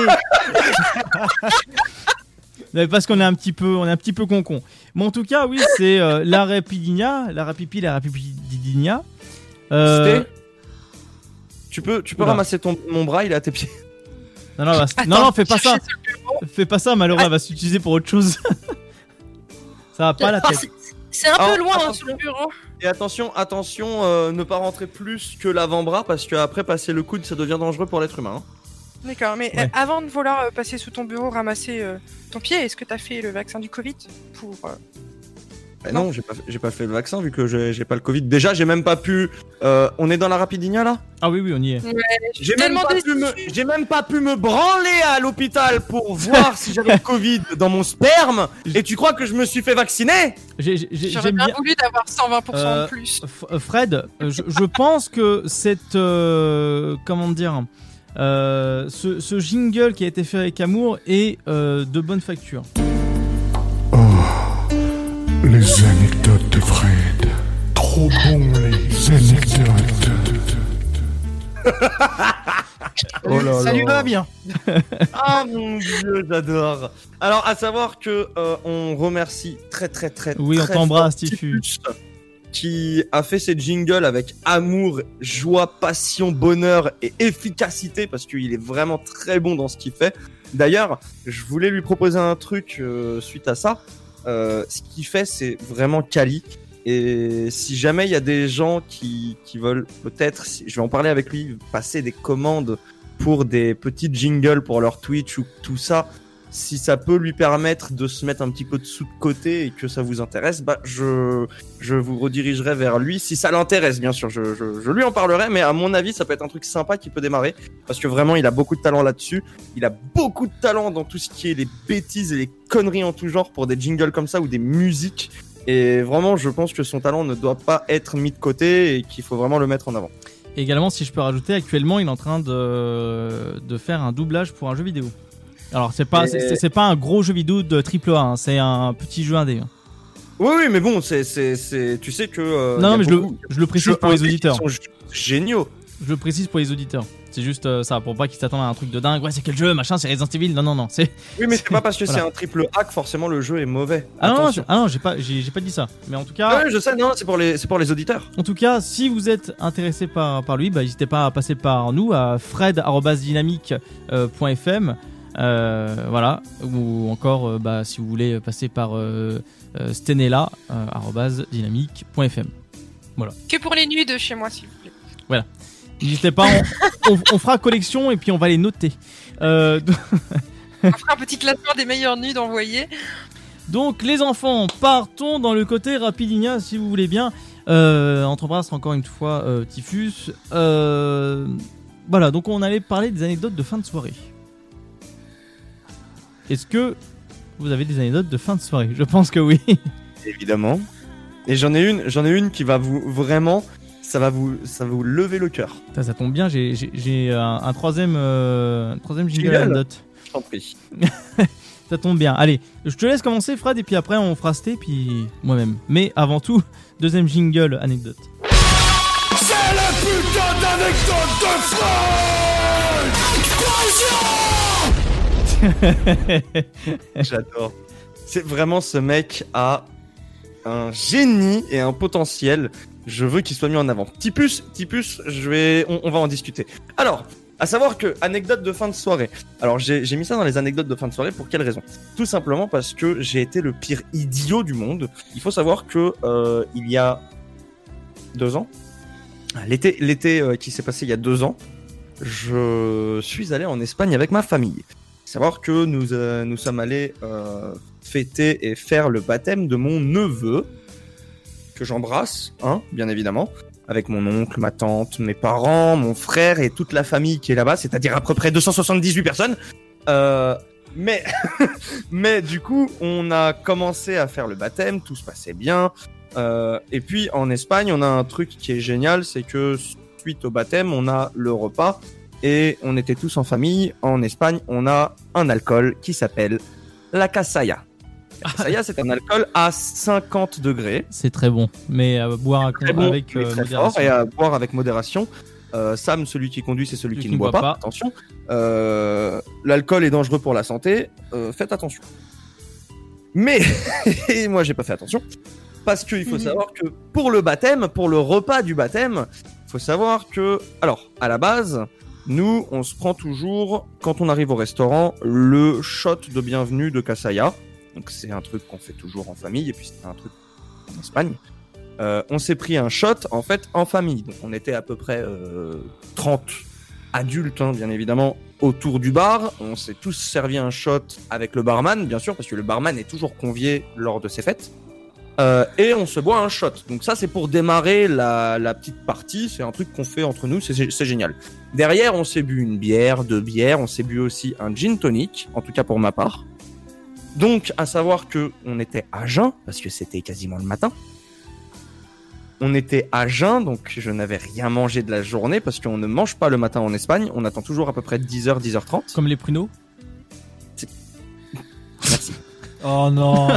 Mais parce qu'on est un petit peu, on est un petit peu con-con. Mais en tout cas, oui, c'est euh, la rapidinia, la rapipi, la rapidinia. Euh... Sté, tu peux, tu peux Oula. ramasser ton, mon bras, il est à tes pieds. Non, non, bah, Attends, non, non, fais pas ça. cherchez sur le bureau. Fais pas ça, malheureux, elle va s'utiliser pour autre chose. Ça va pas la Oh, tête. c'est- C'est un Alors, peu loin hein, attention. sur le bureau. Et attention, attention, euh, ne pas rentrer plus que l'avant-bras parce qu'après passer le coude, ça devient dangereux pour l'être humain. hein. D'accord, mais Ouais. euh, avant de vouloir euh, passer sous ton bureau, ramasser euh, ton pied, est-ce que t'as fait le vaccin du Covid pour euh, Bah non, j'ai pas, fait- j'ai pas fait le vaccin vu que j'ai j'ai pas le Covid. Déjà, j'ai même pas pu. euh, on est dans la rapidinia là? Ah oui, oui, on y est. Ouais, je suis J'ai même, tellement pas pu me- j'ai même pas pu me branler à l'hôpital pour voir si j'avais le Covid dans mon sperme. Et tu crois que je me suis fait vacciner? J'ai- j'ai- J'aurais J'aime bien bien. voulu d'avoir cent vingt pour cent Euh, de plus. F- euh, Fred, euh, je, je pense que cette. euh, comment dire euh, ce, ce jingle qui a été fait avec amour est euh, de bonne facture. Les anecdotes de Fred. Trop bon, les anecdotes. Oh là Salut, là. va bien. Ah mon dieu, j'adore. Alors, à savoir que euh, on remercie très très très. Oui, on très t'embrasse, fort Tifu. Titus, qui a fait ces jingles avec amour, joie, passion, bonheur et efficacité parce qu'il est vraiment très bon dans ce qu'il fait. D'ailleurs, je voulais lui proposer un truc euh, suite à ça. Euh, ce qu'il fait, c'est vraiment quali. Et si jamais il y a des gens qui, qui veulent peut-être, si- je vais en parler avec lui, passer des commandes pour des petites jingles pour leur Twitch ou tout ça, si ça peut lui permettre de se mettre un petit peu de sous de côté et que ça vous intéresse, bah je, je vous redirigerai vers lui. Si ça l'intéresse, bien sûr, je, je, je lui en parlerai, mais à mon avis, ça peut être un truc sympa qui peut démarrer parce que vraiment, il a beaucoup de talent là-dessus. Il a beaucoup de talent dans tout ce qui est les bêtises et les conneries en tout genre pour des jingles comme ça ou des musiques. Et vraiment, je pense que son talent ne doit pas être mis de côté et qu'il faut vraiment le mettre en avant. Et également, si je peux rajouter, actuellement, il est en train de, de faire un doublage pour un jeu vidéo. Alors, c'est pas, Et- c'est, c'est pas un gros jeu vidéo de triple A, hein, c'est un petit jeu indé. hein. Oui, oui, mais bon, c'est, c'est, c'est, tu sais que. euh, Non, y a mais je le, beaucoup- je le précise jeux pour les indés qui auditeurs. sont g- géniaux. Je le précise pour les auditeurs. C'est juste euh, ça, pour pas qu'ils s'attendent à un truc de dingue. Ouais, c'est quel jeu, machin, c'est Resident Evil. Non, non, non. C'est... Oui, mais c'est pas parce que Voilà. c'est un triple A que forcément le jeu est mauvais. Ah non, non, Attention. c'est- ah non, j'ai pas, j'ai, j'ai pas dit ça. Mais en tout cas. Ah ouais, je sais, non, c'est pour les, c'est pour les auditeurs. En tout cas, si vous êtes intéressé par, par lui, bah, n'hésitez pas à passer par nous à fred arobase dynamique point f m. Euh, voilà. Ou encore, euh, bah, si vous voulez passer par euh, euh, stenella euh, arobase dynamique point f m. Voilà. Que pour les nudes chez moi, s'il vous plaît. Voilà. N'hésitez pas, on, on, on fera collection et puis on va les noter. Euh, donc- On fera un petit classement des meilleurs nudes envoyés. Donc les enfants, partons dans le côté rapidinia si vous voulez bien. Euh, Entrebrasse encore une fois euh, Typhus. Euh, voilà, donc on allait parler des anecdotes de fin de soirée. Est-ce que vous avez des anecdotes de fin de soirée? Je pense que oui. Évidemment. Et j'en ai une, j'en ai une qui va vous vraiment, ça va vous, ça va vous lever le cœur. Ça, ça tombe bien, j'ai, j'ai, j'ai un, un troisième, euh, un troisième jingle anecdote. Je t'en prie. Ça tombe bien. Allez, je te laisse commencer, Fred, et puis après on fera Sté, puis moi-même. Mais avant tout, deuxième jingle anecdote. C'est la putain d'anecdote de Fred. Explosion. J'adore. C'est vraiment, ce mec a un génie et un potentiel. Je veux qu'il soit mis en avant. Tipus, Tipus, je vais, on, on va en discuter. Alors, à savoir que, anecdote de fin de soirée. Alors, j'ai, j'ai mis ça dans les anecdotes de fin de soirée pour quelle raison? Tout simplement parce que j'ai été le pire idiot du monde. Il faut savoir que, euh, il y a deux ans, l'été, l'été euh, qui s'est passé il y a deux ans, je suis allé en Espagne avec ma famille. Savoir que nous, euh, nous sommes allés euh, fêter et faire le baptême de mon neveu, que j'embrasse, hein, bien évidemment, avec mon oncle, ma tante, mes parents, mon frère et toute la famille qui est là-bas, c'est-à-dire à peu près deux cent soixante-dix-huit personnes. Euh, mais, mais du coup, on a commencé à faire le baptême, tout se passait bien. Euh, et puis en Espagne, on a un truc qui est génial, c'est que suite au baptême, on a le repas. Et on était tous en famille. En Espagne, on a un alcool qui s'appelle la casaya. La casaya, c'est un alcool à cinquante degrés. C'est très bon, mais à boire à, très bon, avec mais euh, très modération. fort, et à boire avec modération. Euh, Sam, celui qui conduit, c'est celui, celui qui, qui ne boit pas. pas. Attention. Euh, l'alcool est dangereux pour la santé. Euh, faites attention. Mais moi, j'ai pas fait attention parce qu'il faut mmh. savoir que pour le baptême, pour le repas du baptême, il faut savoir que, alors, à la base. Nous, on se prend toujours, quand on arrive au restaurant, le shot de bienvenue de Casaya. Donc c'est un truc qu'on fait toujours en famille, et puis c'est un truc en Espagne. Euh, on s'est pris un shot, en fait, en famille. Donc on était à peu près euh, trente adultes, hein, bien évidemment, autour du bar. On s'est tous servi un shot avec le barman, bien sûr, parce que le barman est toujours convié lors de ces fêtes. Euh, et on se boit un shot. Donc ça, c'est pour démarrer la, la petite partie. C'est un truc qu'on fait entre nous, c'est, c'est génial. Derrière, on s'est bu une bière, deux bières. On s'est bu aussi un gin tonic, en tout cas pour ma part. Donc, à savoir que on était à jeun, parce que c'était quasiment le matin. On était à jeun, donc je n'avais rien mangé de la journée, parce qu'on ne mange pas le matin en Espagne. On attend toujours à peu près dix heures, dix heures trente. Comme les pruneaux. C'est... Merci. Oh non.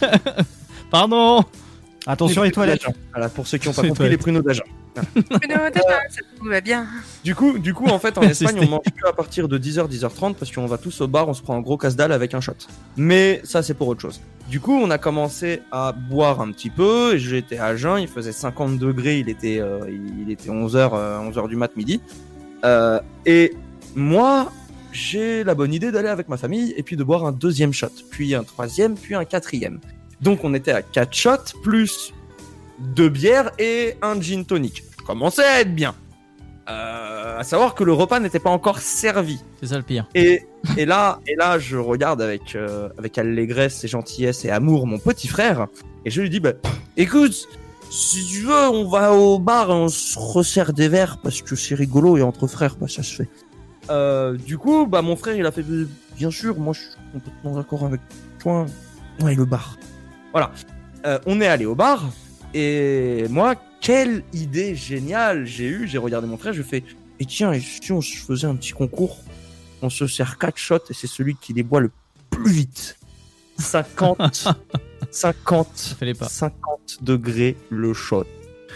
Pardon. Attention les toilettes. Voilà, pour ceux qui n'ont pas compris, les pruneaux d'agent. Pruneaux d'agent, ça tout va bien. Du coup, du coup, en fait, en Espagne, on mange que à partir de dix heures, dix heures trente, parce qu'on va tous au bar, on se prend un gros casse-dalle avec un shot. Mais ça, c'est pour autre chose. Du coup, on a commencé à boire un petit peu, et j'étais à jeun, il faisait cinquante degrés, il était, euh, il était onze heures, euh, onze heures du mat, midi. Euh, et moi, j'ai la bonne idée d'aller avec ma famille, et puis de boire un deuxième shot, puis un troisième, puis un quatrième. Donc on était à quatre shots, plus deux bières et un gin tonic. Je commençais à être bien. Euh, à savoir que le repas n'était pas encore servi. C'est ça le pire. Et, et, là, et là, je regarde avec, euh, avec allégresse et gentillesse et amour mon petit frère. Et je lui dis, bah, écoute, si tu veux, on va au bar et on se resserre des verres parce que c'est rigolo et entre frères, bah, ça se fait. Euh, du coup, bah, mon frère, il a fait, bien sûr, moi je suis complètement d'accord avec toi. Ouais, le bar. Voilà, euh, on est allé au bar et moi, quelle idée géniale j'ai eue. J'ai regardé mon frère, je fais et tiens, et si on se faisait un petit concours, on se sert quatre shots et c'est celui qui les boit le plus vite. cinquante, cinquante, cinquante degrés le shot.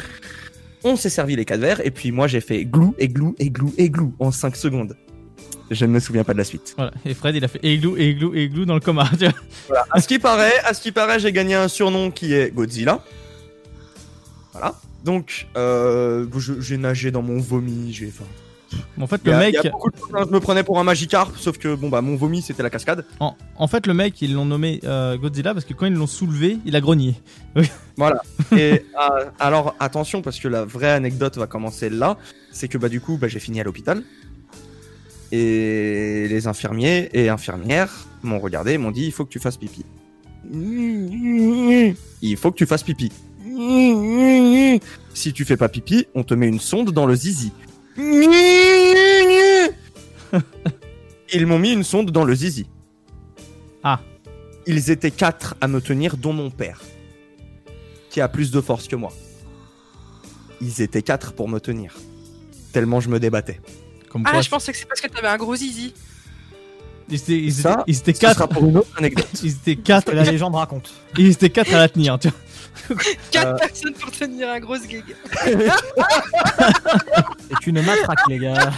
On s'est servi les quatre verres et puis moi j'ai fait glou, églou, églou, églou en cinq secondes. Je ne me souviens pas de la suite. Voilà. Et Fred, il a fait églou, églou, églou dans le coma. Tu vois. Voilà. À ce qui paraît, à ce qui paraît, j'ai gagné un surnom qui est Godzilla. Voilà. Donc, euh, je, j'ai nagé dans mon vomi. J'ai. Enfin, en fait, le y a, mec. Y a beaucoup de choses, hein, je me prenais pour un Magikarp, sauf que bon bah mon vomi c'était la cascade. En, en fait, le mec, ils l'ont nommé euh, Godzilla parce que quand ils l'ont soulevé, il a grogné. Voilà. Et euh, alors attention parce que la vraie anecdote va commencer là, c'est que bah du coup bah j'ai fini à l'hôpital. Et les infirmiers et infirmières m'ont regardé et m'ont dit il faut que tu fasses pipi. Il faut que tu fasses pipi. Si tu fais pas pipi, on te met une sonde dans le zizi. Ils m'ont mis une sonde dans le zizi. Ah. Ils étaient quatre à me tenir, dont mon père, qui a plus de force que moi. Ils étaient quatre pour me tenir, tellement je me débattais. Comme Ah, quoi, je pensais que c'est parce que t'avais un gros zizi. Ils étaient, ils étaient, Ça, ils étaient ce quatre. sera pour une autre anecdote. Ils étaient quatre. Que la légende raconte. Ils étaient quatre à la tenir. Tu vois. Quatre Euh. personnes pour tenir un gros gig. C'est une matraque, les gars.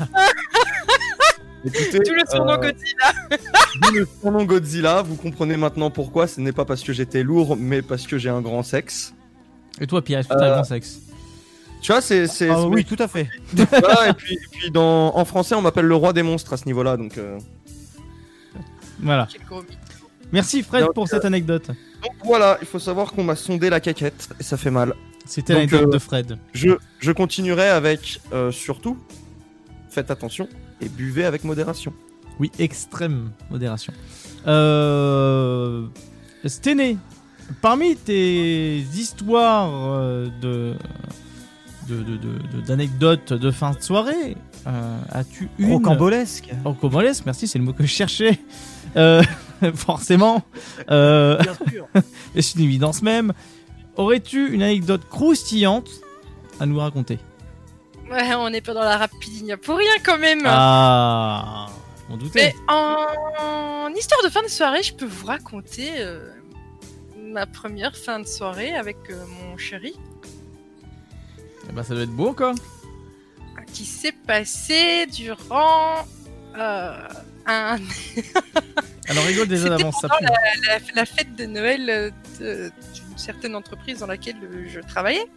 Écoutez, Tout le surnom euh, Godzilla. D'où le surnom Godzilla, vous comprenez maintenant pourquoi. Ce n'est pas parce que j'étais lourd, mais parce que j'ai un grand sexe. Et toi, Pierre, est-ce que t'as Euh, un grand sexe? Tu vois, c'est. c'est Ah c'est- oui, tout à fait. Voilà, et puis, et puis dans, en français, on m'appelle le roi des monstres à ce niveau-là, donc. euh, Voilà. Quel gros mythe. Merci Fred Donc, pour cette euh, anecdote. Donc voilà, il faut savoir qu'on m'a sondé la caquette, et ça fait mal. C'était Donc, l'anecdote euh, de Fred. Je, je continuerai avec, euh, surtout, faites attention et buvez avec modération. Oui, extrême modération. Euh... Stené, parmi tes histoires euh, de de- de- de- de- d'anecdotes de, fin de soirée, euh, as-tu une... Rocambolesque. Rocambolesque, merci, c'est le mot que je cherchais. Euh, forcément. Euh... Bien sûr. Et c'est une évidence même. Aurais-tu une anecdote croustillante à nous raconter? Ouais, on n'est pas dans la rapidinia pour rien quand même. Ah, on doutait. Mais en... en histoire de fin de soirée, je peux vous raconter euh, ma première fin de soirée avec euh, mon chéri. Eh ben, ça doit être beau, quoi. Qui s'est passé durant euh, un. Alors, rigole déjà C'était d'avance, ça pendant pue. la, la, la fête de Noël euh, de- d'une certaine entreprise dans laquelle euh, je travaillais.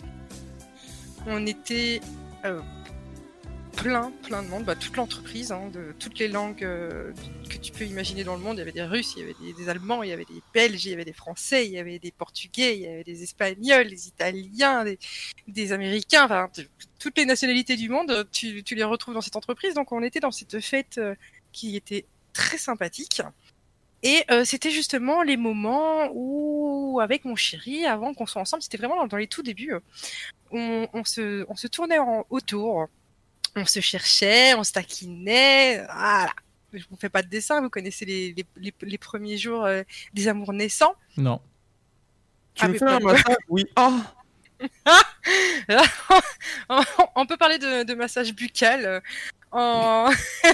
On était euh, plein, plein de monde, bah, toute l'entreprise, hein, de toutes les langues euh, que tu peux imaginer dans le monde. Il y avait des Russes, il y avait des, des Allemands, il y avait des Belges, il y avait des Français, il y avait des Portugais, il y avait des Espagnols, des Italiens, des, des Américains, enfin t- toutes les nationalités du monde, tu, tu les retrouves dans cette entreprise. Donc on était dans cette fête euh, qui était très sympathique. Et euh, c'était justement les moments où, avec mon chéri, avant qu'on soit ensemble, c'était vraiment dans, dans les tout débuts, euh, on, on, se, on se tournait en, autour, on se cherchait, on se taquinait, voilà. Je vous fais pas de dessin, vous connaissez les, les, les, les premiers jours euh, des amours naissants. Non. Tu Ah, me mais fais pas- un massage? Oui. Ah. on, on peut parler de, de massage buccal. euh, en...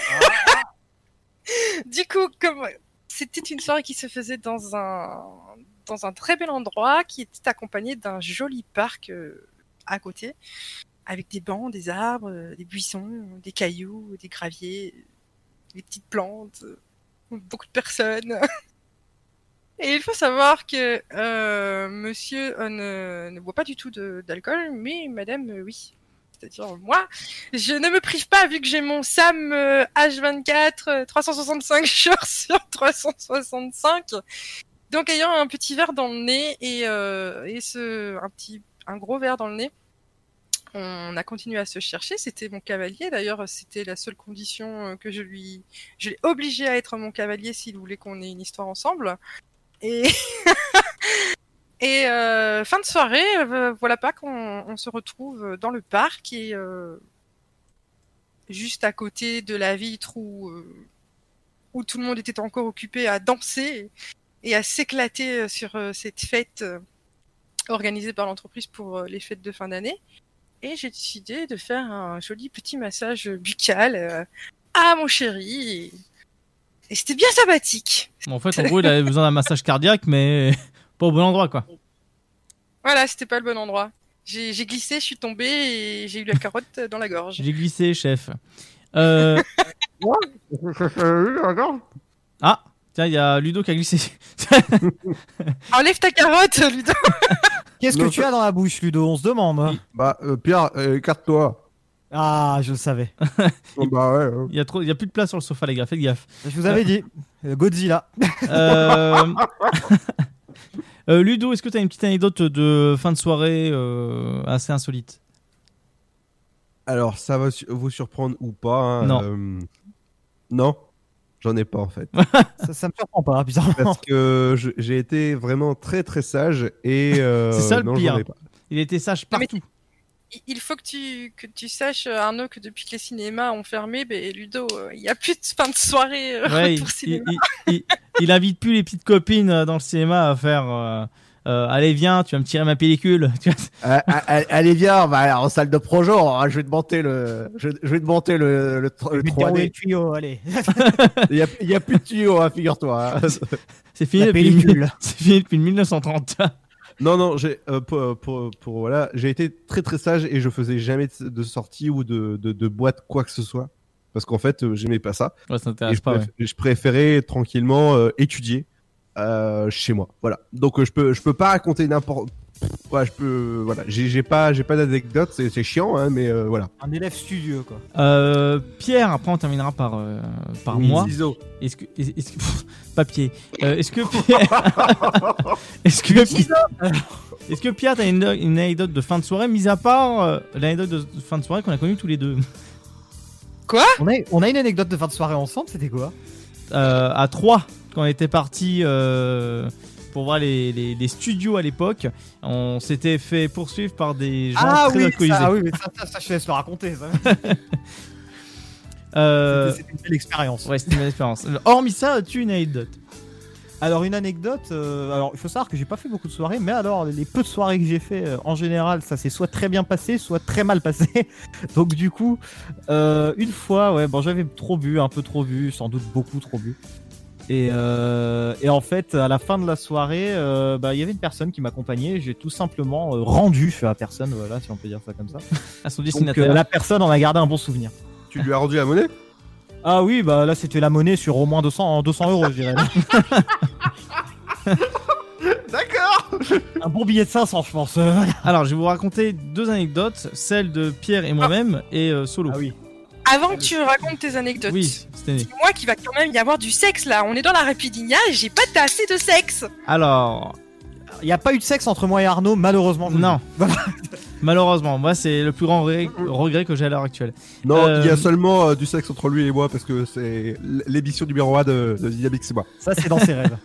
Du coup, comme c'était une soirée qui se faisait dans un dans un très bel endroit, qui était accompagné d'un joli parc euh, à côté, avec des bancs, des arbres, euh, des buissons, des cailloux, des graviers, des petites plantes, euh, beaucoup de personnes. Et il faut savoir que euh, monsieur euh, ne, ne boit pas du tout de- d'alcool, mais madame, euh, oui. C'est-à-dire, moi, je ne me prive pas vu que j'ai mon SAM euh, H vingt-quatre, euh, trois cent soixante-cinq jours sur trois cent soixante-cinq. Donc, ayant un petit verre dans le nez et, euh, et ce, un, petit, un gros verre dans le nez, on a continué à se chercher. C'était mon cavalier. D'ailleurs, c'était la seule condition euh, que je lui... Je l'ai obligé à être mon cavalier s'il voulait qu'on ait une histoire ensemble. Et... Et euh, fin de soirée, euh, voilà pas qu'on on se retrouve dans le parc et euh, juste à côté de la vitre où, euh, où tout le monde était encore occupé à danser et à s'éclater sur euh, cette fête euh, organisée par l'entreprise pour euh, les fêtes de fin d'année. Et j'ai décidé de faire un joli petit massage buccal euh, à mon chéri. Et, et c'était bien sympathique. Bon, en fait, en gros, il avait besoin d'un massage cardiaque, mais pas au bon endroit, quoi. Voilà, c'était pas le bon endroit. J'ai j'ai glissé, je suis tombée et j'ai eu la carotte dans la gorge. J'ai glissé, chef. Euh... Ah, tiens, il y a Ludo qui a glissé. Enlève ta carotte, Ludo. Qu'est-ce que tu as dans la bouche, Ludo? On se demande. Bah, euh, Pierre, euh, écarte-toi. Ah, je le savais. Oh, bah ouais. ouais. Il y a trop, il y a plus de place sur le sofa, les gars. Faites gaffe. Je vous avais dit. Euh, Godzilla. Euh... euh, Ludo, est-ce que tu as une petite anecdote de fin de soirée euh, assez insolite? Alors, ça va su- vous surprendre ou pas hein, Non. euh, Non, j'en ai pas en fait. ça, ça me surprend pas, bizarrement. Parce que je- j'ai été vraiment très très sage et. euh, C'est ça le non, pire. j'en ai pas. Il était sage partout. il- il faut que tu, que tu saches, euh, Arnaud, que depuis que les cinémas ont fermé, ben, Ludo, euh, il n'y a plus de fin de soirée euh, Ouais, pour il, cinéma. il, il, il invite plus les petites copines euh, dans le cinéma à faire. Euh, euh, allez viens, tu vas me tirer ma pellicule. Tu vois. Euh, euh, allez viens, bah, en salle de projo, hein, je vais te monter le, je, je vais te monter le, le, tr- le Je vais te trois dérouler D. le tuyau, allez. Il y a, il y a plus de tuyaux, hein, figure-toi. hein. C'est fini La depuis, pellicule. c'est fini depuis mille neuf cent trente. Non, non, j'ai euh, pour, pour, pour- voilà, j'ai été très très sage et je faisais jamais de, de sortie ou de, de, de boîte quoi que ce soit parce qu'en fait euh, j'aimais pas ça. Ouais, ça Et t'intéresse je, pas. préf- Ouais. je préférais tranquillement euh, étudier euh, chez moi. Voilà. Donc euh, je peux je peux pas raconter n'importe. Ouais, je peux. Voilà. J'ai j'ai pas j'ai pas d'anecdote. C'est c'est chiant, hein, mais euh, voilà. Un élève studieux, quoi. Euh, Pierre, après on terminera par euh, par Oui, moi. ciseaux. Est-ce que est-ce que pff, papier. Euh, est-ce que Pierre Est-ce que Est-ce que Pierre t'as une, une anecdote de fin de soirée, mis à part euh, l'anecdote de fin de soirée qu'on a connue tous les deux Quoi? On a, on a une anecdote de fin de soirée ensemble, c'était quoi? euh, à trois quand on était parti euh, pour voir les, les, les studios à l'époque. On s'était fait poursuivre par des gens Ah très oui, alcoolisés. ça, ah oui, mais ça, ça, ça, je te laisse le raconter, ça. Euh, C'était c'était une belle expérience. Ouais, c'était une belle expérience. Hormis ça, as-tu une anecdote? Alors une anecdote, euh, alors il faut savoir que j'ai pas fait beaucoup de soirées, mais alors les peu de soirées que j'ai fait, euh, en général, ça s'est soit très bien passé, soit très mal passé. Donc du coup, euh, une fois, ouais, bon, j'avais trop bu, un peu trop bu, sans doute beaucoup trop bu. Et, euh, et en fait, à la fin de la soirée, euh, bah, il y avait une personne qui m'accompagnait. J'ai tout simplement euh, rendu à la personne, voilà, si on peut dire ça comme ça. À son Donc destinataire. euh, la personne en a gardé un bon souvenir. Tu lui as rendu la monnaie? Ah oui, bah là c'était la monnaie sur au moins deux cents, deux cents euros, je dirais. D'accord. Un bon billet de cinq cents, je pense. Euh, voilà. Alors, je vais vous raconter deux anecdotes, celle de Pierre et moi-même et euh, Solo. Ah oui. Avant que tu racontes tes anecdotes, Oui, c'était. c'est moi qui va quand même y avoir du sexe là. On est dans la Rapidinia et j'ai pas assez de sexe. Alors, Il n'y a pas eu de sexe entre moi et Arnaud, malheureusement. je vous non. le dis. Malheureusement, moi, c'est le plus grand regret, regret que j'ai à l'heure actuelle. Non, Euh, il y a seulement euh, du sexe entre lui et moi parce que c'est l'émission numéro un de, de Dynamique, c'est moi. Ça, c'est dans ses rêves.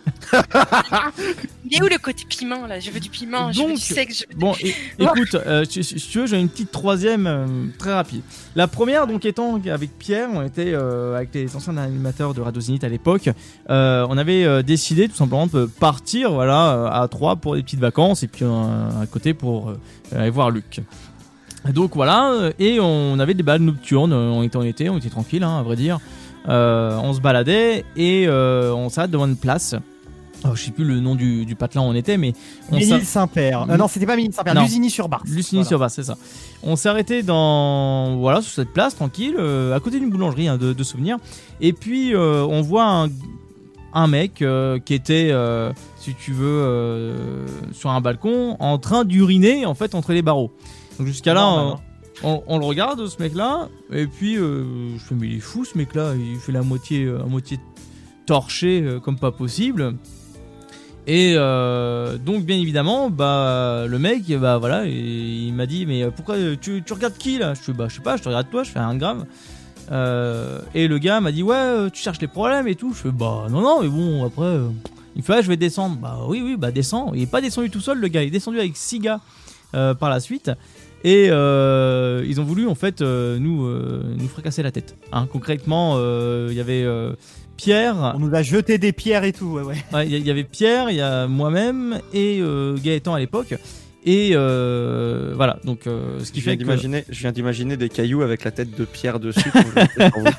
Il est où le côté piment là? Je veux du piment, je veux Donc, du sexe. Je veux Bon, du- et- écoute, euh, si, si tu veux, j'ai une petite troisième euh, très rapide. La première, donc, étant avec Pierre, on était euh, avec les anciens animateurs de Radio Zénith à l'époque. Euh, on avait euh, décidé tout simplement de partir, voilà, euh, à trois pour des petites vacances et puis euh, à côté pour euh, aller voir Luc. Donc voilà, euh, et on avait des balades nocturnes. euh, On était en été, on était tranquille, hein, à vrai dire. Euh, on se baladait et euh, on s'arrête devant une place. Oh, je sais plus le nom du, du patelin où on était, mais on s'a- Ménil-Saint-Père. Euh, non, c'était pas Ménil-Saint-Père, Non. Lusigny-sur-Barse. Lusigny-sur-Barse, c'est ça. On s'est arrêté dans voilà sur cette place tranquille, euh, à côté d'une boulangerie, hein, de, de souvenirs. Et puis euh, on voit un, un mec euh, qui était, euh, si tu veux, euh, sur un balcon, en train d'uriner en fait entre les barreaux. Donc jusqu'à là, Normal, on, on- on le regarde ce mec-là, et puis euh, je fais mais il est fou ce mec-là, il fait la moitié, à moitié torché euh, comme pas possible. Et euh, donc bien évidemment, bah le mec, bah voilà, et il m'a dit mais pourquoi tu, tu regardes qui là? Je fais bah je sais pas, je te regarde toi, je fais un grave. Euh, et le gars m'a dit ouais, euh, tu cherches les problèmes et tout. Je fais bah non non mais bon après, euh, il fait ah, je vais descendre. Bah oui oui bah descends. Il est pas descendu tout seul le gars, il est descendu avec six gars euh, par la suite. Et euh, ils ont voulu en fait euh, nous euh, nous fracasser la tête. Hein, concrètement, euh, il y avait euh, Pierre. On nous a jeté des pierres et tout, ouais, ouais. Ouais, il y, y avait Pierre, il y a moi-même et euh, Gaëtan à l'époque. Et euh, voilà, donc euh, ce qui Je viens fait que. d'imaginer, je viens d'imaginer des cailloux avec la tête de Pierre dessus. pour le- pour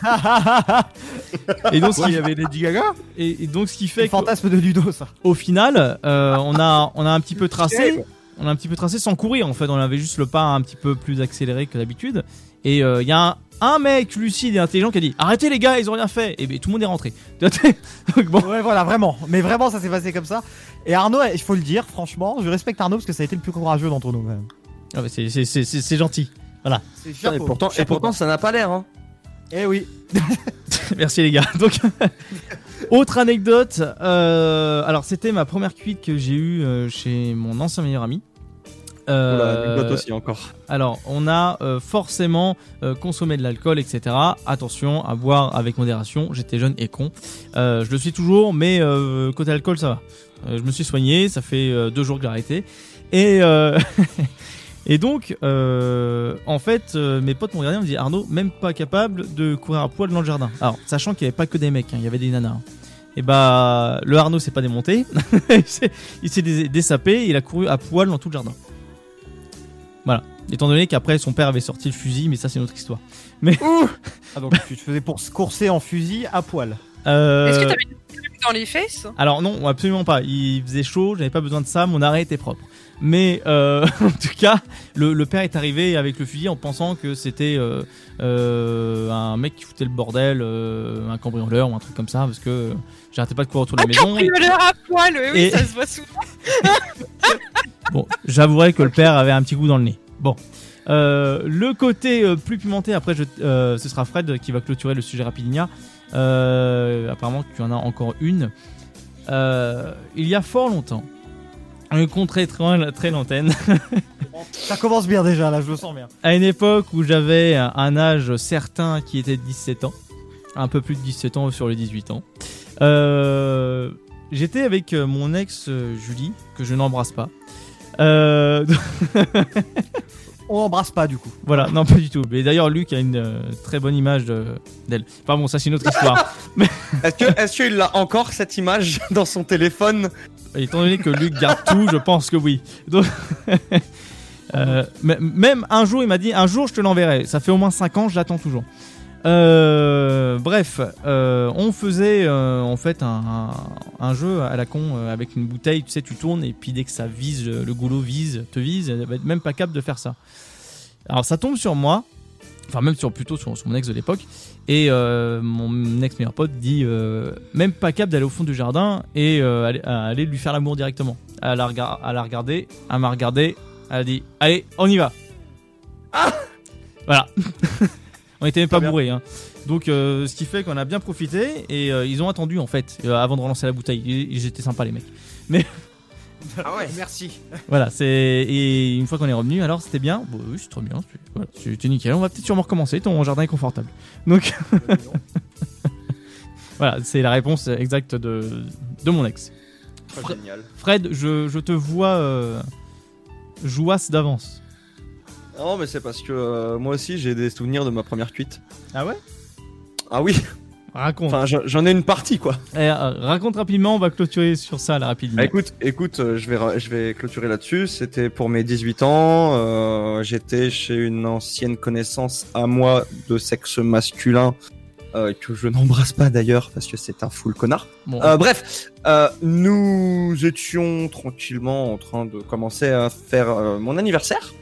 vous. Et donc, ce Ouais, qui... il y avait Lady Gaga. et, et donc ce qui C'est fait le fantasme de Ludo, ça. qu'au final, euh, on a on a un petit peu tracé, on a un petit peu tracé sans courir en fait. On avait juste le pas un petit peu plus accéléré que d'habitude. Et il euh, y a un, un mec lucide et intelligent qui a dit arrêtez les gars, ils ont rien fait. Et bien tout le monde est rentré. Donc, bon. Ouais, voilà, vraiment. Mais vraiment, ça s'est passé comme ça. Et Arnaud, il faut le dire, franchement, je respecte Arnaud parce que ça a été le plus courageux d'entre nous, quand même. Ah bah, c'est c'est c'est c'est c'est gentil. Voilà. C'est Et chapeau, pourtant, et chapeau. pourtant, ça n'a pas l'air. Hein. Eh oui. Merci les gars. Donc, autre anecdote. euh, alors, c'était ma première cuite que j'ai eue euh, chez mon ancien meilleur ami. Euh, Oula, anecdote aussi encore. Alors, on a euh, forcément euh, consommé de l'alcool, et cetera. Attention à boire avec modération. J'étais jeune et con. Euh, je le suis toujours, mais euh, côté alcool, ça va. Euh, je me suis soigné. Ça fait euh, deux jours que j'ai arrêté. Et euh, Et donc, euh, en fait, euh, mes potes m'ont regardé, ils m'ont dit Arnaud, même pas capable de courir à poil dans le jardin. Alors, sachant qu'il n'y avait pas que des mecs, hein, il y avait des nanas. Hein. Et bah, le Arnaud s'est pas démonté, il s'est, il s'est dé- désapé, il a couru à poil dans tout le jardin. Voilà. Étant donné qu'après son père avait sorti le fusil, mais ça c'est une autre histoire. Mais ah donc tu te faisais pour se courser en fusil à poil. Euh... Est-ce que t'avais une plume dans les fesses? Alors non, absolument pas. Il faisait chaud, j'avais pas besoin de ça, mon arrêt était propre. Mais euh, en tout cas, le, le père est arrivé avec le fusil en pensant que c'était euh, euh, un mec qui foutait le bordel, euh, un cambrioleur ou un truc comme ça, parce que j'arrêtais pas de courir autour de la maison. Un cambrioleur à poil, oui, Et... ça se voit souvent. Bon, j'avouerai que le père avait un petit coup dans le nez. Bon. Euh, le côté euh, plus pimenté, après je, euh, ce sera Fred qui va clôturer le sujet Rapidinia. Euh, apparemment tu en as encore une. Euh, il y a fort longtemps, une contrée très, très lointaine. Ça commence bien déjà là, je le sens bien. À une époque où j'avais un, un âge certain qui était de dix-sept ans, un peu plus de dix-sept ans sur les dix-huit ans. Euh, j'étais avec mon ex euh, Julie, que je n'embrasse pas. Euh... On n'embrasse pas du coup. Voilà, non pas du tout. Mais d'ailleurs Luc a une euh, très bonne image de, d'elle. Enfin bon, ça c'est une autre histoire. Mais... Est-ce que, est-ce qu'il a encore cette image dans son téléphone? Étant donné que Luc garde tout, je pense que oui. Donc, euh, même un jour, il m'a dit, un jour je te l'enverrai. Ça fait au moins cinq ans, je l'attends toujours. Euh, bref, euh, on faisait euh, en fait un, un, un jeu à la con euh, avec une bouteille, tu sais, tu tournes et puis dès que ça vise, le goulot vise, te vise, elle va être même pas capable de faire ça. Alors ça tombe sur moi, enfin même sur plutôt sur, sur mon ex de l'époque, et euh, mon ex meilleur pote dit euh, même pas capable d'aller au fond du jardin et euh, aller, aller lui faire l'amour directement. Elle a, rega- elle a regardé, elle m'a regardé, elle a dit allez, on y va. Ah voilà. On était même pas bourrés, hein. Donc euh, ce qui fait qu'on a bien profité et euh, ils ont attendu en fait euh, avant de relancer la bouteille. Ils étaient sympas les mecs. Mais ah ouais, merci. Voilà, c'est et une fois qu'on est revenu, alors c'était bien. Bon, oui, c'est trop bien. C'est... Voilà, c'était nickel. On va peut-être sûrement recommencer. Ton jardin est confortable. Donc voilà, c'est la réponse exacte de de mon ex. Fred, génial. Fred, je, je te vois euh, jouasse d'avance. Non, mais c'est parce que euh, moi aussi j'ai des souvenirs de ma première cuite. Ah ouais? Ah oui. Raconte. Enfin, j'en ai une partie quoi. Eh, euh, raconte rapidement, on va clôturer sur ça là rapidement. Ah, écoute, écoute, euh, je vais je vais clôturer là-dessus. C'était pour mes dix-huit ans. Euh, j'étais chez une ancienne connaissance à moi de sexe masculin euh, que je n'embrasse pas d'ailleurs parce que c'est un full connard. Bon. Euh, bref, euh, nous étions tranquillement en train de commencer à faire euh, mon anniversaire.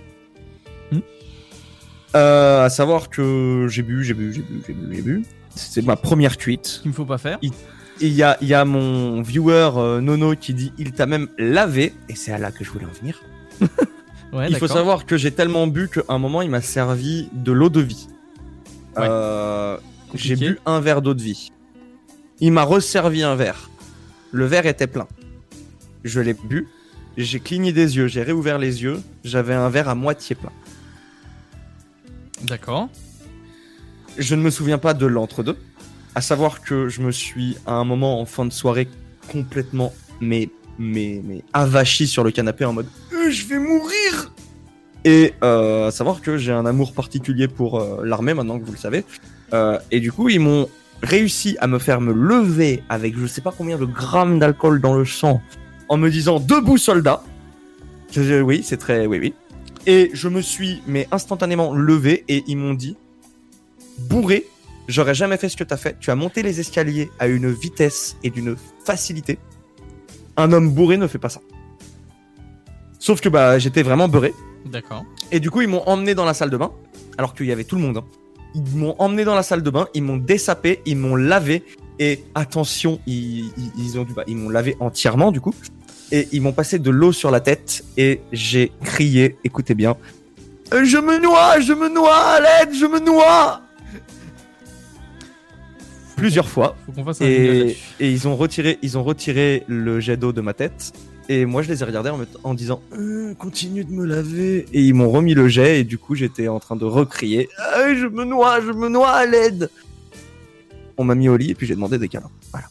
Euh, à savoir que j'ai bu, j'ai bu, j'ai bu, j'ai bu, j'ai bu. C'est ma première cuite. Qu'il ne faut pas faire. Il il y a, il y a mon viewer euh, Nono qui dit il t'a même lavé et c'est à là que je voulais en venir. Ouais, il d'accord. faut savoir que j'ai tellement bu qu'à un moment il m'a servi de l'eau de vie. Ouais. Euh, j'ai Compliqué. bu un verre d'eau de vie. Il m'a resservi un verre. Le verre était plein. Je l'ai bu. J'ai cligné des yeux. J'ai réouvert les yeux. J'avais un verre à moitié plein. D'accord. Je ne me souviens pas de l'entre-deux. À savoir que je me suis, à un moment en fin de soirée, complètement, mais, mais, mais, avachi sur le canapé en mode euh, je vais mourir. Et euh, à savoir que j'ai un amour particulier pour euh, l'armée, maintenant que vous le savez. Euh, et du coup, ils m'ont réussi à me faire me lever avec je sais pas combien de grammes d'alcool dans le sang, en me disant debout soldat. Je, je, oui, c'est très, oui, oui. Et je me suis, mais instantanément levé et ils m'ont dit bourré, j'aurais jamais fait ce que t'as fait. Tu as monté les escaliers à une vitesse et d'une facilité. Un homme bourré ne fait pas ça. Sauf que bah j'étais vraiment beurré. D'accord. Et du coup ils m'ont emmené dans la salle de bain, alors qu'il y avait tout le monde. Hein. Ils m'ont emmené dans la salle de bain, ils m'ont dessapé, ils m'ont lavé. Et attention, ils, ils, ils ont dû, bah, ils m'ont lavé entièrement du coup. Et ils m'ont passé de l'eau sur la tête et j'ai crié, écoutez bien, euh, je me noie, je me noie, à l'aide, je me noie. Plusieurs fois. Faut qu'on fasse un jingle Et, là-dessus. et ils ont retiré, ils ont retiré le jet d'eau de ma tête. Et moi, je les ai regardés en, me, en disant euh, continue de me laver. Et ils m'ont remis le jet. Et du coup, j'étais en train de recrier euh, je me noie, je me noie, à l'aide. On m'a mis au lit et puis j'ai demandé des câlins. Voilà.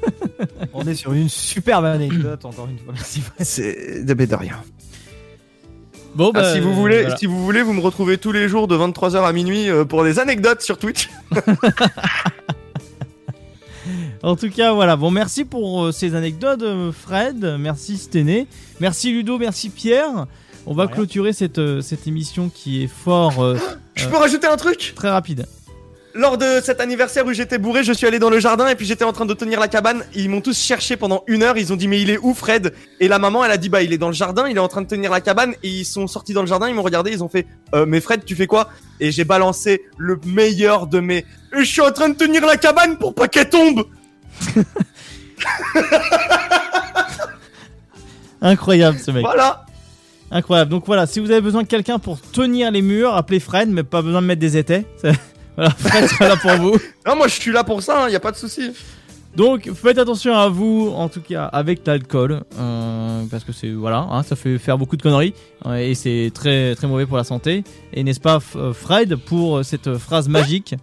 On est sur une superbe anecdote, encore une fois. Merci. C'est de, de rien. Bon, bah, ah, si vous voulez, voilà. si vous voulez, vous me retrouvez tous les jours de vingt-trois heures à minuit euh, pour des anecdotes sur Twitch. En tout cas, voilà. Bon, merci pour euh, ces anecdotes, euh, Fred. Merci, Stené. Merci, Ludo. Merci, Pierre. On va Rien. clôturer cette, euh, cette émission qui est fort. Euh, Je euh, peux rajouter un truc? Très rapide. Lors de cet anniversaire où j'étais bourré, je suis allé dans le jardin et puis j'étais en train de tenir la cabane. Ils m'ont tous cherché pendant une heure. Ils ont dit mais il est où Fred? Et la maman elle a dit bah il est dans le jardin, il est en train de tenir la cabane. Et ils sont sortis dans le jardin, ils m'ont regardé, ils ont fait euh, mais Fred tu fais quoi? Et j'ai balancé le meilleur de mes. Je suis en train de tenir la cabane pour pas qu'elle tombe. Incroyable ce mec. Voilà. Incroyable. Donc voilà, si vous avez besoin de quelqu'un pour tenir les murs, appelez Fred, mais pas besoin de mettre des étais. Voilà, Fred sera là pour vous. Non, moi je suis là pour ça, hein, y a pas de souci. Donc faites attention à vous, en tout cas avec l'alcool, euh, parce que c'est voilà, hein, ça fait faire beaucoup de conneries euh, et c'est très très mauvais pour la santé. Et n'est-ce pas F- Fred pour cette phrase magique?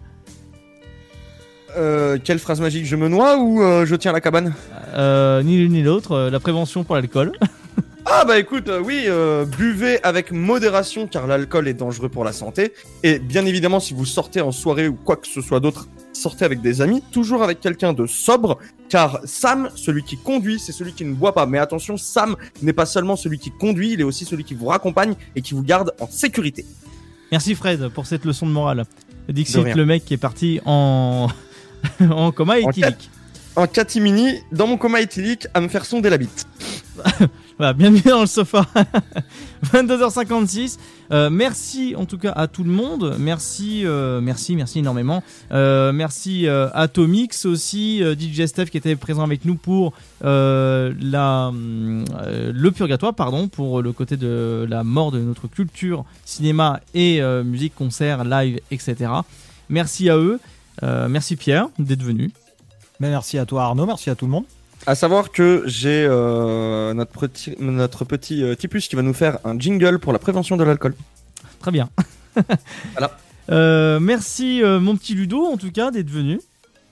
Euh, quelle phrase magique? Je me noie ou euh, je tiens la cabane? euh, Ni l'une ni l'autre. euh, la prévention pour l'alcool. Ah bah écoute, euh, oui, euh, buvez avec modération car l'alcool est dangereux pour la santé. Et bien évidemment, si vous sortez en soirée ou quoi que ce soit d'autre, sortez avec des amis, toujours avec quelqu'un de sobre, car Sam, celui qui conduit, c'est celui qui ne boit pas. Mais attention, Sam n'est pas seulement celui qui conduit, il est aussi celui qui vous raccompagne et qui vous garde en sécurité. Merci Fred pour cette leçon de morale. Dixit, De rien. le mec qui est parti en en coma éthylique. En catimini, dans mon coma éthylique, à me faire sonder la bite. Voilà, bienvenue dans le sofa. vingt-deux heures cinquante-six. Euh, merci en tout cas à tout le monde. Merci, euh, merci, merci énormément. Euh, merci euh, à Tomix aussi, euh, D J Steph qui était présent avec nous pour euh, la, euh, le purgatoire, pardon, pour le côté de la mort de notre culture, cinéma et euh, musique, concert, live, et cetera. Merci à eux. Euh, merci Pierre d'être venu. Mais merci à toi Arnaud, merci à tout le monde. À savoir que j'ai euh, notre petit, notre petit euh, Tipus qui va nous faire un jingle pour la prévention de l'alcool. Très bien. Voilà. Euh, merci euh, mon petit Ludo en tout cas d'être venu.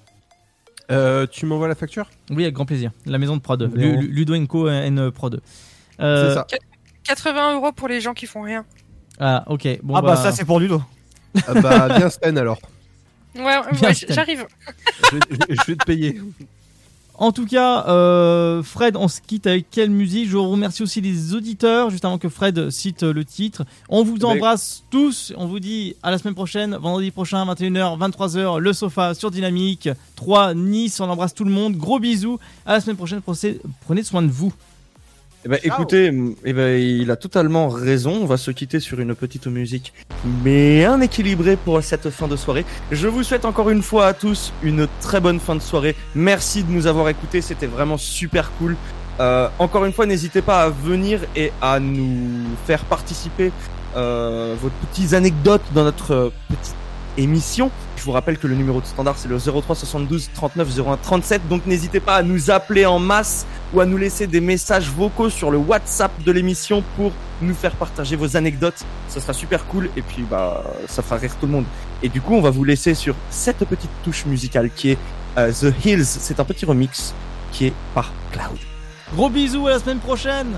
Euh, tu m'envoies la facture? Oui, avec grand plaisir. La maison de Prod. Zéro. Lu- Lu- Ludo and Co and Prod. Euh, C'est ça. quatre-vingts euros pour les gens qui font rien. Ah ok. Bon, ah bah, ça c'est pour Ludo. Ah bah bien Sten alors. Ouais, ouais, Bien, Bah, j- j'arrive. Je vais, je vais- je vais te payer. En tout cas, euh, Fred, on se quitte avec quelle musique? Je remercie aussi les auditeurs, juste avant que Fred cite le titre. On vous embrasse tous, on vous dit à la semaine prochaine, vendredi prochain, vingt et une heures, vingt-trois heures, le sofa sur Dynamique, trois, Nice, on embrasse tout le monde, gros bisous, à la semaine prochaine, prenez prenez soin de vous. Eh ben, écoutez, eh ben, il a totalement raison. On va se quitter sur une petite musique bien équilibrée pour cette fin de soirée. Je vous souhaite encore une fois à tous une très bonne fin de soirée. Merci de nous avoir écoutés, c'était vraiment super cool. Euh, encore une fois, n'hésitez pas à venir et à nous faire participer euh, vos petites anecdotes dans notre euh, petite émission. Je vous rappelle que le numéro de standard c'est le zéro trois soixante-douze trente-neuf zéro un trente-sept, donc n'hésitez pas à nous appeler en masse ou à nous laisser des messages vocaux sur le WhatsApp de l'émission pour nous faire partager vos anecdotes. Ça sera super cool et puis bah ça fera rire tout le monde. Et du coup on va vous laisser sur cette petite touche musicale qui est euh, The Hills. C'est un petit remix qui est par Cloud. Gros bisous, à la semaine prochaine.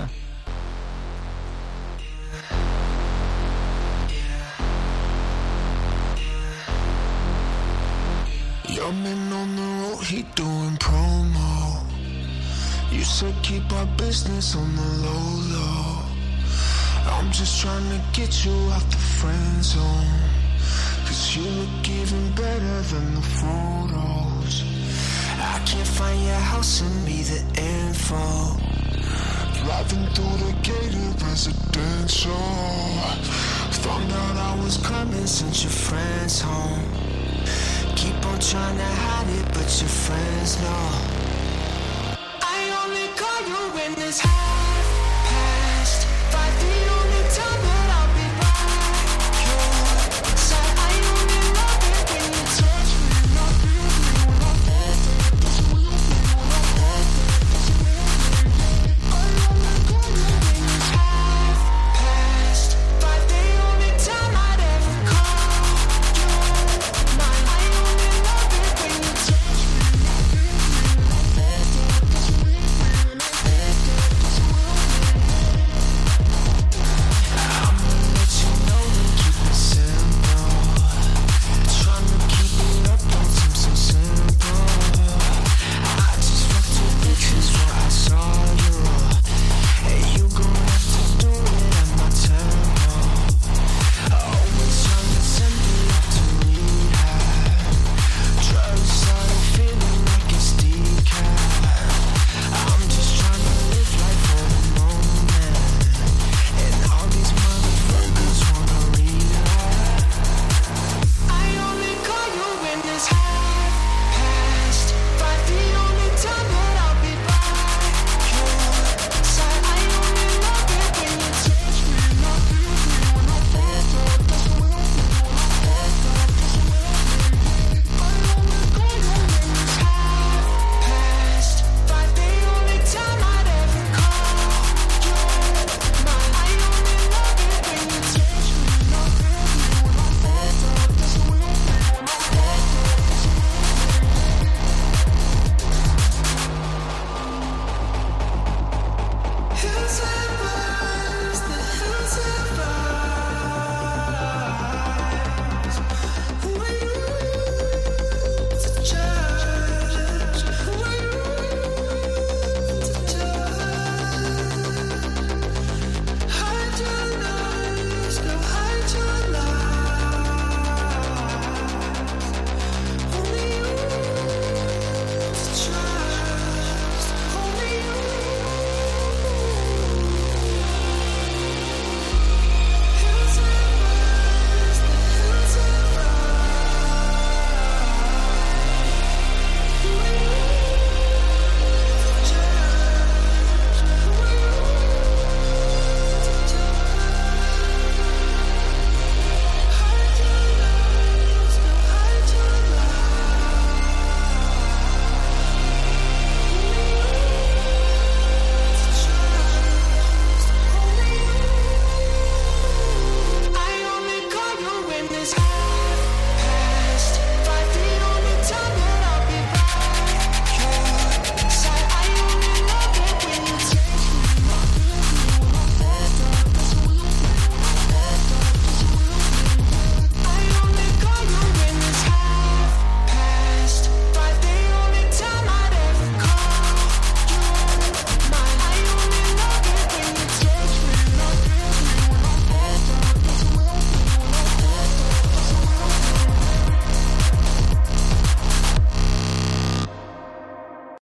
Your man on the road, he doing promo. You said keep our business on the low low. I'm just trying to get you out the friend zone. Cause you look even better than the photos. I can't find your house and be the info. Driving through the gated residential. Found out I was coming since your friends home. Keep on trying to hide it, but your friends know. I only call you when it's high.